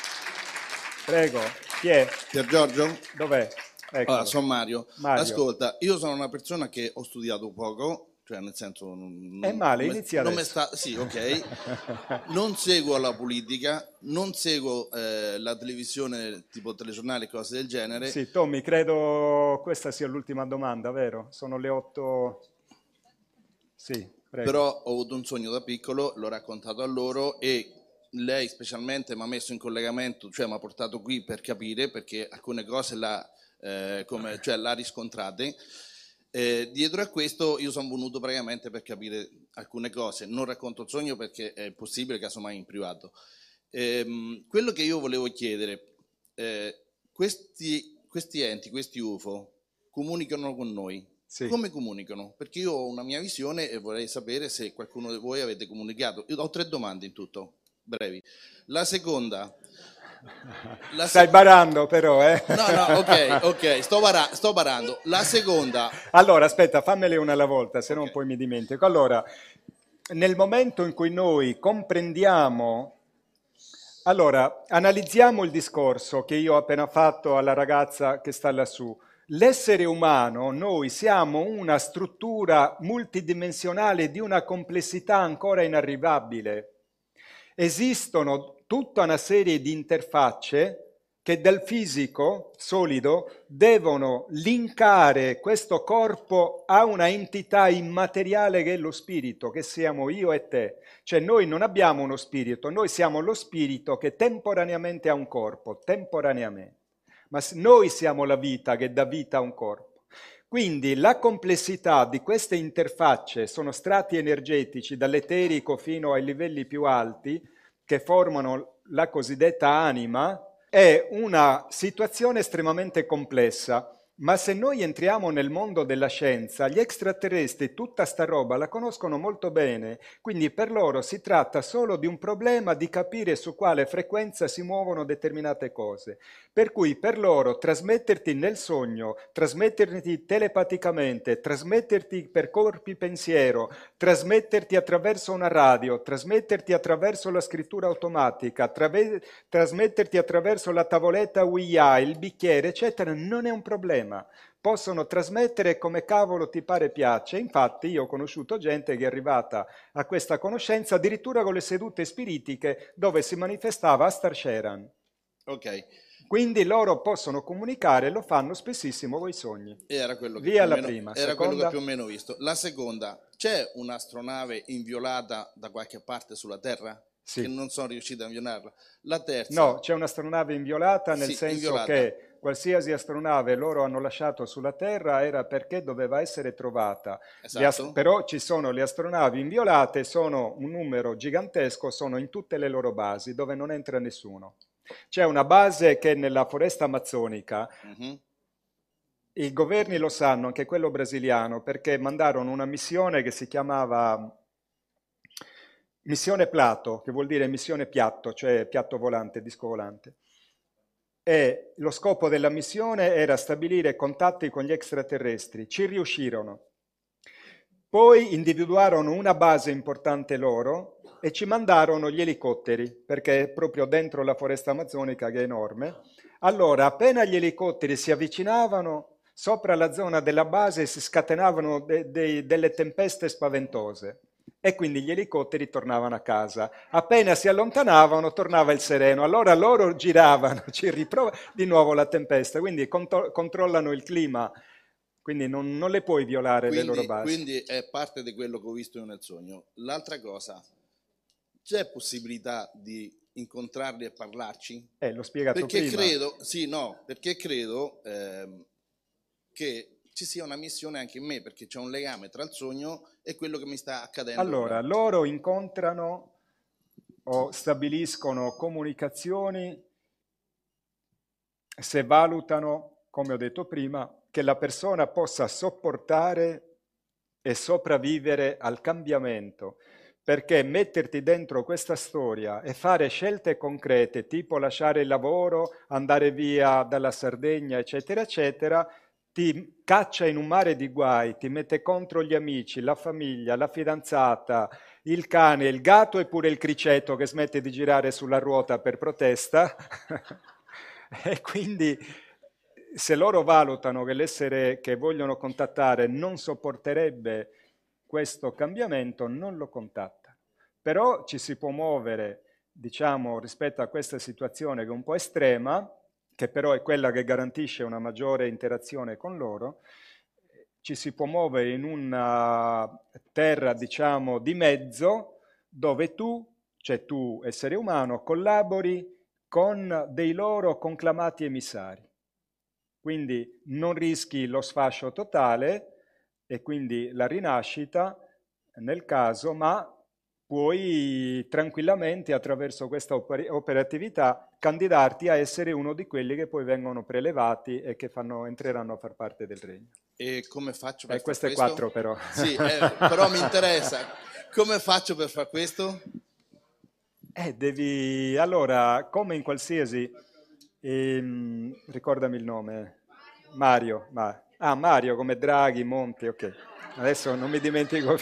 Prego, chi è? Pier Giorgio? Dov'è? Eccolo. Allora, sono Mario. Mario. Ascolta, io sono una persona che ho studiato poco, cioè nel senso non, è male, non inizia non adesso. Me sta, sì, ok. Non seguo la politica, non seguo eh, la televisione, tipo telegiornali e cose del genere. Sì, Tommy, credo questa sia l'ultima domanda, vero? Sono le otto. Sì, prego. Però ho avuto un sogno da piccolo, l'ho raccontato a loro e lei specialmente mi ha messo in collegamento, cioè mi ha portato qui per capire, perché alcune cose l'ha, eh, come, cioè, l'ha riscontrate. Eh, dietro a questo io sono venuto praticamente per capire alcune cose, non racconto il sogno perché è possibile, casomai in privato. Eh, quello che io volevo chiedere, eh, questi, questi enti, questi U F O comunicano con noi? Sì. Come comunicano? Perché io ho una mia visione e vorrei sapere se qualcuno di voi avete comunicato. Io ho tre domande in tutto, brevi. La seconda... La Stai se... barando però, eh? No, no, ok, ok, sto, bara- sto barando. La seconda... Allora, aspetta, fammele una alla volta, se okay. no poi mi dimentico. Allora, nel momento in cui noi comprendiamo... Allora, analizziamo il discorso che io ho appena fatto alla ragazza che sta lassù. L'essere umano, noi siamo una struttura multidimensionale di una complessità ancora inarrivabile. Esistono tutta una serie di interfacce che dal fisico solido devono linkare questo corpo a una entità immateriale che è lo spirito, che siamo io e te. Cioè noi non abbiamo uno spirito, noi siamo lo spirito che temporaneamente ha un corpo, temporaneamente. Ma noi siamo la vita che dà vita a un corpo. Quindi la complessità di queste interfacce sono strati energetici dall'eterico fino ai livelli più alti che formano la cosiddetta anima, è una situazione estremamente complessa. Ma se noi entriamo nel mondo della scienza, gli extraterrestri tutta sta roba la conoscono molto bene, quindi per loro si tratta solo di un problema di capire su quale frequenza si muovono determinate cose. Per cui per loro trasmetterti nel sogno, trasmetterti telepaticamente, trasmetterti per corpi pensiero, trasmetterti attraverso una radio, trasmetterti attraverso la scrittura automatica, trave- trasmetterti attraverso la tavoletta Ouija, il bicchiere, eccetera, non è un problema. sistema, possono trasmettere come cavolo ti pare piace. Infatti io ho conosciuto gente che è arrivata a questa conoscenza addirittura con le sedute spiritiche dove si manifestava Astar Sheran. Ok. Quindi loro possono comunicare, lo fanno spessissimo con i sogni. Era quello che, Via più, la o meno, prima. era Seconda? quello che più o meno ho visto. La seconda, c'è un'astronave inviolata da qualche parte sulla Terra? Sì. Che non sono riusciti a inviolarla. La terza... No, c'è un'astronave inviolata nel Sì, senso inviolata. che qualsiasi astronave loro hanno lasciato sulla Terra era perché doveva essere trovata. Esatto. Le ast- però ci sono le astronavi inviolate, sono un numero gigantesco, sono in tutte le loro basi dove non entra nessuno. C'è una base che è nella foresta amazzonica, Mhm. i governi lo sanno, anche quello brasiliano, perché mandarono una missione che si chiamava Missione Plato, che vuol dire missione piatto, cioè piatto volante, disco volante. E lo scopo della missione era stabilire contatti con gli extraterrestri. Ci riuscirono. Poi individuarono una base importante loro e ci mandarono gli elicotteri, perché è proprio dentro la foresta amazzonica che è enorme. Allora, appena gli elicotteri si avvicinavano, sopra la zona della base si scatenavano de- de- delle tempeste spaventose. E quindi gli elicotteri tornavano a casa. Appena si allontanavano, tornava il sereno. Allora loro giravano, ci riprova di nuovo la tempesta. Quindi contro- controllano il clima. Quindi non, non le puoi violare Quindi, le loro basi. quindi è parte di quello che ho visto io nel sogno. L'altra cosa, c'è possibilità di incontrarli e parlarci? Eh, l'ho spiegato perché prima. credo, sì, no, perché credo ehm, che ci sia una missione anche in me, perché c'è un legame tra il sogno e quello che mi sta accadendo. Allora, ora. loro incontrano o stabiliscono comunicazioni se valutano, come ho detto prima, che la persona possa sopportare e sopravvivere al cambiamento. Perché metterti dentro questa storia e fare scelte concrete, tipo lasciare il lavoro, andare via dalla Sardegna, eccetera, eccetera, ti caccia in un mare di guai, ti mette contro gli amici, la famiglia, la fidanzata, il cane, il gatto e pure il criceto che smette di girare sulla ruota per protesta. E quindi se loro valutano che l'essere che vogliono contattare non sopporterebbe questo cambiamento, non lo contattano. Però ci si può muovere, diciamo, rispetto a questa situazione che è un po' estrema, che però è quella che garantisce una maggiore interazione con loro, ci si può muovere in una terra, diciamo, di mezzo, dove tu, cioè tu, essere umano, collabori con dei loro conclamati emissari. Quindi non rischi lo sfascio totale e quindi la rinascita nel caso, ma puoi tranquillamente attraverso questa oper- operatività candidarti a essere uno di quelli che poi vengono prelevati e che fanno, entreranno a far parte del regno. E come faccio per eh, fare questo? questo? Quattro però. Sì, eh, però mi interessa. Come faccio per fare questo? Eh, devi... Allora, come in qualsiasi... Ehm, ricordami il nome. Mario. Ma... Ah, Mario, come Draghi, Monti, ok. Adesso non mi dimentico.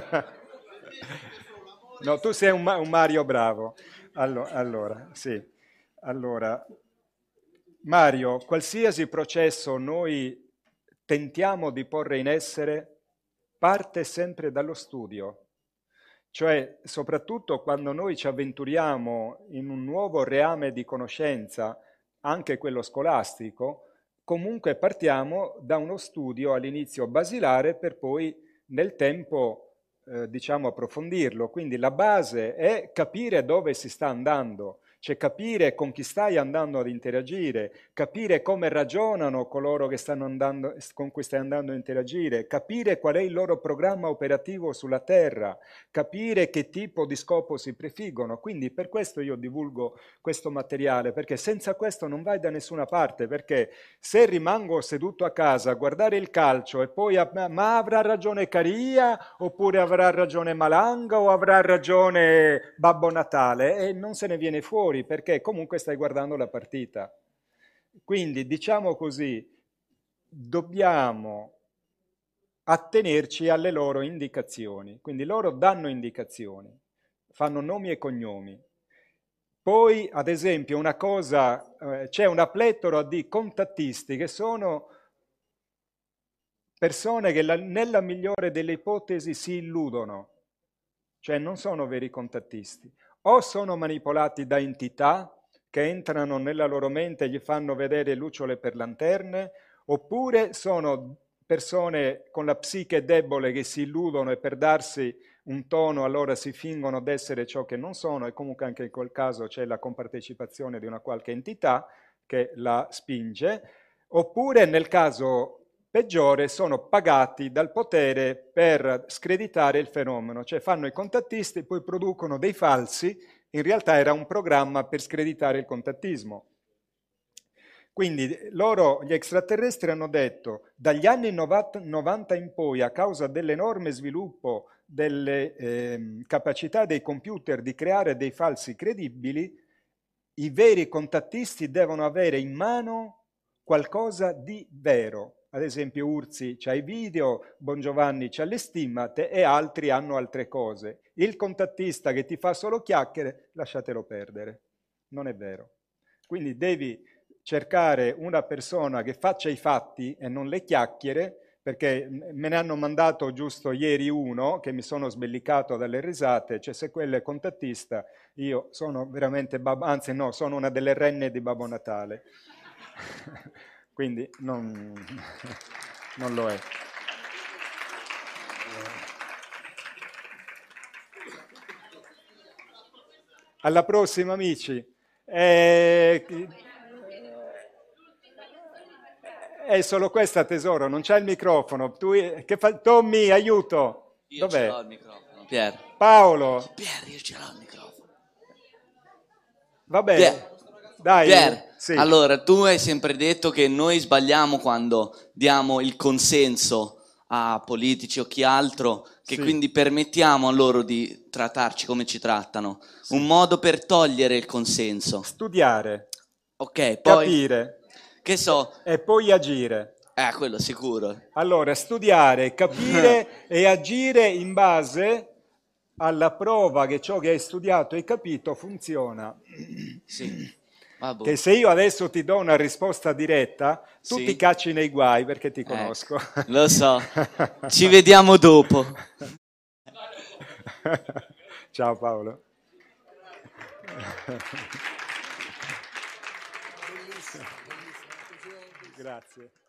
No, tu sei un, un Mario bravo. Allora, allora, sì. Allora, Mario, qualsiasi processo noi tentiamo di porre in essere parte sempre dallo studio. Cioè, soprattutto quando noi ci avventuriamo in un nuovo reame di conoscenza, anche quello scolastico, comunque partiamo da uno studio all'inizio basilare per poi nel tempo, eh, diciamo, approfondirlo. Quindi la base è capire dove si sta andando, cioè capire con chi stai andando ad interagire, capire come ragionano coloro che stanno andando, con cui stai andando a interagire, capire qual è il loro programma operativo sulla Terra, capire che tipo di scopo si prefiggono. Quindi per questo io divulgo questo materiale, perché senza questo non vai da nessuna parte, perché se rimango seduto a casa a guardare il calcio e poi a, ma avrà ragione Caria oppure avrà ragione Malanga o avrà ragione Babbo Natale, e non se ne viene fuori, perché comunque stai guardando la partita. Quindi, diciamo così, dobbiamo attenerci alle loro indicazioni. Quindi loro danno indicazioni, fanno nomi e cognomi. Poi, ad esempio, una cosa, eh, c'è una pletora di contattisti che sono persone che la, nella migliore delle ipotesi si illudono, cioè non sono veri contattisti, o sono manipolati da entità che entrano nella loro mente e gli fanno vedere lucciole per lanterne, oppure sono persone con la psiche debole che si illudono e per darsi un tono allora si fingono d'essere ciò che non sono, e comunque anche in quel caso c'è la compartecipazione di una qualche entità che la spinge, oppure nel caso peggiore sono pagati dal potere per screditare il fenomeno, cioè fanno i contattisti, poi producono dei falsi, in realtà era un programma per screditare il contattismo. Quindi loro, gli extraterrestri, hanno detto dagli anni novanta in poi, a causa dell'enorme sviluppo delle eh, capacità dei computer di creare dei falsi credibili, i veri contattisti devono avere in mano qualcosa di vero. Ad esempio Urzi c'ha i video, Bongiovanni c'ha le stimmate e altri hanno altre cose. Il contattista che ti fa solo chiacchiere, lasciatelo perdere, non è vero. Quindi devi cercare una persona che faccia i fatti e non le chiacchiere, perché me ne hanno mandato giusto ieri uno che mi sono sbellicato dalle risate, cioè se quello è contattista io sono veramente, babbo, anzi no, sono una delle renne di Babbo Natale. Quindi non, non lo è. Alla prossima, amici. Eh, è solo questa, tesoro, non c'è il microfono. Tu, che fa, Tommy, aiuto. Io Dov'è? ce l'ho il microfono. Pier. Paolo. Pier, io ce l'ho il microfono. Va bene. Pier. Dai. Pier, sì. allora, tu hai sempre detto che noi sbagliamo quando diamo il consenso a politici o chi altro, che Sì. quindi permettiamo a loro di trattarci come ci trattano. Sì. Un modo per togliere il consenso. Studiare. Ok, poi... Capire. Che so... E poi agire. Eh, quello sicuro. Allora, studiare, capire e agire in base alla prova che ciò che hai studiato e capito funziona. Sì. Vabbè. Che se io adesso ti do una risposta diretta, tu Sì. ti cacci nei guai perché ti conosco. Eh, lo so. Ci vediamo dopo. Ciao Paolo. Grazie.